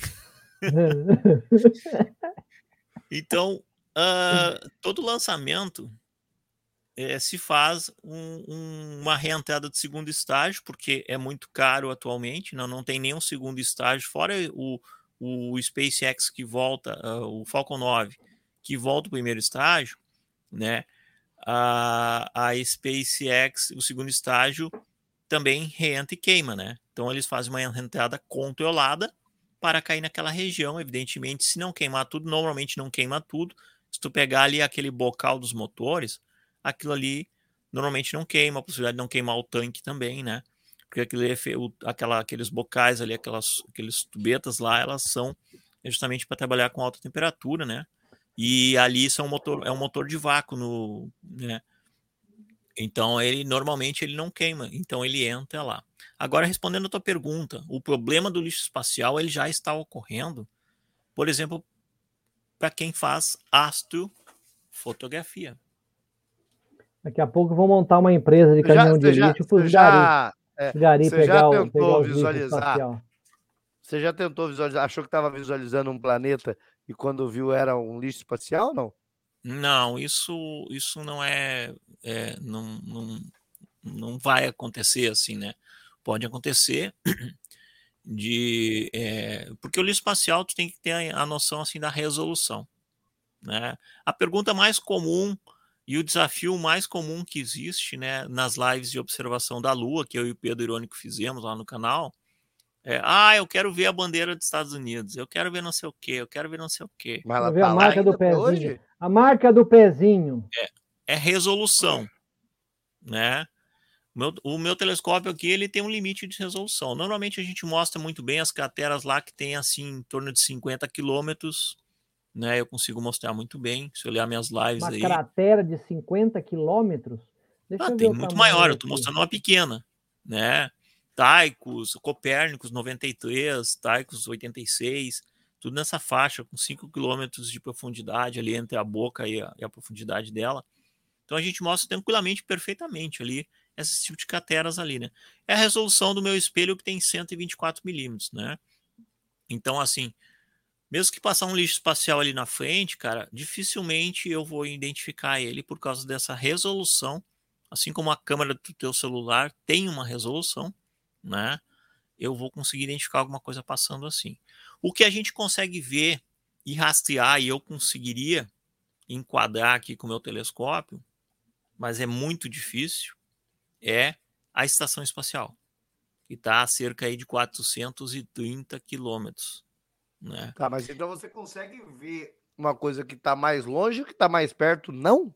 Então, ah, todo lançamento eh, se faz um- um- uma reentrada de segundo estágio, porque é muito caro atualmente, não, não tem nenhum segundo estágio, fora o, o SpaceX que volta, ah, o Falcon nove, que volta o primeiro estágio, né? A, a SpaceX, o segundo estágio, também reentra e queima, né? Então eles fazem uma reentrada controlada para cair naquela região, evidentemente, se não queimar tudo, normalmente não queima tudo. Se tu pegar ali aquele bocal dos motores, aquilo ali normalmente não queima, a possibilidade de não queimar o tanque também, né? Porque aquele, efe- o- aquela, aqueles bocais ali, aquelas aqueles tubetas lá, elas são justamente para trabalhar com alta temperatura, né? E ali são motor, é um motor de vácuo, no, né? Então ele normalmente ele não queima, então ele entra lá. Agora respondendo a tua pergunta, o problema do lixo espacial ele já está ocorrendo, por exemplo, para quem faz astrofotografia. Daqui a pouco vão montar uma empresa de Você já, caminhão de você já, lixo para você os gari, já, é, gari você pegar, já o, pegar tentou os lixos visualizar? espacial. Você já tentou visualizar? Achou que estava visualizando um planeta e quando viu era um lixo espacial, não? Não, isso isso não é, é não, não, não vai acontecer assim, né? Pode acontecer de é, porque o lixo espacial tu tem que ter a, a noção assim da resolução, né? A pergunta mais comum e o desafio mais comum que existe, né, nas lives de observação da Lua, que eu e o Pedro Irônico fizemos lá no canal, é, ah, eu quero ver a bandeira dos Estados Unidos, eu quero ver não sei o quê, eu quero ver não sei o quê. Mas Vou ela ver a tá lá marca do ainda até pezinho. hoje? A marca do pezinho. É resolução, né? O meu, o meu telescópio aqui ele tem um limite de resolução. Normalmente a gente mostra muito bem as crateras lá que tem assim em torno de cinquenta quilômetros, né? Eu consigo mostrar muito bem se eu olhar minhas lives Uma aí. cratera de cinquenta quilômetros. Deixa Ah, eu ver tem o muito tamanho maior, eu aqui. tô mostrando uma pequena, né? Taicos, Copérnicos noventa e três, Taicos oitenta e seis, tudo nessa faixa, com cinco quilômetros de profundidade ali entre a boca e a, e a profundidade dela. Então a gente mostra tranquilamente, perfeitamente ali, esse tipo de crateras ali, né? É a resolução do meu espelho que tem cento e vinte e quatro milímetros, né? Então, assim, mesmo que passar um lixo espacial ali na frente, cara, dificilmente eu vou identificar ele por causa dessa resolução. Assim como a câmera do teu celular tem uma resolução, né? Eu vou conseguir identificar alguma coisa passando assim. O que a gente consegue ver e rastrear, e eu conseguiria enquadrar aqui com o meu telescópio, mas é muito difícil, é a estação espacial, que está a cerca aí de quatrocentos e trinta quilômetros, né? Tá, mas então você consegue ver uma coisa que tá mais longe ou que tá mais perto? Não?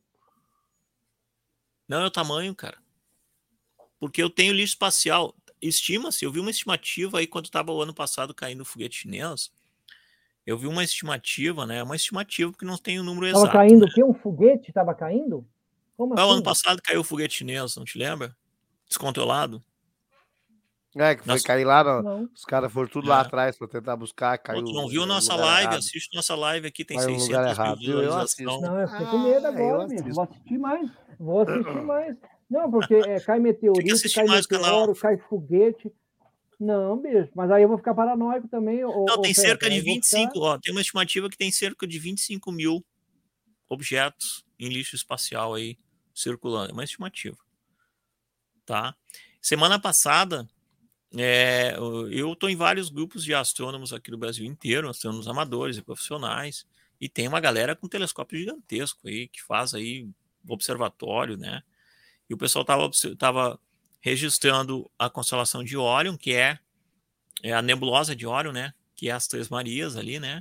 Não é o tamanho, cara. Porque eu tenho lixo espacial. Estima-se, eu vi uma estimativa aí quando estava o ano passado caindo o foguete chinês. Eu vi uma estimativa, né? Uma estimativa porque não tem o número Tava exato. caindo Né? o quê? Um foguete tava caindo? Como Ah, o assim? ano passado caiu o foguete chinês, não te lembra? Descontrolado. É, que foi Nossa, cair lá, no- Não. os caras foram tudo lá É. atrás pra tentar buscar, Pô, caiu tu não viu no nossa lugar live? errado. Assiste nossa live aqui, tem Caiu no lugar seiscentas mil errado, viu? Eu assisto. visualizações. Não, eu fiquei com medo Ah, agora, eu bicho. assisto. Vou assistir mais. Vou assistir mais. Não, porque é, cai meteorito, assistir cai mais o canal. meteoro, cai foguete. Não, bicho. Mas aí eu vou ficar paranoico também. Ô, Não, ô, tem Feta, cerca de aí eu vou vinte e cinco, ficar- ó, tem uma estimativa que tem cerca de vinte e cinco mil objetos em lixo espacial aí circulando. É uma estimativa. Tá? Semana passada, é, eu estou em vários grupos de astrônomos aqui do Brasil inteiro, astrônomos amadores e profissionais, e tem uma galera com telescópio gigantesco aí, que faz aí observatório, né? E o pessoal estava tava registrando a constelação de Órion, que é, é a nebulosa de Órion, né? Que é as Três Marias ali, né?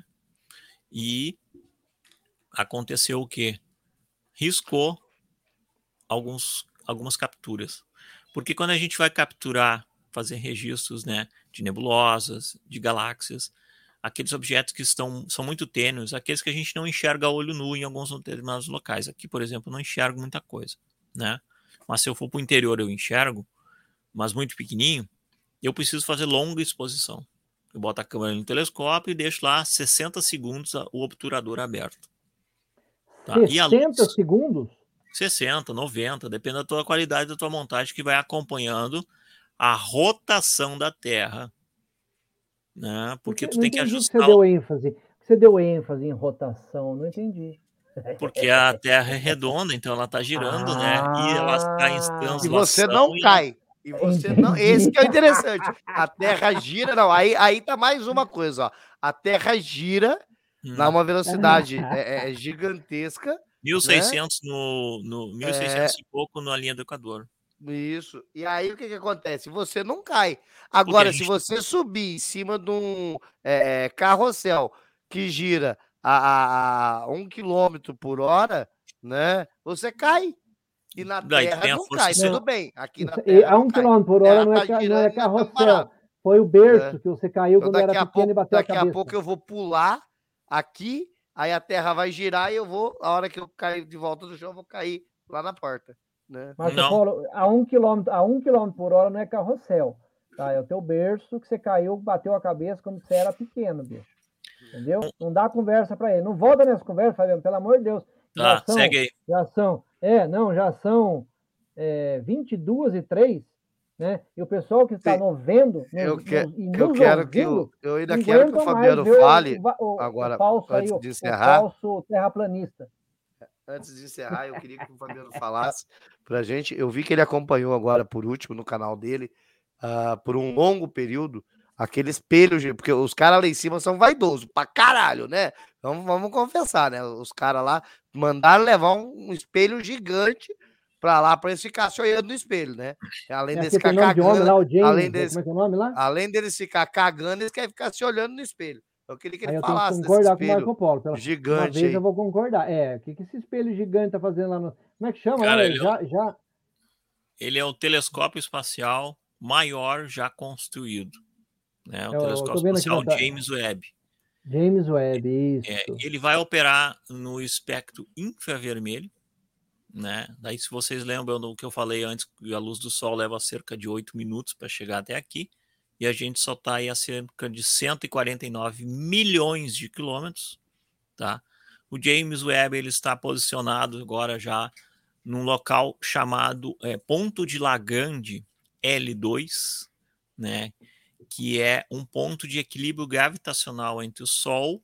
E aconteceu o quê? Riscou alguns, algumas capturas. Porque quando a gente vai capturar, fazer registros, né, de nebulosas, de galáxias, aqueles objetos que estão, são muito tênues, aqueles que a gente não enxerga a olho nu em alguns determinados locais. Aqui, por exemplo, eu não enxergo muita coisa, né? Mas se eu for para o interior eu enxergo, mas muito pequenininho, eu preciso fazer longa exposição. Eu boto a câmera no telescópio e deixo lá sessenta segundos o obturador aberto. Tá? E a sessenta luz, segundos? sessenta, noventa, depende da tua qualidade da tua montagem, que vai acompanhando a rotação da Terra. Né? Porque tu não tem que entendi que ajustar. você deu ênfase. Você deu ênfase em rotação, não entendi. Porque a Terra é redonda, então ela está girando, ah, né? E ela está em translação. E você não cai. E você Entendi. não. Esse que é o interessante. A Terra gira, não. Aí, aí tá mais uma coisa, ó. A Terra gira hum. numa velocidade é, é gigantesca. mil e seiscentos, né? no, no mil e seiscentos é... e pouco na linha do Equador. Isso. E aí o que que acontece? Você não cai. Agora, gente... se você subir em cima de um é, carrossel que gira a, a, a um quilômetro por hora, né? Você cai. E na Daí Terra não força cai, não. tudo bem. Aqui na e, Terra a um quilômetro por hora não é, tá não é carrossel. Foi o berço é. que você caiu então, quando era pequeno pouco, e bateu daqui a cabeça. Daqui a pouco eu vou pular aqui, aí a Terra vai girar e eu vou, a hora que eu cair de volta do chão, eu vou cair lá na porta. Né? Mas você falou, a um quilômetro, a um quilômetro por hora não é carrossel. Tá? É o teu berço que você caiu, bateu a cabeça quando você era pequeno, bicho. Entendeu? Não dá conversa para ele. Não volta nessa conversa, Fabiano, pelo amor de Deus. Já Tá, são, segue aí. Já são, é, não, já são é, vinte e duas e três, né? E o pessoal que está nos vendo, nos, eu, que, nos, eu nos quero ouvindo, que eu, eu ainda quero que o Fabiano fale o, o, agora, o falso antes aí, de o, encerrar. O falso terraplanista. Antes de encerrar, eu queria que o Fabiano falasse pra gente. Eu vi que ele acompanhou agora, por último, no canal dele, uh, por um longo período, aquele espelho, porque os caras lá em cima são vaidosos pra caralho, né? Vamos, vamos confessar, né? Os caras lá mandaram levar um, um espelho gigante pra lá, pra eles ficarem se olhando no espelho, né? Além é deles ficar cagando, lá, o James, além deles, como é que é o nome lá? Além deles ficar cagando, eles querem ficar se olhando no espelho. Eu queria que ele Aí eu falasse tenho que concordar desse com o Marco Polo. Pela gigante uma vez aí. eu vou concordar. É, o que, que esse espelho gigante tá fazendo lá no... Como é que chama? Cara, lá? Ele, já, é o... já... ele é o telescópio espacial maior já construído. Né? O eu, telescópio eu espacial na... James Webb. James Webb, isso. É, ele vai operar no espectro infravermelho. né? Daí, se vocês lembram do que eu falei antes, a luz do Sol leva cerca de oito minutos para chegar até aqui, e a gente só está aí a cerca de cento e quarenta e nove milhões de quilômetros, tá? O James Webb ele está posicionado agora já num local chamado é, Ponto de Lagrange L dois, né? Que é um ponto de equilíbrio gravitacional entre o Sol,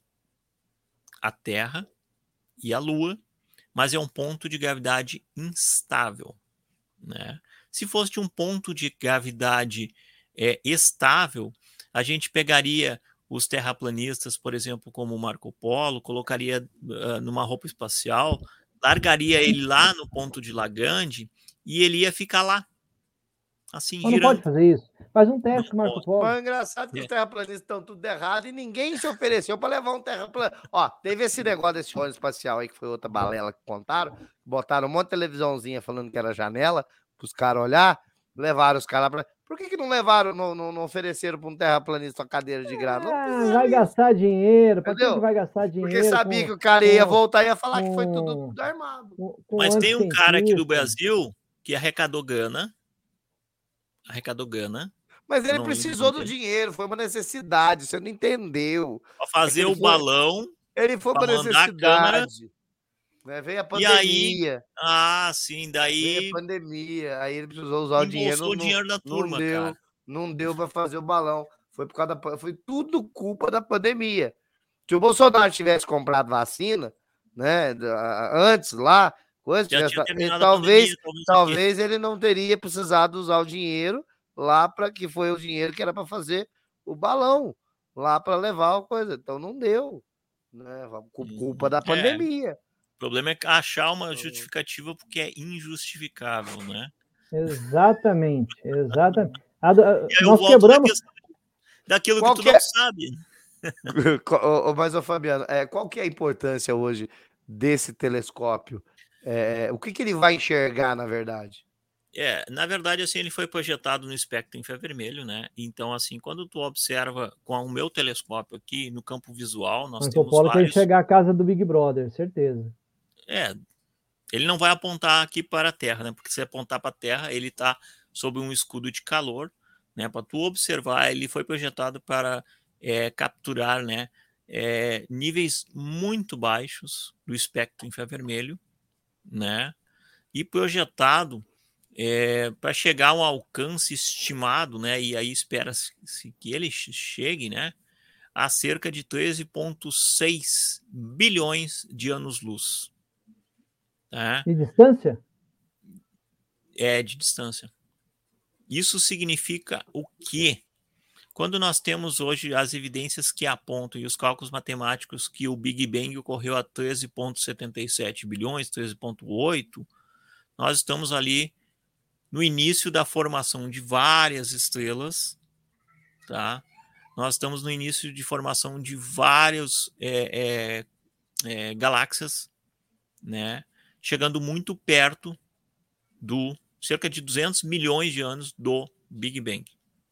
a Terra e a Lua, mas é um ponto de gravidade instável, né? Se fosse um ponto de gravidade é, estável, a gente pegaria os terraplanistas, por exemplo, como o Marco Polo, colocaria uh, numa roupa espacial, largaria ele lá no ponto de Lagrange e ele ia ficar lá, assim, Mas não girando. pode fazer isso. Faz um teste Não com o Marco pode. Polo. Mas é engraçado que os terraplanistas estão tudo errado e ninguém se ofereceu para levar um terraplanista. Ó, teve esse negócio desse ônibus espacial aí, que foi outra balela que contaram. Botaram um monte de televisãozinha falando que era janela, para os caras olhar, levaram os caras lá. Pra... Por que, que não levaram, não, não, não ofereceram para um terraplanista uma cadeira de graça? Não Ah, fizeram vai isso, gastar dinheiro. Para que, entendeu? que vai gastar dinheiro? Porque sabia com- que o cara ia com- voltar e ia falar que foi com- tudo, tudo armado. com- com Mas tem um cara aqui do anticientista? Brasil que arrecadou grana, arrecadou grana, Mas ele Não, precisou não do tem. dinheiro, foi uma necessidade, você não entendeu. para fazer É que o ele foi- balão. Ele foi Pra uma mandar a câmera. necessidade. Né? Veio a E aí, pandemia. ah, sim, Veio daí a pandemia. Aí ele precisou usar o dinheiro. embolsou o Não, dinheiro da não turma, deu, cara. não deu para fazer o balão. Foi por causa da, pa- foi tudo culpa da pandemia. Se o Bolsonaro tivesse comprado vacina, né, da- antes lá, coisa, Já tivesse, tinha ele- terminado a talvez, pandemia, talvez, talvez ele não teria precisado usar o dinheiro lá para que foi o dinheiro que era para fazer o balão lá para levar a coisa. Então não deu, né? Cu- Culpa da É. pandemia. O problema é achar uma justificativa porque é injustificável, né? Exatamente, exatamente. A do- a- E aí eu nós volto na quebramos. questão daquilo Qual que tu que não é? sabe. Qual- ô, ô, Mas, ô, Fabiano, é, qual que é a importância hoje desse telescópio? É, o que, que ele vai enxergar, na verdade? É, na verdade, assim, ele foi projetado no espectro infravermelho, né? Então, assim, quando tu observa com o meu telescópio aqui, no campo visual, nós Marco temos Polo quer vários... chegar à casa do Big Brother, certeza. É, ele não vai apontar aqui para a Terra, né? Porque se apontar para a Terra, ele está sob um escudo de calor, né? Para tu observar, ele foi projetado para é, capturar, né? É, níveis muito baixos do espectro infravermelho, né? E projetado é, para chegar a um alcance estimado, né? E aí espera-se que ele chegue, né? A cerca de treze vírgula seis bilhões de anos-luz. Tá? De distância? É de distância. Isso significa o quê? Quando nós temos hoje as evidências que apontam e os cálculos matemáticos que o Big Bang ocorreu a treze vírgula setenta e sete bilhões, treze vírgula oito, nós estamos ali no início da formação de várias estrelas, tá? Nós estamos no início de formação de várias é, é, é, galáxias, né? Chegando muito perto do cerca de duzentos milhões de anos do Big Bang.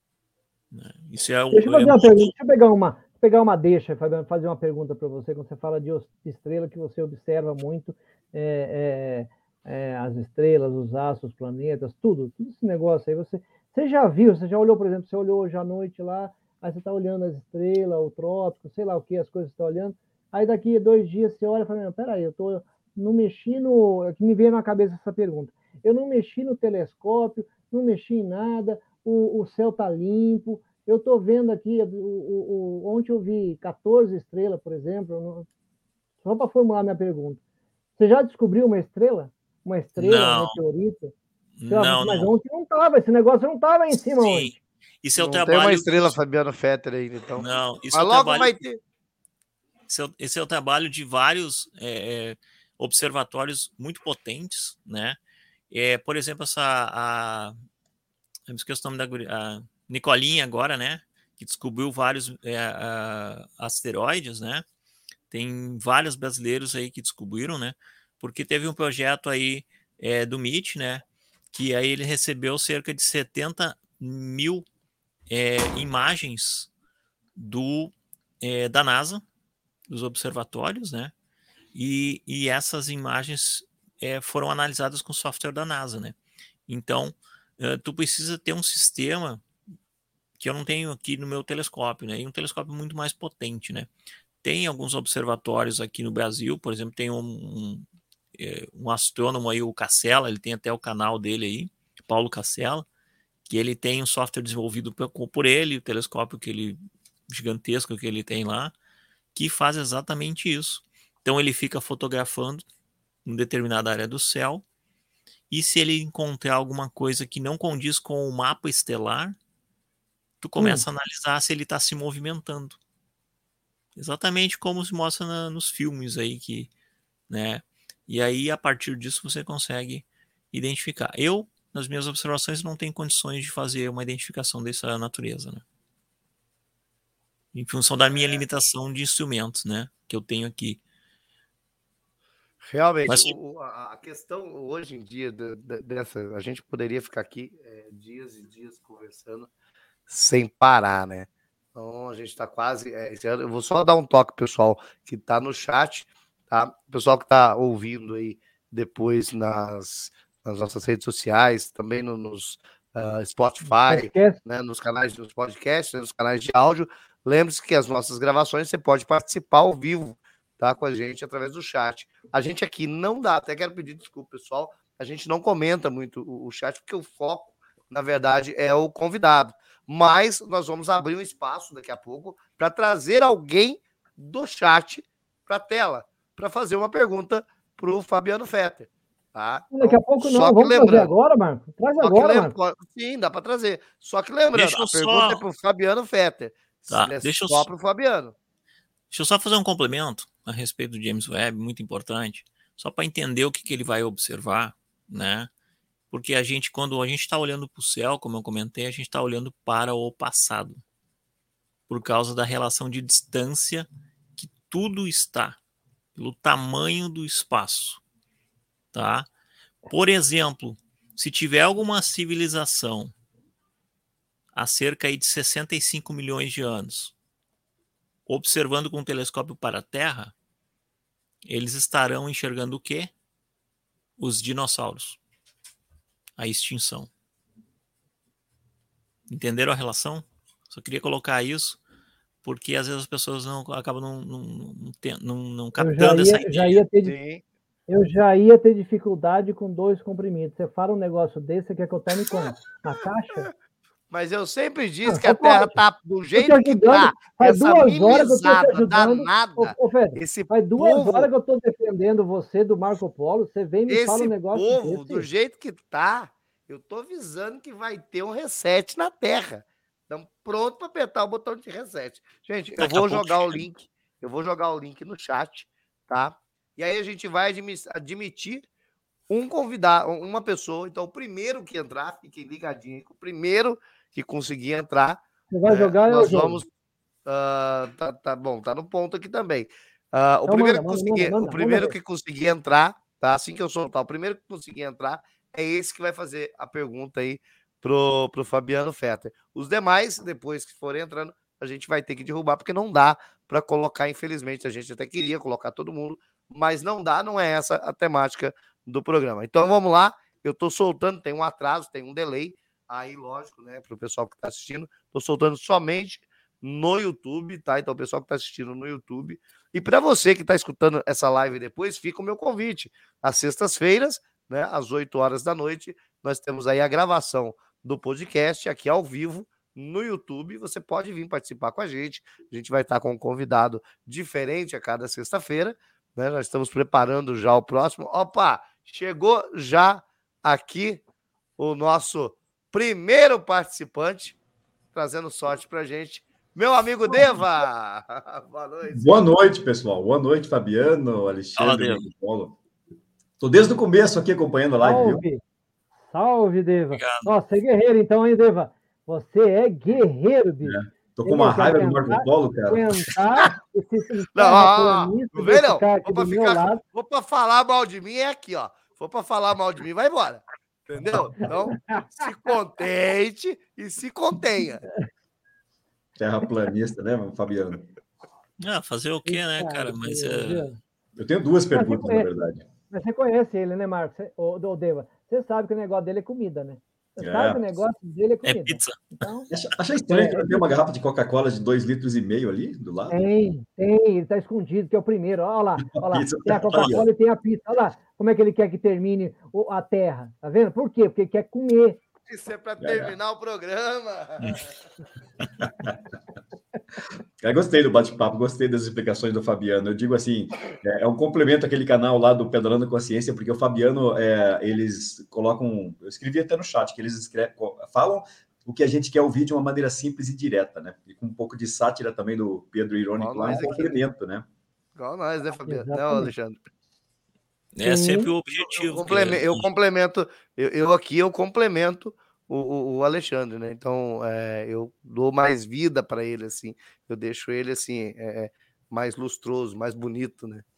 Isso é, Deixa eu fazer é uma muito... pergunta. Deixa eu pegar uma, pegar uma deixa, Fabiano, fazer uma pergunta para você. Quando você fala de estrela, que você observa muito é, é, é, as estrelas, os astros, os planetas, tudo, tudo esse negócio aí. Você, você já viu, você já olhou, por exemplo, você olhou hoje à noite lá, aí você está olhando as estrelas, o trópico, sei lá o que, as coisas que você está olhando. Aí daqui a dois dias você olha e fala, peraí, eu tô, não mexi no... É que me veio na cabeça essa pergunta. Eu não mexi no telescópio, não mexi em nada, o, o céu está limpo, eu estou vendo aqui, o, o, o, ontem eu vi quatorze estrelas, por exemplo, não, só para formular minha pergunta. Você já descobriu uma estrela? Uma estrela, não, um meteorito? Não, mas não. ontem não estava, esse negócio não estava aí em cima Sim. ontem. Isso é o Não trabalho... tem uma estrela Fabiano Fetter ainda, então. Não, isso Mas é o logo trabalho... vai ter. Esse é, esse é o trabalho de vários é, observatórios muito potentes, né? É, por exemplo, essa a, eu me esqueço o nome da a Nicolinha agora, né? Que descobriu vários é, a, asteroides, né? Tem vários brasileiros aí que descobriram, né? Porque teve um projeto aí é, do M I T, né? Que aí ele recebeu cerca de setenta mil é, imagens do é, da NASA, dos observatórios, né? E, e essas imagens é, foram analisadas com software da NASA, né? Então, uh, tu precisa ter um sistema que eu não tenho aqui no meu telescópio, né? E um telescópio muito mais potente, né? Tem alguns observatórios aqui no Brasil, por exemplo, tem um, um, um astrônomo aí, o Cassella, ele tem até o canal dele aí, Paulo Cassella, que ele tem um software desenvolvido por, por ele, o telescópio que ele, gigantesco que ele tem lá, que faz exatamente isso. Então ele fica fotografando em determinada área do céu, e se ele encontrar alguma coisa que não condiz com o mapa estelar, tu começa hum. a analisar se ele está se movimentando. Exatamente como se mostra na, nos filmes aí, que, né? E aí, a partir disso, você consegue identificar. Eu, nas minhas observações, não tenho condições de fazer uma identificação dessa natureza, né? Em função da minha limitação de instrumentos, né? Que eu tenho aqui. Realmente, Mas, o, a questão hoje em dia de, de, dessa, a gente poderia ficar aqui é, dias e dias conversando sem parar, né? Então a gente está quase. É, eu vou só dar um toque, pessoal, que está no chat, tá? O pessoal que está ouvindo aí depois nas, nas nossas redes sociais, também no, nos uh, Spotify, né, nos canais dos podcasts, né, nos canais de áudio. Lembre-se que as nossas gravações você pode participar ao vivo, tá? Com a gente através do chat. A gente aqui não dá, até quero pedir desculpa, pessoal. A gente não comenta muito o, o chat, porque o foco, na verdade, é o convidado. Mas nós vamos abrir um espaço daqui a pouco para trazer alguém do chat para a tela, para fazer uma pergunta para o Fabiano Fetter. Tá? Daqui a pouco não, vamos trazer agora, Marco? Traz agora, lembra... Marco. Sim, dá para trazer. Só que lembrando, a pergunta só... é para o Fabiano Fetter. Tá, é deixa só eu... para o Fabiano. Deixa eu só fazer um complemento a respeito do James Webb, muito importante, só para entender o que, que ele vai observar, né? Porque a gente, quando a gente está olhando para o céu, como eu comentei, a gente está olhando para o passado. Por causa da relação de distância que tudo está. Pelo tamanho do espaço. Tá? Por exemplo, se tiver alguma civilização há cerca de sessenta e cinco milhões de anos, observando com um telescópio para a Terra, eles estarão enxergando o quê? Os dinossauros. A extinção. Entenderam a relação? Só queria colocar isso, porque às vezes as pessoas não acabam não, não, não, não, não captando ia, essa ideia. Já ia ter, eu já ia ter dificuldade com dois comprimidos. Você fala um negócio desse, quer que eu tome com a caixa? Mas eu sempre disse não, que a Terra está do jeito que está. Essa minimizada danada. Ô, ô, Fede, esse faz duas povo, horas que eu estou defendendo você do Marco Polo. Você vem e me fala um negócio desse. Esse povo, desse. do jeito que está, eu estou avisando que vai ter um reset na Terra. Estamos prontos para apertar o botão de reset. Gente, eu vou jogar o link. Eu vou jogar o link no chat, tá? E aí a gente vai admitir um convidado, uma pessoa. Então, o primeiro que entrar, fiquem ligadinhos, o primeiro que conseguir entrar. Você vai né, jogar, nós eu vamos. Uh, tá, tá bom, tá no ponto aqui também. Uh, o então, primeiro, manda, que, conseguir, manda, manda, o primeiro manda que conseguir entrar, tá? Assim que eu soltar, o primeiro que conseguir entrar é esse que vai fazer a pergunta aí pro, pro Fabiano Fetter. Os demais, depois que forem entrando, a gente vai ter que derrubar, porque não dá para colocar, infelizmente. A gente até queria colocar todo mundo, mas não dá, não é essa a temática do programa. Então vamos lá, eu tô soltando, tem um atraso, tem um delay. Aí, lógico, né, para o pessoal que está assistindo, estou soltando somente no YouTube, tá? Então, o pessoal que está assistindo no YouTube. E para você que está escutando essa live depois, fica o meu convite. Às sextas-feiras, né, às oito horas da noite, nós temos aí a gravação do podcast aqui ao vivo no YouTube. Você pode vir participar com a gente. A gente vai estar com um convidado diferente a cada sexta-feira, né? Nós estamos preparando já o próximo. Opa, chegou já aqui o nosso primeiro participante, trazendo sorte pra gente, meu amigo Deva. Boa noite. Boa noite, pessoal. Boa noite, Fabiano, Alexandre, Marco Polo. Tô desde o começo aqui acompanhando a live, Salve. viu? Salve, Deva. Obrigado. Nossa, você é guerreiro então, hein, Deva? Você é guerreiro, bicho. É. Tô com uma raiva do Marco Polo, cara. Aguentar esse não, ó, não vem não. Vou pra, ficar, vou pra falar mal de mim, é aqui, ó. Vou pra falar mal de mim, vai embora. Entendeu? Então, se contente e se contenha. Terraplanista, né, Fabiano? Ah, fazer o quê, né, cara? Mas é... Eu tenho duas perguntas, na verdade. Mas você conhece ele, né, Marcos? Ou, ou Deva? Você sabe que o negócio dele é comida, né? Você É. sabe que o negócio dele é comida. É pizza. Então, Achei estranho É, que não tem uma garrafa de Coca-Cola de dois litros e meio ali do lado. tem, tem, ele tá escondido, que é o primeiro. Olha lá, olha lá. Pizza Tem a tá aí, Coca-Cola e tem a pizza. Olha lá como é que ele quer que termine o- a terra. Tá vendo? Por quê? Porque ele quer comer. Isso é para terminar o programa. Eu gostei do bate-papo, gostei das explicações do Fabiano. Eu digo assim, é, é um complemento àquele canal lá do Pedalando Consciência, porque o Fabiano, é, eles colocam, eu escrevi até no chat, que eles escrevem, falam o que a gente quer ouvir de uma maneira simples e direta, né? E com um pouco de sátira também do Pedro Irônico Igual lá, um nós aqui, complemento, né? Igual nós, né, Fabiano? Não, Exatamente. Alexandre? É Sim. sempre o Eu, objetivo. complemento, que- eu complemento, eu, eu aqui eu complemento o, o, o Alexandre, né? Então é, eu dou mais vida para ele, assim, eu deixo ele assim é, mais lustroso, mais bonito, né?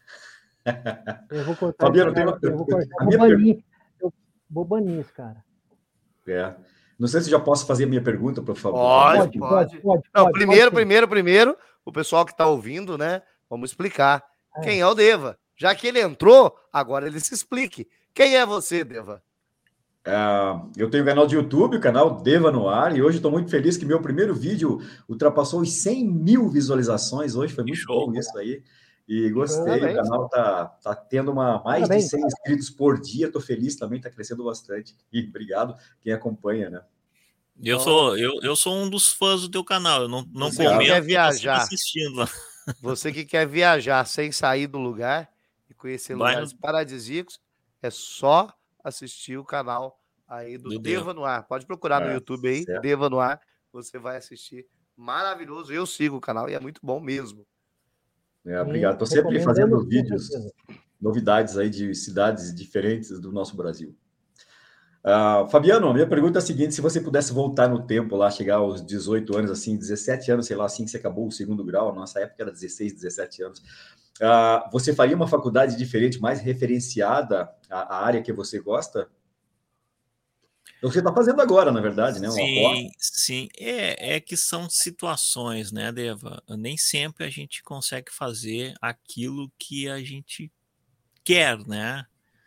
Eu vou cortar Fabiano, esse tem cara uma, aqui, eu vou cortar. a Vou minha per- banir. Eu vou banir esse cara. é, não sei se já posso fazer a minha pergunta, por favor. Pode, Pode, pode. pode, pode. Não, pode, primeiro, pode sim. primeiro, primeiro, o pessoal que está ouvindo, né? Vamos explicar É. quem é o Deva. Já que ele entrou, agora ele se explique. Quem é você, Deva? Ah, eu tenho um canal de YouTube, o canal Deva no Ar, e hoje estou muito feliz que meu primeiro vídeo ultrapassou os cem mil visualizações. Hoje foi muito Show. bom isso aí. E gostei, Parabéns. o canal tá, tá tendo uma, mais Parabéns. de cem inscritos por dia. Estou feliz também, está crescendo bastante. E obrigado quem acompanha, né? Eu sou, eu, eu sou um dos fãs do teu canal. Eu não, não Você que comento, quer eu tô viajar. sempre assistindo lá. Você que quer viajar sem sair do lugar e conhecer Vai lugares paradisíacos, é só assistir o canal aí do, Do Deva Deva. no Ar. Pode procurar no É, YouTube aí, certo. Deva no Ar. Você vai assistir. Maravilhoso. Eu sigo o canal e é muito bom mesmo. É, obrigado. Estou sempre Recomendamos, fazendo com vídeos, certeza. novidades aí de cidades diferentes do nosso Brasil. Ah, Fabiano, a minha pergunta é a seguinte: se você pudesse voltar no tempo lá, chegar aos dezoito anos, assim, dezessete anos, sei lá, assim que você acabou o segundo grau, na nossa época era dezesseis, dezessete anos, ah, você faria uma faculdade diferente, mais referenciada à, à área que você gosta? Você está fazendo agora, na verdade, né? Um aporte. Sim, sim. É, é que são situações, né, Deva? Nem sempre a gente consegue fazer aquilo que a gente quer, né?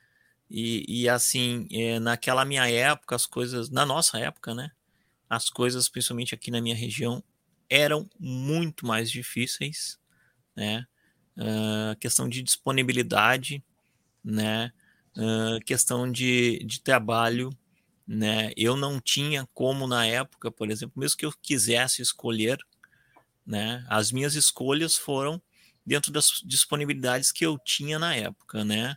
E, e assim, é, naquela minha época, as coisas, na nossa época, né? As coisas, principalmente aqui na minha região, eram muito mais difíceis, né? Uh, questão de disponibilidade, né? Uh, questão de, de trabalho, né? Eu não tinha como na época, por exemplo, mesmo que eu quisesse escolher, né? As minhas escolhas foram dentro das disponibilidades que eu tinha na época, né?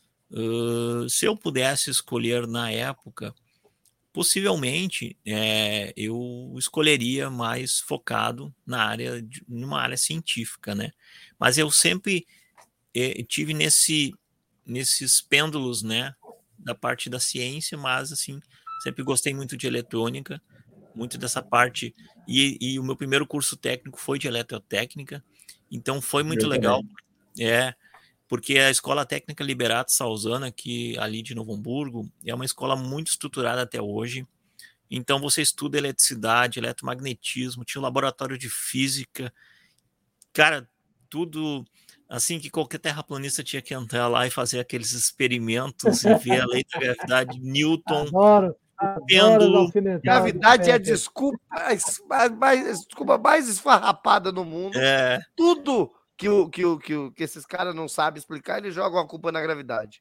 Uh, se eu pudesse escolher na época, possivelmente é, eu escolheria mais focado na área, de, numa área científica, né? Mas eu sempre é, tive nesse, nesses pêndulos, né? Da parte da ciência, mas assim, sempre gostei muito de eletrônica, muito dessa parte, e, e o meu primeiro curso técnico foi de eletrotécnica, então foi muito Eu legal. também. É, porque a Escola Técnica Liberato Salzano, aqui ali de Novo Hamburgo, é uma escola muito estruturada até hoje. Então você estuda eletricidade, eletromagnetismo, tinha um laboratório de física, cara, tudo assim que qualquer terraplanista tinha que entrar lá e fazer aqueles experimentos e ver a lei da gravidade, Newton, Adoro, adoro pêndulo. as alfinetadas. Gravidade é a Peter. desculpa mais, mais, desculpa mais esfarrapada no mundo. É, Tudo que, o, que, o, que, o, que esses caras não sabem explicar, eles jogam a culpa na gravidade.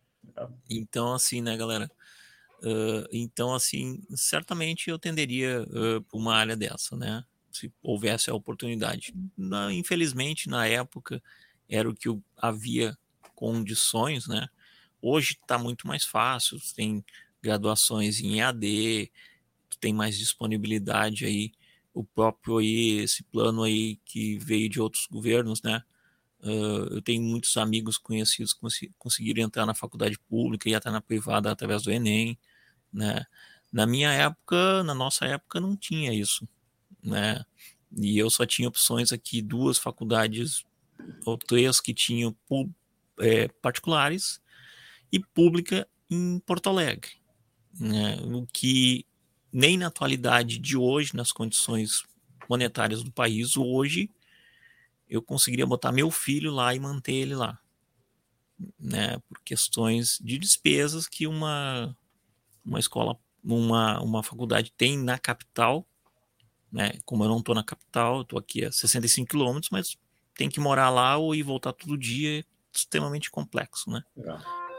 então assim, né, galera? Uh, então, assim, certamente eu tenderia uh, para uma área dessa, né? Se houvesse a oportunidade. Na, infelizmente, na época, era o que eu, havia condições, né? Hoje está muito mais fácil, tem graduações em E A D, tem mais disponibilidade aí, o próprio aí, esse plano aí que veio de outros governos, né? Uh, eu tenho muitos amigos conhecidos que cons conseguiram entrar na faculdade pública e até na privada através do Enem, né? Na minha época, na nossa época, não tinha isso, né? E eu só tinha opções aqui, duas faculdades ou três que tinham é, particulares e pública em Porto Alegre, né? O que nem na atualidade de hoje, nas condições monetárias do país, hoje eu conseguiria botar meu filho lá e manter ele lá. né, por questões de despesas que uma, uma escola, uma, uma faculdade tem na capital, né? Como eu não estou na capital, eu estou aqui a sessenta e cinco quilômetros, mas tem que morar lá ou ir voltar todo dia, é extremamente complexo, né? É.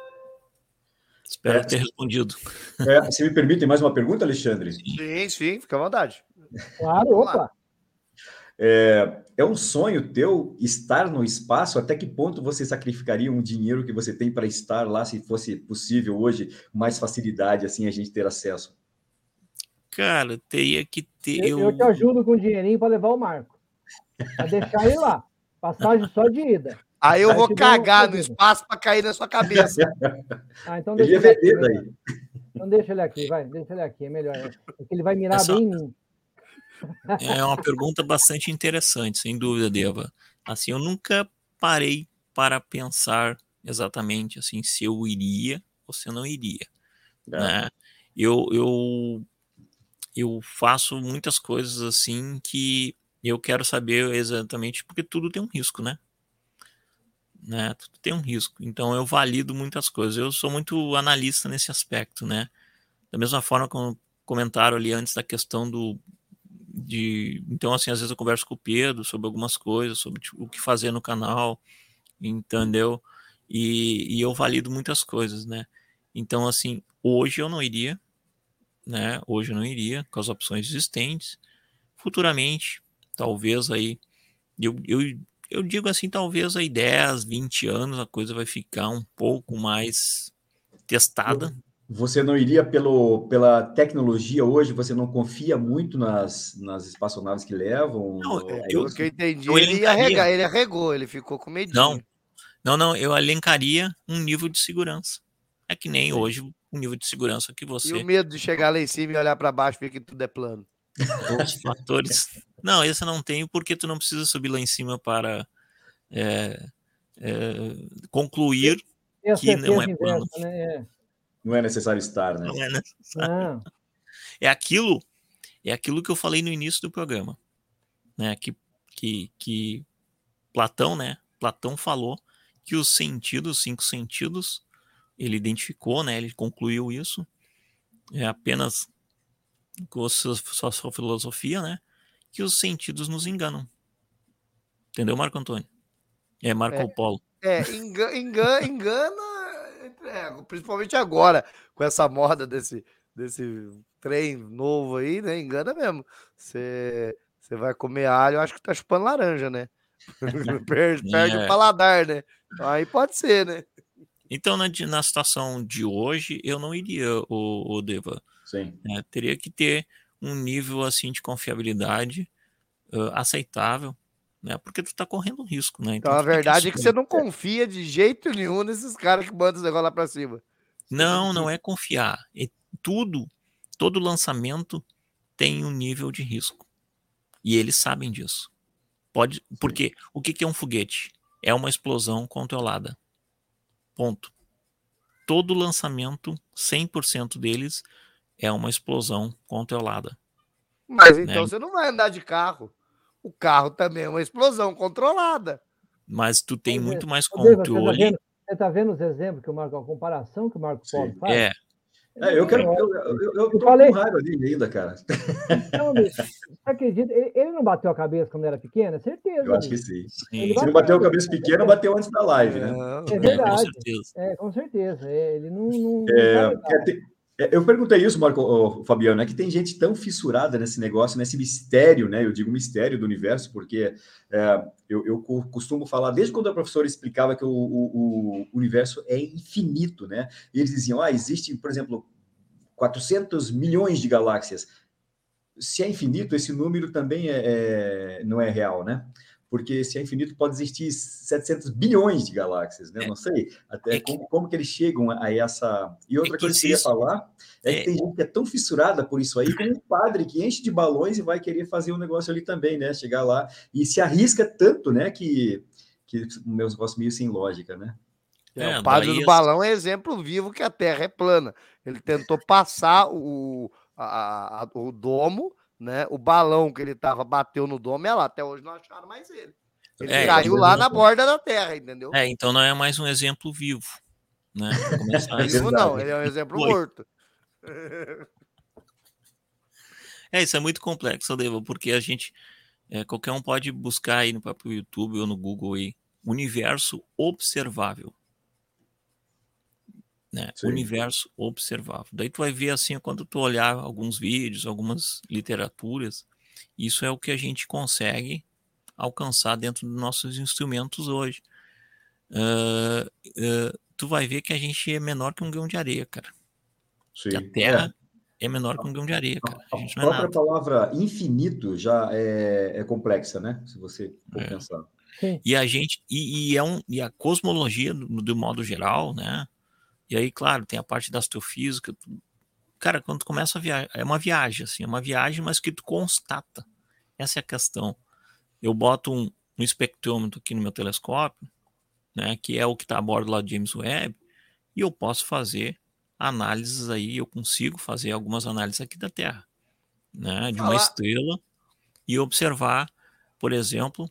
Espero É, ter respondido. é, se me permitem mais uma pergunta, Alexandre? Sim, sim, fica à vontade. Claro, Vamos lá. opa. É, é um sonho teu estar no espaço? Até que ponto você sacrificaria um dinheiro que você tem para estar lá, se fosse possível hoje, com mais facilidade, assim, a gente ter acesso? Cara, teria que ter. Eu, Eu, eu te ajudo com um dinheirinho para levar o Marco. Para deixar ele lá. Passagem só de ida. Aí eu Aí vou te dou um cagar no pedido. espaço para cair na sua cabeça. Ah, então Ele deixa ia ele aqui. vender melhor. daí. Então deixa ele aqui, vai. Deixa ele aqui, é melhor. É porque ele vai mirar Essa- bem em mim. É uma pergunta bastante interessante, sem dúvida, Deva. Assim, eu nunca parei para pensar exatamente assim se eu iria ou se eu não iria, É. né? Eu, eu, eu faço muitas coisas assim que eu quero saber exatamente porque tudo tem um risco, né? Né? Tudo tem um risco. Então eu valido muitas coisas. Eu sou muito analista nesse aspecto, né? Da mesma forma como comentaram ali antes da questão do de então assim às vezes eu converso com o Pedro sobre algumas coisas, sobre tipo, o que fazer no canal, entendeu? E, e eu valido muitas coisas, né? Então assim hoje eu não iria, né? Hoje eu não iria com as opções existentes. Futuramente, talvez aí eu, eu, eu digo assim, talvez aí dez, vinte anos a coisa vai ficar um pouco mais testada. Você não iria pelo, pela tecnologia hoje? Você não confia muito nas, nas espaçonaves que levam? Não, No- É, é pelo isso? que eu entendi, eu ele ia elencaria. arregar, ele arregou, ele ficou com medinho. Não, não, não, eu elencaria um nível de segurança. É que nem Sim. hoje o nível de segurança que E o você, medo de chegar lá em cima e olhar para baixo e ver que tudo é plano. os fatores. Não, esse eu não tenho porque tu não precisa subir lá em cima para é, é, concluir Tem a que não é certeza plano. inversa, né? É. Não é necessário estar, né? Não é necessário. Não. É aquilo, é aquilo que eu falei no início do programa, né? Que, que, que Platão, né? Platão falou que os sentidos, os cinco sentidos, ele identificou, né? Ele concluiu isso. É apenas com a sua, sua, sua filosofia, né? Que os sentidos nos enganam. Entendeu, Marco Antônio? É Marco É. Polo. É, engana, engana, engana é, principalmente agora, com essa moda desse, desse trem novo aí, né? Engana mesmo. Você vai comer alho, eu acho que tá chupando laranja, né? perde, perde o É. paladar, né? Aí pode ser, né? Então, na, de- na situação de hoje, eu não iria, o, o Deva. Sim. né? Teria que ter um nível assim de confiabilidade uh, aceitável, né? Porque tu tá correndo um risco, né? Então Então a tu tem que verdade é que assumir. você não confia de jeito nenhum nesses caras que mandam os negócios lá pra cima. Não, não é confiar. É tudo, todo lançamento tem um nível de risco. E eles sabem disso. Pode, porque o que, que é um foguete? É uma explosão controlada. Ponto. Todo lançamento, cem por cento deles, é uma explosão controlada. Mas então né? você não vai andar de carro. O carro também é uma explosão controlada. Mas tu tem Pois é. muito mais Ô, Deva, Você está controle. vendo, você tá vendo os exemplos que o Marco, a comparação que o Marco Sim. Polo faz? É, É, eu quero. Eu- Eu, eu, eu, eu tô falei- com raiva dele ainda, cara. Não, bicho, você acredita? Ele, ele não bateu a cabeça quando era pequeno? É certeza. Eu acho que bicho. sim. sim, Se não bateu a cabeça pequena, bateu antes da live, né? Não, É é, com verdade. certeza. É, com certeza. É, ele não. não, É, não tá é, legal. tem- é, eu perguntei isso, Marco, ô, Fabiano, é que tem gente tão fissurada nesse negócio, nesse mistério, né? Eu digo mistério do universo, porque é, eu, eu co- costumo falar, desde quando a professora explicava que o, o- o universo é infinito, né? E eles diziam, ah, existe, por exemplo, quatrocentos milhões de galáxias. Se é infinito, esse número também é, é- não é real, né? Porque se é infinito, pode existir setecentos bilhões de galáxias, né? Eu não sei até É que- como, como que eles chegam a essa... E outra é que coisa que eu queria existe- falar é que é- tem gente que é tão fissurada por isso aí, como um padre que enche de balões e vai querer fazer um negócio ali também, né? Chegar lá e se arrisca tanto, né? Que, que meus negócios meio sem lógica, né? É, é, o padre daí do as- balão é exemplo vivo que a Terra é plana. Ele tentou passar o, a- a- o domo, né? O balão que ele tava bateu no domo, é lá. Até hoje não acharam mais ele. Ele É, caiu eu- lá na borda da Terra, entendeu? É, então não é mais um exemplo vivo, né? Pra começar É isso. Vivo não, verdade. ele é um exemplo Foi. morto. É, isso é muito complexo, Deva, porque a gente, é, qualquer um pode buscar aí no próprio YouTube ou no Google aí, universo observável, né? Sim. Universo observável. Daí tu vai ver assim, quando tu olhar alguns vídeos, algumas literaturas, isso é o que a gente consegue alcançar dentro dos nossos instrumentos hoje. Ah, ah, tu vai ver que a gente é menor que um grão de areia, cara. Que a Sim. Terra é. menor que um grão de areia, cara. A A gente não é própria nada. palavra infinito já é, é complexa, né? Se você for É. pensar. Sim. E a gente, e, e é um, e a cosmologia do, do modo geral, né? E aí, claro, tem a parte da astrofísica. tu- Cara, quando tu começa a viajar, é uma viagem, assim, é uma viagem, mas que tu constata. Essa é a questão. Eu boto um, um espectrômetro aqui no meu telescópio, né? Que é o que está a bordo lá do James Webb, e eu posso fazer análises aí, eu consigo fazer algumas análises aqui da Terra, né? De uma Falar- estrela e observar, por exemplo,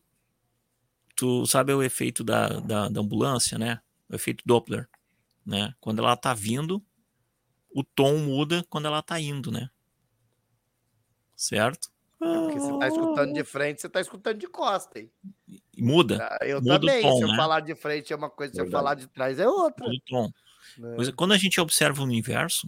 tu sabe o efeito da, da, da ambulância, né? O efeito Doppler, né? Quando ela tá vindo, o tom muda quando ela tá indo, né? Certo? Porque você tá escutando de frente, você tá escutando de costa, hein? E muda, Ah, Eu muda o também. tom, Se eu né? falar de frente é uma coisa, se eu Verdade. falar de trás é outra. Muda o tom. né? Pois é, quando a gente observa o universo,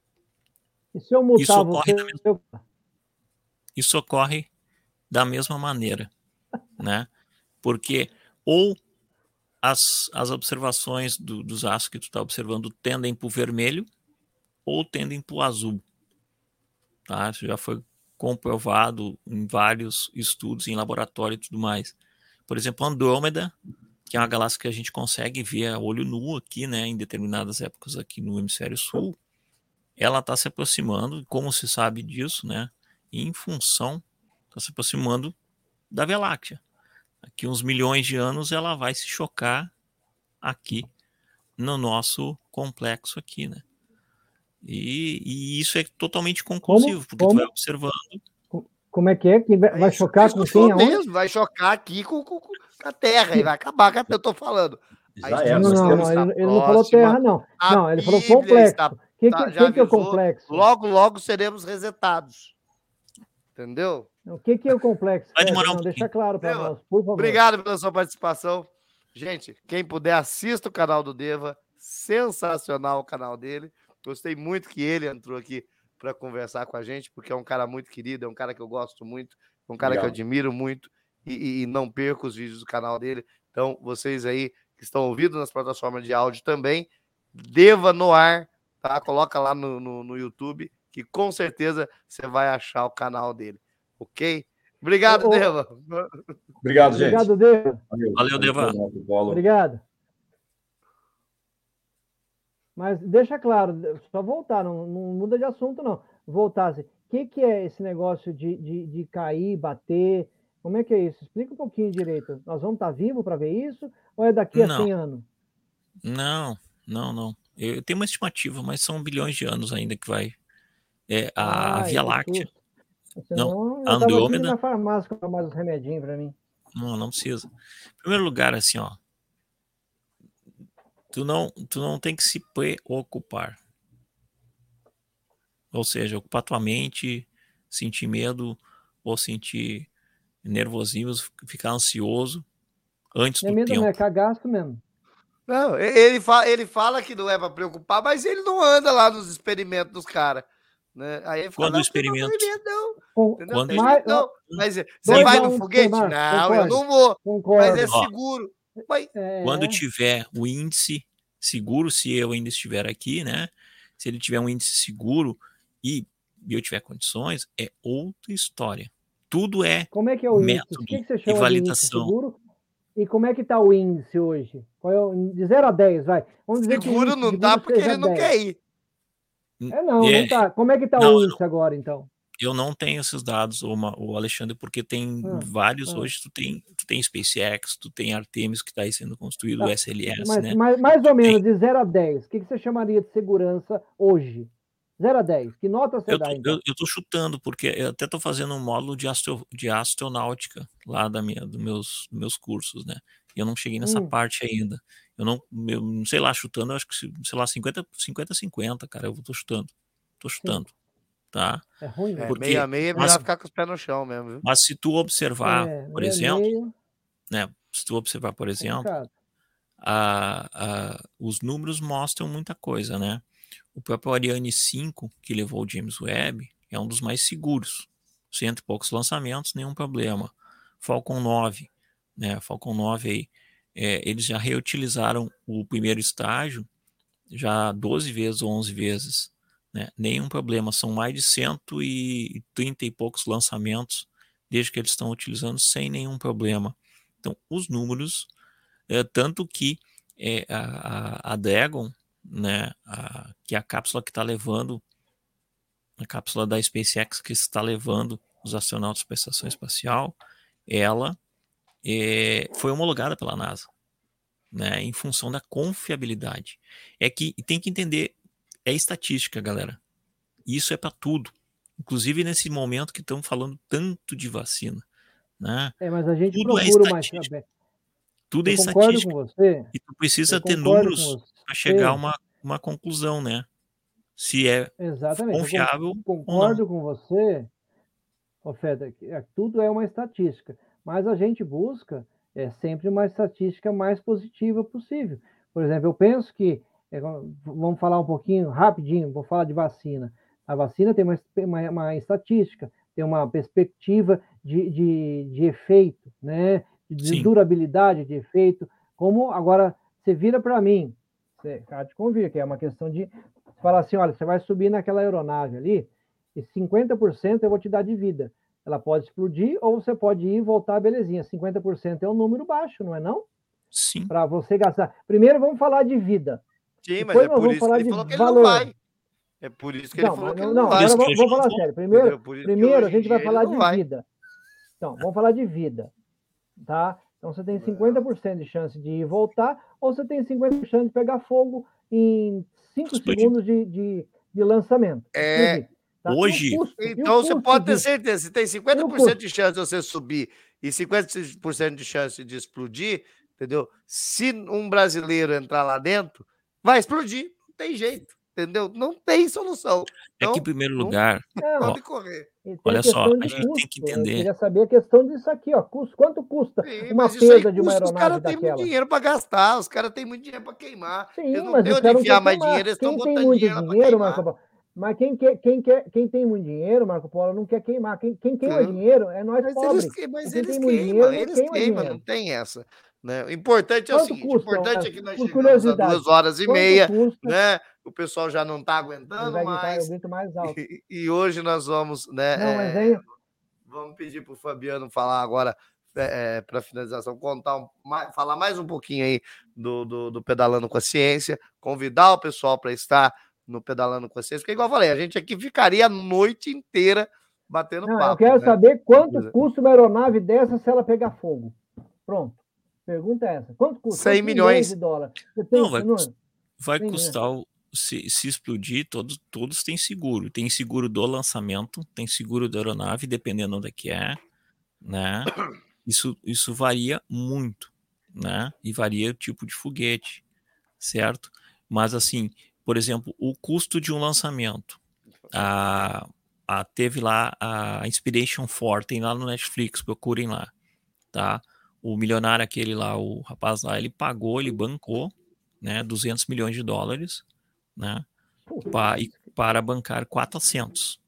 E se eu Isso mutar ocorre você, na eu... isso ocorre da mesma maneira, né? Porque ou as, as observações do, dos astros que tu está observando tendem para o vermelho ou tendem para o azul, tá? Isso já foi comprovado em vários estudos em laboratório e tudo mais. Por exemplo, Andrômeda, que é uma galáxia que a gente consegue ver a olho nu aqui, né, em determinadas épocas aqui no hemisfério sul, ela está se aproximando, como se sabe disso, né, em função, está se aproximando da Via Láctea. Daqui uns milhões de anos ela vai se chocar aqui no nosso complexo aqui, né? E, e isso é totalmente conclusivo, Como? porque tu Como? vai observando. Como é que é? Que vai É vai isso- chocar isso com que eu sou quem? Aonde? mesmo, vai chocar aqui com, com- com a Terra e vai acabar com a Eu tô falando. A Já é, Não, nós não, temos. não, está ele, ele não falou próxima, terra, não. a Não, ele falou Bíblia complexo. está- O que, tá- que, já que, que é o avisou. complexo? Logo, logo seremos resetados. Entendeu? O que, que é o complexo? Vai Fred? demorar um Não, deixa pouquinho. claro para Deva, nós, por favor. Obrigado pela sua participação. Gente, quem puder, assista o canal do Deva. Sensacional o canal dele. Gostei muito que ele entrou aqui para conversar com a gente, porque é um cara muito querido, é um cara que eu gosto muito, é um cara Obrigado. que eu admiro muito e, e- e não perco os vídeos do canal dele. Então, vocês aí que estão ouvindo nas plataformas de áudio também, Deva no ar, tá? Coloca lá no, no, no YouTube, que com certeza você vai achar o canal dele, ok? Obrigado, Ô, ô, Deva. Obrigado, gente. Obrigado, Deva. Valeu, Valeu, Deva. Marco Polo. Obrigado. Mas deixa claro, só voltar, não, não muda de assunto, não. Voltar assim. O que, que é esse negócio de, de, de cair, bater? Como é que é isso? Explica um pouquinho direito. Nós vamos estar vivos para ver isso? Ou é daqui a Não. cem anos? Não, não, não. Eu tenho uma estimativa, mas são bilhões de anos ainda que vai. É, a, a Ai, Via que Láctea. susto. Senão, a eu tava aqui Andrômeda- na farmácia comprar mais uns remedinhos para mim. Não, não precisa. Em primeiro lugar, assim, ó. Tu não, tu não tem que se preocupar. Ou seja, ocupar tua mente, sentir medo ou sentir nervosismo, ficar ansioso antes É do medo, tempo. não é cagaço mesmo. Não, ele fala, ele fala que não é para preocupar, mas ele não anda lá nos experimentos dos caras. Né? Aí ele fala, Quando não, o experimento- tem medo, não. Com- Entendeu? Quando- Tem Mas- jeito, não. Mas você Dois vai a no um, foguete? Marcos, Não, eu concordo. não vou. Concordo. Mas é Ó. seguro. Mas, É, Quando tiver o índice seguro, se eu ainda estiver aqui, né? Se ele tiver um índice seguro e eu tiver condições, é outra história. Tudo é Como é que é o índice? método O que, que você e chama de índice validação. seguro? E como é que está o índice hoje? Qual é o, de zero a dez, vai. Vamos dizer que o seguro índice não seguro tá porque seja ele não dez. quer ir. É, não, É, não tá. Como é que tá não, o eu índice agora, então? Eu não tenho esses dados, o, Ma- o Alexandre, porque tem Ah, vários. ah. Hoje tu tem, tu tem SpaceX, tu tem Artemis que está aí sendo construído, Tá, o S L S, Mas, né? mais, mais ou menos, de zero a dez, o que, que você chamaria de segurança hoje? zero a dez, que nota você Eu dá, tô, então? eu, eu tô chutando, porque eu até tô fazendo um módulo de, astro, de astronáutica lá da minha, dos meus, meus cursos, né? E eu não cheguei nessa Hum. parte ainda. Eu não, eu não sei lá, chutando, eu acho que, sei lá, cinquenta a cinquenta, cara, eu tô chutando. Tô chutando, tá? É ruim, É, né? Porque, meio a meio é mas, melhor ficar com os pés no chão mesmo, viu? mas se tu observar, É, por meio a exemplo, meio, né? Se tu observar, por exemplo, complicado. a, a, os números mostram muita coisa, né? O próprio Ariane cinco, que levou o James Webb, é um dos mais seguros. Cento e poucos lançamentos, nenhum problema. Falcon nove, né? Falcon nove aí, é, eles já reutilizaram o primeiro estágio já doze vezes ou onze vezes, né? Nenhum problema. São mais de cento e trinta e poucos lançamentos desde que eles estão utilizando sem nenhum problema. Então, os números, é, tanto que é, a, a, a Dragon, né, a, que é a cápsula que está levando, a cápsula da SpaceX que está levando os astronautas para a estação espacial, ela é, foi homologada pela NASA, né, em função da confiabilidade. É que tem que entender, é estatística, galera. Isso é para tudo, inclusive nesse momento que estamos falando tanto de vacina, né? É, mas a gente Tudo é procura uma estatística. Tudo é Eu concordo estatística. com você. E tu precisa Eu ter concordo com números você. para chegar a uma, uma conclusão, né? Se é Exatamente. Eu confiável con- ou não. concordo com você, ô Feder, que é- tudo é uma estatística, mas a gente busca é sempre uma estatística mais positiva possível. Por exemplo, eu penso que, é, vamos falar um pouquinho rapidinho, vou falar de vacina. A vacina tem uma, uma, uma estatística, tem uma perspectiva de, de, de efeito, né? De Sim. durabilidade de efeito. Como agora você vira para mim, você há de convir, que é uma questão de falar assim, olha, você vai subir naquela aeronave ali, e cinquenta por cento eu vou te dar de vida. Ela pode explodir ou você pode ir e voltar, belezinha. cinquenta por cento é um número baixo, não é não? Sim. Para você gastar. Primeiro vamos falar de vida. Sim, mas Depois é nós por vamos isso que falar ele de falou que ele não valor. vai. É por isso que ele Não, falou mas que não, ele não, não vai. agora Por isso que vamos, vamos hoje falar não sério. Entendeu? Primeiro, Por isso que primeiro a hoje em gente vai dia falar ele de não vai. vida. Então, vamos falar de vida. Tá? Então você tem cinquenta por cento de chance de ir e voltar, ou você tem cinquenta por cento de chance de pegar fogo em cinco Explodir. segundos de, de, de lançamento. É, Explodir. Tá? hoje- E o custo, e o Então você custo pode ter disso? certeza, se tem E cinquenta o por cento custo? de chance de você subir e cinquenta por cento de chance de explodir, entendeu? Se um brasileiro entrar lá dentro, vai explodir, não tem jeito, entendeu? Não tem solução. É que, Então, em primeiro não lugar, Não, ó, pode correr. e tem olha a só, questão a de gente tem custo. que Eu entender. queria saber a questão disso aqui, ó. Custo, quanto custa Sim, uma mas isso aí perda de uma custa, os caras aeronave têm muito daquela? dinheiro para gastar, os caras têm muito dinheiro para queimar. Eles Sim, não mas têm os onde caras não enfiar querem mais queimar. dinheiro, eles estão Quem tem botando muito dinheiro lá para dinheiro, queimar. Marco Polo, mas quem, quer, quem, quer, quem tem muito dinheiro, Marco Polo, não quer queimar. Quem, quem queima Então, dinheiro é nós Mas pobres. eles, que- mas Quem eles tem muito queimam, dinheiro não eles queima queimam, dinheiro. não tem essa. Né? O importante é o Quanto seguinte: o custa? importante é que nós Por chegamos a curiosidade, duas horas e quanto meia, custa? né? O pessoal já não está Ele aguentando vai gritar, eu mais. grito mais alto. E, e hoje nós vamos, né? Não, mas é, aí, vamos pedir para o Fabiano falar agora, é, para finalização, contar um, mais, falar mais um pouquinho aí do, do, do Pedalando com a Ciência, convidar o pessoal para estar no Pedalando com a Ciência, porque, igual eu falei, a gente aqui ficaria a noite inteira batendo não, papo. eu quero né? saber quanto custa uma aeronave dessa se ela pegar fogo. Pronto. Pergunta é essa. Quanto custa? cem Quantos milhões de dólares? Você tem, Não, vai, não, cus- vai tem, né? custar, o- se, se explodir, todos, todos têm seguro. Tem seguro do lançamento, tem seguro da aeronave, dependendo onde é que é, né? Isso, isso varia muito, né? E varia o tipo de foguete, certo? Mas assim, por exemplo, o custo de um lançamento. A, a, teve lá a Inspiration quatro, tem lá no Netflix, procurem lá, tá? O milionário aquele lá, o rapaz lá, ele pagou, ele bancou, né, duzentos milhões de dólares, né, pa, e, para bancar quatrocentos,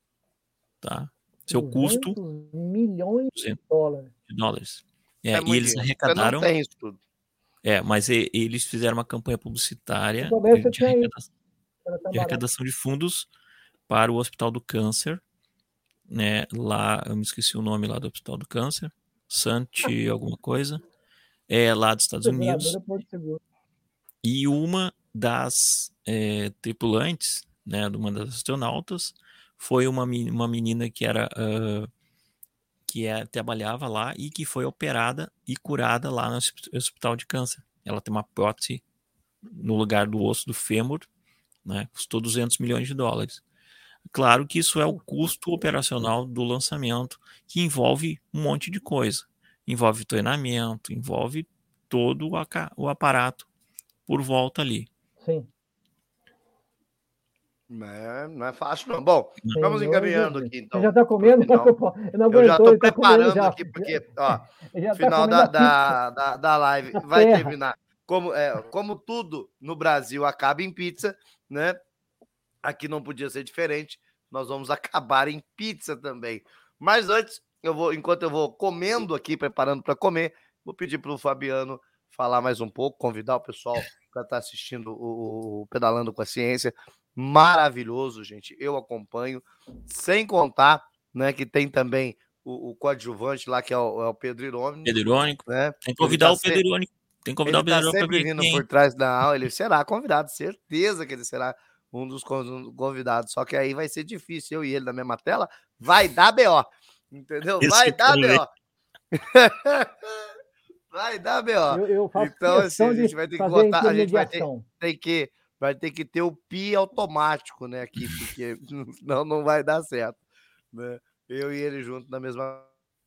tá? Seu custo, duzentos milhões de duzentos dólares. de dólares. É, É e muito eles dinheiro. Você arrecadaram, não tem isso tudo. é, mas e, eles fizeram uma campanha publicitária O comércio de, tinha aí. arrecadação, Era tão de barato. arrecadação de fundos para o Hospital do Câncer, né, lá, eu me esqueci o nome lá do Hospital do Câncer, Santi alguma coisa, é lá dos Estados Unidos, Seguradora Porto Seguro. e uma das é, tripulantes, né, de uma das astronautas, foi uma, me- uma menina que era ah, que é, trabalhava lá e que foi operada e curada lá no hosp- hospital de câncer. Ela tem uma prótese no lugar do osso do fêmur, né? Custou duzentos milhões de dólares. Claro que isso é o custo operacional do lançamento, que envolve um monte de coisa. Envolve treinamento, envolve todo o, aca- o aparato por volta ali. Sim. É, não é fácil, não. Bom, vamos Senhor encaminhando Jesus. aqui, então. Você já está comendo? pro final. Eu não Eu já aguentou, estou ele tá comendo preparando já. aqui, porque, ó, Ele já tá final comendo da, a pizza. da, da, da live A vai terra. terminar. Como, é, como tudo no Brasil acaba em pizza, né? Aqui não podia ser diferente. Nós vamos acabar em pizza também. Mas antes, eu vou, enquanto eu vou comendo aqui, preparando para comer, vou pedir para o Fabiano falar mais um pouco, convidar o pessoal para estar assistindo o, o Pedalando com a Ciência. Maravilhoso, gente. Eu acompanho. Sem contar, né, que tem também o, o coadjuvante lá, que é o, é o Pedro Irônico. Pedro Irônico. Né? Tem que convidar tá o Pedro sempre, Irônico. Tem que convidar ele o Pedro tá Irônico para sempre vir vindo aqui, por hein? trás da aula. Ele será convidado, certeza que ele será um dos con- convidados. Só que aí vai ser difícil, eu e ele na mesma tela. Vai dar B O. Entendeu? Esse Vai eu dar quero ver. B O. Vai dar B O. Eu, eu faço Então, assim, questão a gente de vai ter que fazer a botar, a gente vai ter, intermediação. tem que, vai ter que ter o pi automático, né, aqui, porque senão não vai dar certo, né? Eu e ele junto na mesma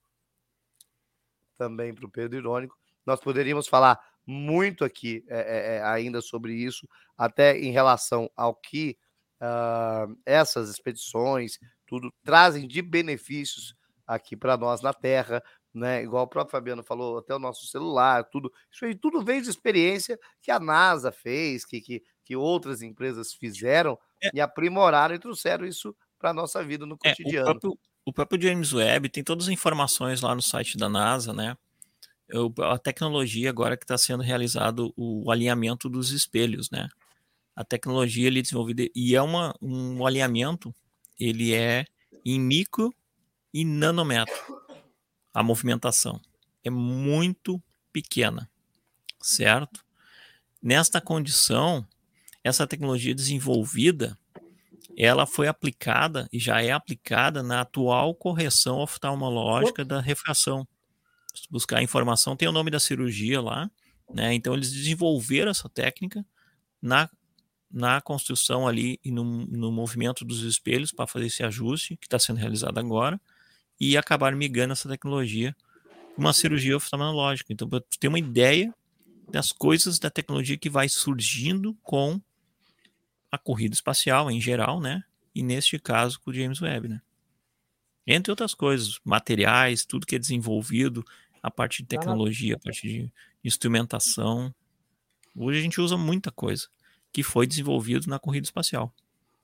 também para o Pedro Irônico. Nós poderíamos falar muito aqui é, é, é, ainda sobre isso, até em relação ao que uh, essas expedições, tudo, trazem de benefícios aqui para nós na Terra, né? Igual o próprio Fabiano falou, até o nosso celular, tudo. Isso aí tudo veio de experiência que a NASA fez, que, que, que outras empresas fizeram É. e aprimoraram e trouxeram isso para a nossa vida no É, o cotidiano. próprio, o próprio James Webb tem todas as informações lá no site da NASA, né? Eu- a tecnologia agora que está sendo realizado o alinhamento dos espelhos, né? A tecnologia ele é desenvolvida e é uma, um alinhamento, ele é em micro e nanômetro. A movimentação é muito pequena, certo? Nesta condição, essa tecnologia desenvolvida, ela foi aplicada e já é aplicada na atual correção oftalmológica da refração. Se buscar a informação, tem o nome da cirurgia lá, né? Então eles desenvolveram essa técnica na, na construção ali e no, no movimento dos espelhos para fazer esse ajuste que está sendo realizado agora e acabaram migrando essa tecnologia para uma cirurgia oftalmológica. Então, para tu ter uma ideia das coisas da tecnologia que vai surgindo com a corrida espacial em geral, né? E neste caso com o James Webb, né? Entre outras coisas, materiais, tudo que é desenvolvido, a parte de tecnologia, a parte de instrumentação. Hoje a gente usa muita coisa que foi desenvolvido na corrida espacial.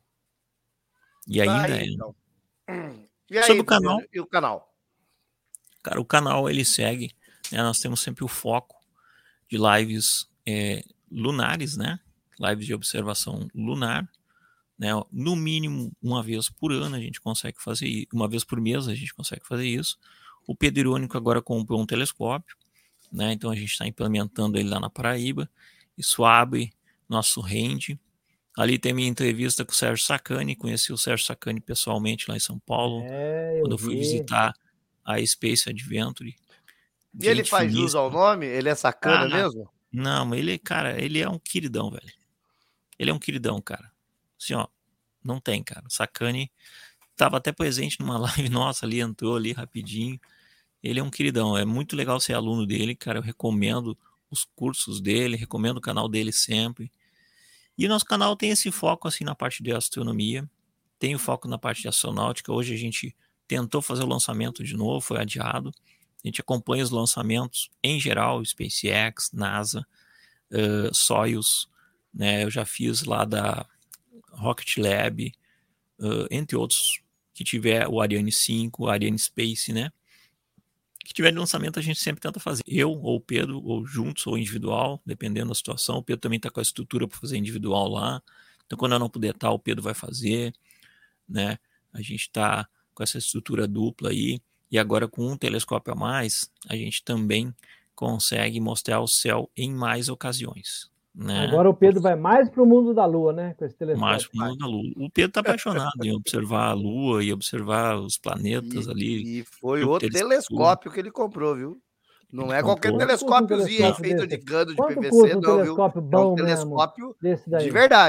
E Tá ainda aí, é. então. E aí, Sobre o Fabiano, canal, e o canal? cara, o canal ele segue, né? Nós temos sempre o foco de lives é, lunares, né? Lives de observação lunar, né? No mínimo uma vez por ano a gente consegue fazer isso, uma vez por mês a gente consegue fazer isso. O Pedro Irônico agora comprou um telescópio, né? Então a gente está implementando ele lá na Paraíba. Isso abre nosso range. Ali tem minha entrevista com o Sérgio Sacani, conheci o Sérgio Sacani pessoalmente lá em São Paulo, É, eu quando eu fui vi. visitar a Space Adventure. E ele Gente faz jus finíssima. ao nome? Ele é sacana Ah, mesmo? Não, mas ele, cara, ele é um queridão, velho. Ele é um queridão, cara. Assim, ó, não tem, cara. O Sacani tava até presente numa live nossa ali, entrou ali rapidinho. Ele é um queridão, é muito legal ser aluno dele, cara. Eu recomendo os cursos dele, recomendo o canal dele sempre. E o nosso canal tem esse foco, assim, na parte de astronomia. Tem o foco na parte de astronáutica. Hoje a gente tentou fazer o lançamento de novo, foi adiado. A gente acompanha os lançamentos em geral, SpaceX, NASA, uh, Soyuz, né? Eu já fiz lá da Rocket Lab, uh, entre outros, que tiver o Ariane cinco, o Ariane Space, né? Que tiver de lançamento a gente sempre tenta fazer. Eu ou o Pedro, ou juntos, ou individual, dependendo da situação. O Pedro também está com a estrutura para fazer individual lá. Então, quando eu não puder estar, o Pedro vai fazer, né? A gente está com essa estrutura dupla aí. E agora, com um telescópio a mais, a gente também consegue mostrar o céu em mais ocasiões, né? Agora o Pedro vai mais para o mundo da Lua, né? Com esse telescópio. Mais para o mundo da Lua. O Pedro está apaixonado em observar a Lua e observar os planetas E, ali. e foi Júpiter o e Saturno. telescópio que ele comprou, viu? Não Ele é qualquer comprou. Quanto custa um telescópiozinho aí telescópio feito de desse? cano de Quanto P V custa C, um não, viu? telescópio É um bom mesmo telescópio desse daí? de verdade.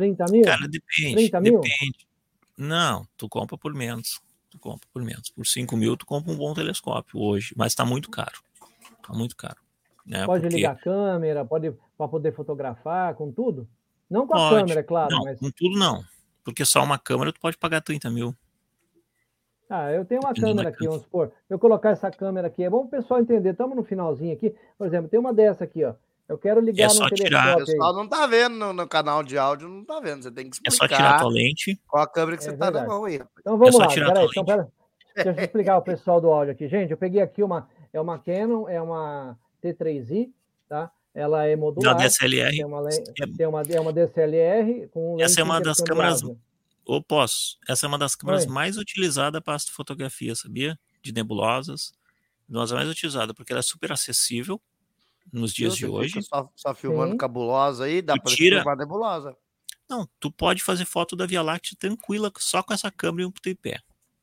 trinta mil? Cara, depende. trinta mil? Depende. Não, tu compra por menos. Tu compra por menos. Por cinco mil, tu compra um bom telescópio hoje. Mas tá muito caro. Tá muito caro. Né? Pode Porque ligar a câmera, pode para poder fotografar com tudo? Não com a pode. câmera, é claro, Não, mas. com tudo não. Porque só uma câmera tu pode pagar trinta mil. Ah, eu tenho uma Dependendo câmera da aqui, câmera. vamos supor. Se eu colocar essa câmera aqui, é bom o pessoal entender. Estamos no finalzinho aqui. Por exemplo, tem uma dessa aqui, ó. Eu quero ligar É no só tirar. O telescópio aí. pessoal não tá vendo no, no canal de áudio, não tá vendo. Você tem que É só tirar explicar tua lente. qual a câmera que É você tá na verdade. mão aí. rapaz. Então vamos É só lá, tirar peraí. tua Então, lente. pera, deixa eu explicar o pessoal do áudio aqui. Gente, eu peguei aqui uma, é uma Canon, é uma T três i, tá? Ela é Da modular. D S L R. Tem uma, le- é- tem uma, é uma D S L R com lente Essa é uma das câmeras. intercambiável. Ou posso. Essa é uma das câmeras Oi. mais utilizadas para astrofotografia, sabia? De nebulosas. Uma das mais utilizadas, porque ela é super acessível nos dias Viu? de Você hoje. fica só, só filmando Sim. cabulosa aí, dá Tu pra tira- filmar nebulosa. Não, tu pode fazer foto da Via Láctea tranquila só com essa câmera e um tripé.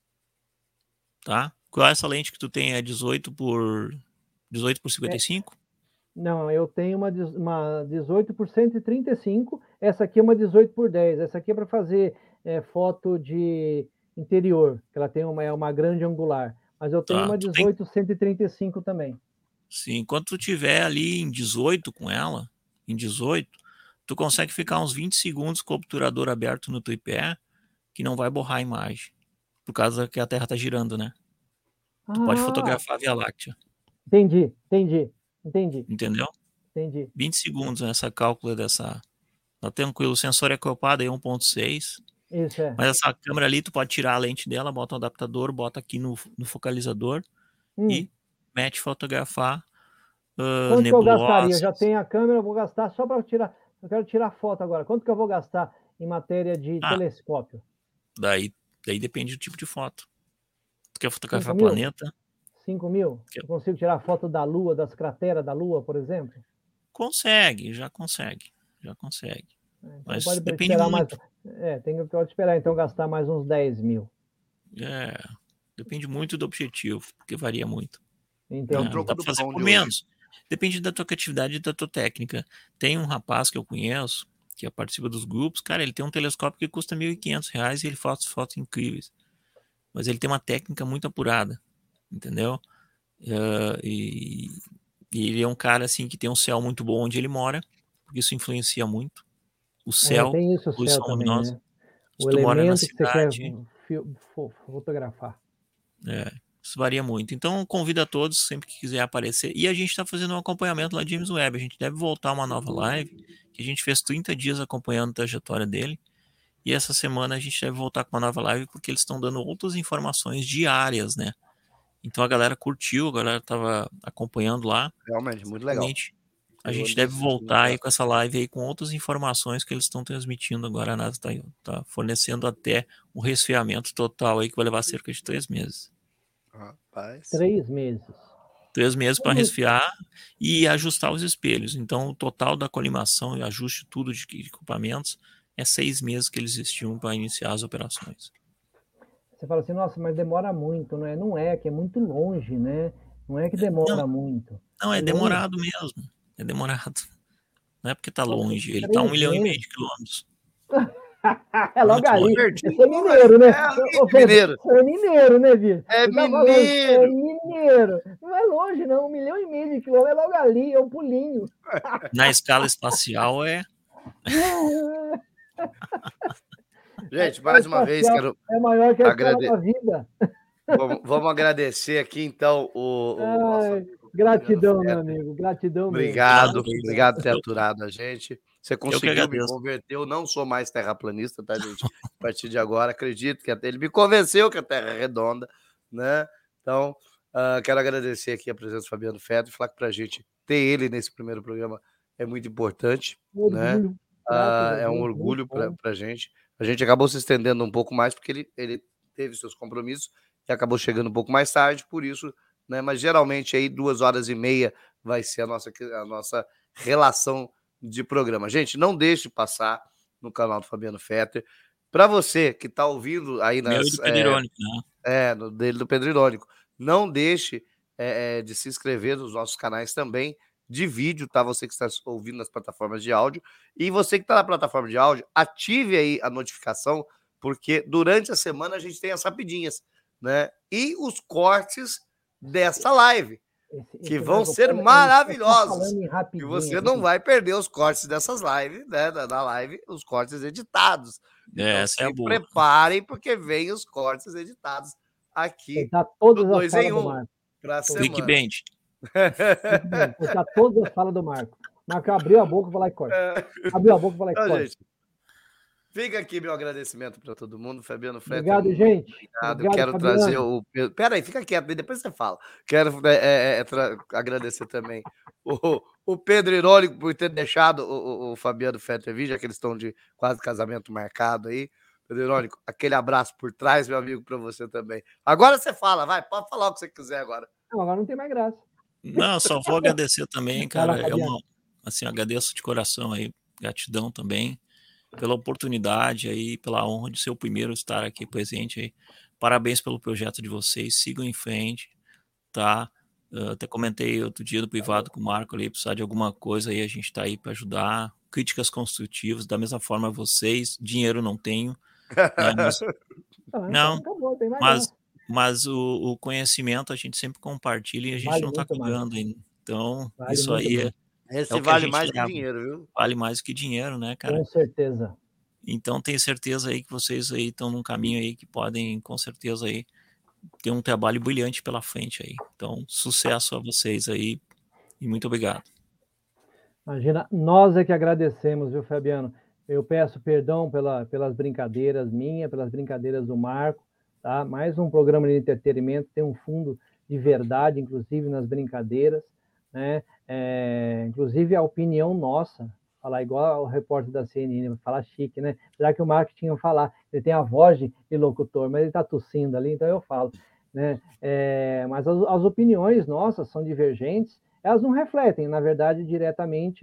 Tá? Qual é essa lente que tu tem? É dezoito por dezoito por cinquenta e cinco? Não, eu tenho uma, dez- uma dezoito por cento e trinta e cinco, essa aqui é uma dezoito por dez. Essa aqui é para fazer é, foto de interior, que ela tem uma, é uma grande angular. Mas eu tenho Tá, uma tu tem- dezoito por cento e trinta e cinco também. Sim, enquanto tu tiver ali em dezoito com ela, em dezoito, tu consegue ficar uns vinte segundos com o obturador aberto no tripé, que não vai borrar a imagem. Por causa que a Terra tá girando, né? Tu pode Ah, fotografar a Via Láctea, entendi, entendi, entendi, entendeu? entendi. vinte segundos nessa cálculo dessa. Tá tranquilo, o sensor é acoplado aí um ponto seis. Isso é. Mas essa câmera ali, tu pode tirar a lente dela, bota um adaptador, bota aqui no, no focalizador Hum, e mete fotografar uh, quanto que eu gastaria? Eu nebulosas. já tenho a câmera, eu vou gastar só para tirar. Eu quero tirar foto agora. Quanto que eu vou gastar em matéria de Ah. telescópio? Daí, daí depende do tipo de foto. Tu quer fotografar Cinco mil? planeta? cinco mil? Que- Eu consigo tirar foto da Lua, das crateras da Lua, por exemplo? Consegue, já consegue. Já consegue. Então Mas pode depende esperar muito. mais. É, tem que pode esperar então gastar mais uns dez mil. É, depende muito do objetivo, porque varia muito. Então, É o né? troco Dá do pra fazer pão por de hoje. menos. Depende da tua criatividade e da tua técnica. Tem um rapaz que eu conheço, que participa dos grupos, cara, ele tem um telescópio que custa mil e quinhentos reais e ele faz fotos incríveis. Mas ele tem uma técnica muito apurada, entendeu? Uh, e, e ele é um cara assim que tem um céu muito bom onde ele mora, porque isso influencia muito. O céu, é, tem isso o poluição céu também, luminosa. né? Se O tu mora na elemento que você quer cidade, fio- fo- fotografar. é, isso varia muito. Então, convido a todos, sempre que quiser aparecer. E a gente está fazendo um acompanhamento lá de James Webb. A gente deve voltar uma nova live, que a gente fez trinta dias acompanhando a trajetória dele. E essa semana a gente deve voltar com uma nova live, porque eles estão dando outras informações diárias, né? Então a galera curtiu, a galera estava acompanhando lá. Realmente, muito legal. Realmente, a Eu gente ando deve assistindo voltar aí já. com essa live aí com outras informações que eles estão transmitindo agora. A NASA está tá fornecendo até um resfriamento total aí que vai levar cerca de três meses. Rapaz. Três meses. Três meses para Uhum. resfriar e ajustar os espelhos. Então, o total da colimação e ajuste tudo de equipamentos é seis meses que eles estimam para iniciar as operações. Você fala assim, nossa, mas demora muito, não é? Não é, que é muito longe, né? Não é que demora Não. muito. Não, é É demorado mesmo. É demorado. Não é porque tá Nossa, longe. Ele tá a um três milhão e meio meses. de quilômetros. É logo Muito ali. longe. Pertinho, Você é mineiro, né? é ali, Ô, Pedro, mineiro. você é mineiro, né, Vitor? É Você tá falando, mineiro. É mineiro. Não é longe, não. Um milhão e meio de quilômetros é logo ali, é um pulinho. Na escala espacial é. Gente, mais uma vez, quero É maior que a Agrade- escala da vida. vamos, vamos agradecer aqui, então, o, o nosso Ai, amigo gratidão, Fabiano meu Fetter. amigo. Gratidão mesmo. Obrigado, Gratidão. obrigado por ter aturado a gente. Você conseguiu me agradeço. converter, eu não sou mais terraplanista, tá, gente? A partir de agora, acredito que até ele me convenceu que a Terra é redonda, né? Então, ah, quero agradecer aqui a presença do Fabiano Fetter e falar que pra gente ter ele nesse primeiro programa é muito importante, Um né? orgulho. Ah, Graças a é um Deus, orgulho muito para bom. a gente. A gente acabou se estendendo um pouco mais porque ele, ele teve seus compromissos e acabou chegando um pouco mais tarde, por isso, né? Mas geralmente aí duas horas e meia vai ser a nossa, a nossa relação de programa. Gente, não deixe passar no canal do Fabiano Fetter. Para você que está ouvindo aí Meu nas, e do Pedro Irônico, né? é, no dele do Pedro Irônico. Não deixe é, é, de se inscrever nos nossos canais também de vídeo, tá? Você que está ouvindo nas plataformas de áudio. E você que está na plataforma de áudio, ative aí a notificação, porque durante a semana a gente tem as rapidinhas, né? E os cortes dessa live, Esse- que esse vão Marco ser Polo, ele maravilhosos. tá falando em E rapidinho você aqui. não vai perder os cortes dessas lives, né? Da, da live, os cortes editados. Então Essa é a se boa. preparem, porque vem os cortes editados aqui Ele dá todas do as dois falas em do um Marco. para a Clique semana. bem. Ele dá todas as falas do Marco. Marco abriu a boca e vai lá e corta. Abriu a boca e vai lá e Então, corta. gente, fica aqui meu agradecimento para todo mundo. Fabiano Freire. Obrigado, gente. Obrigado. Obrigado, Quero Fabiano. trazer o. Pedro- Pera aí, fica quieto, depois você fala. Quero é, é, é, tra- agradecer também o, o Pedro Irônico por ter deixado o, o, o Fabiano Fetter vir, já que eles estão de quase casamento marcado aí. Pedro Irônico, aquele abraço por trás, meu amigo, para você também. Agora você fala, vai, pode falar o que você quiser agora. Não, agora não tem mais graça. Não, só vou agradecer também, Fala, cara. É Fabiano. uma, assim, agradeço de coração aí, gratidão também pela oportunidade aí, pela honra de ser o primeiro a estar aqui presente aí. Parabéns pelo projeto de vocês, sigam em frente, tá? Eu até comentei outro dia no privado com o Marco ali, precisar de alguma coisa aí, a gente tá aí para ajudar. Críticas construtivas, da mesma forma vocês, dinheiro não tenho, né? Mas, Ah, então não, acabou, tem mais mas, graça. mas o, o conhecimento a gente sempre compartilha e a gente Vale não tá muito mais. cobrando ainda. Então, Vale isso muito aí mais. é, Esse é o que a vale gente mais que leva. dinheiro, viu? Vale mais do que dinheiro, né, cara? Com certeza. Então tenho certeza aí que vocês aí estão num caminho aí que podem, com certeza aí, ter um trabalho brilhante pela frente aí. Então, sucesso a vocês aí e muito obrigado. Imagina, nós é que agradecemos, viu, Fabiano? Eu peço perdão pela, pelas brincadeiras minhas, pelas brincadeiras do Marco, tá? Mais um programa de entretenimento, tem um fundo de verdade, inclusive, nas brincadeiras, né? É, inclusive, a opinião nossa, falar igual o repórter da C N N, falar chique, né? Será que o Marco tinha que falar? Ele tem a voz de, de locutor, mas ele está tossindo ali, então eu falo, né? É, mas as, as opiniões nossas são divergentes, elas não refletem, na verdade, diretamente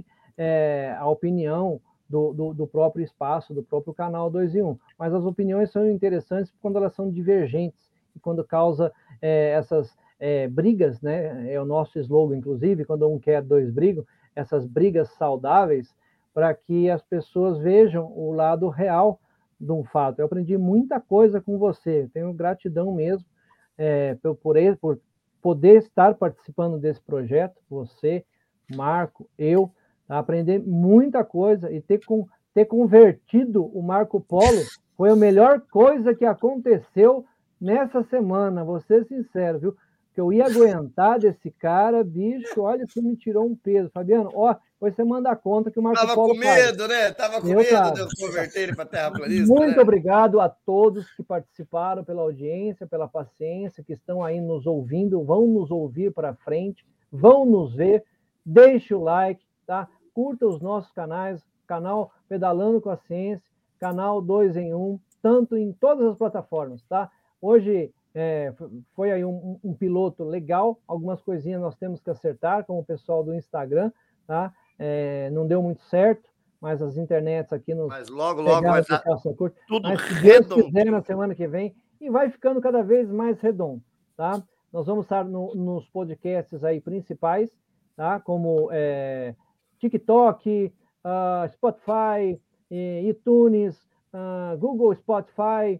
é, a opinião do, do, do próprio espaço, do próprio canal dois em um. Mas as opiniões são interessantes quando elas são divergentes e quando causa é, essas é, brigas, né? É o nosso slogan, inclusive, quando um quer, dois brigam, essas brigas saudáveis, para que as pessoas vejam o lado real de um fato. Eu aprendi muita coisa com você, tenho gratidão mesmo é, por, por poder estar participando desse projeto, você, Marco, eu, tá? Aprender muita coisa e ter, com, ter convertido o Marco Polo foi a melhor coisa que aconteceu nessa semana, vou ser sincero, viu? Que eu ia aguentar desse cara, bicho, olha, você me tirou um peso. Fabiano, ó, depois você manda a conta que o Marco Tava Polo com medo, né? Tava com Eu medo tava. de eu converter ele para terraplanista, Muito né? obrigado a todos que participaram, pela audiência, pela paciência, que estão aí nos ouvindo, vão nos ouvir para frente, vão nos ver, deixe o like, tá? Curta os nossos canais, canal Pedalando com a Ciência, canal dois em um, tanto em todas as plataformas, tá? Hoje é, foi aí um, um piloto legal, algumas coisinhas nós temos que acertar com o pessoal do Instagram, tá? É, não deu muito certo, mas as internets aqui nos Mas logo, logo vai pegaram estar essa curta. tudo Mas se Deus redondo. quiser, na semana que vem, e vai ficando cada vez mais redondo, tá? Nós vamos estar no, nos podcasts aí principais, tá? Como é, TikTok, uh, Spotify, eh, iTunes, uh, Google Spotify,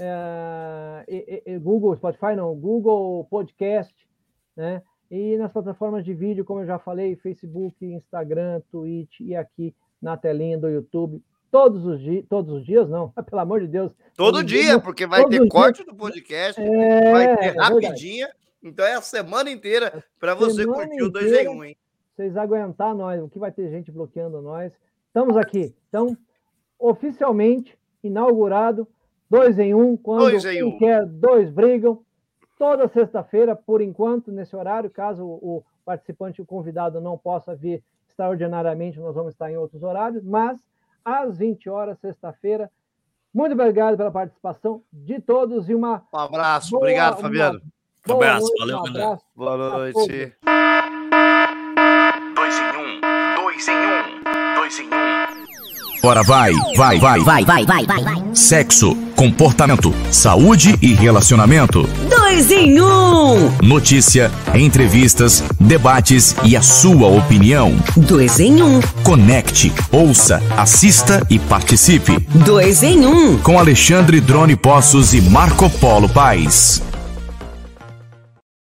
uh, e, e, Google Spotify não, Google Podcast, né? E nas plataformas de vídeo, como eu já falei, Facebook, Instagram, Twitch e aqui na telinha do YouTube, todos os dias, todos os dias não, pelo amor de Deus. Todo dia, porque vai todos ter os corte dias. do podcast, É, vai ter é verdade. rapidinha, então é a semana inteira para você Semana curtir o dois em inteira. um, hein? Vocês aguentar nós, o que vai ter gente bloqueando nós. Estamos aqui. Então, oficialmente inaugurado dois em um, quando Dois em um um. quer, dois brigam. Toda sexta-feira, por enquanto, nesse horário, caso o participante, o convidado não possa vir extraordinariamente, nós vamos estar em outros horários, mas às vinte horas, sexta-feira. Muito obrigado pela participação de todos e uma Um abraço, boa- obrigado, uma Fabiano. boa Abraço, noite, valeu, um galera. abraço. Boa a noite. todos. Dois em um, dois em um, dois em um. Ora vai, vai, vai, Vai, vai, vai, vai, vai. sexo, comportamento, saúde e relacionamento. Dois em um. Notícia, entrevistas, debates e a sua opinião. Dois em um. Conecte, ouça, assista e participe. Dois em um. Com Alexandre Drone Poços e Marco Polo Paes.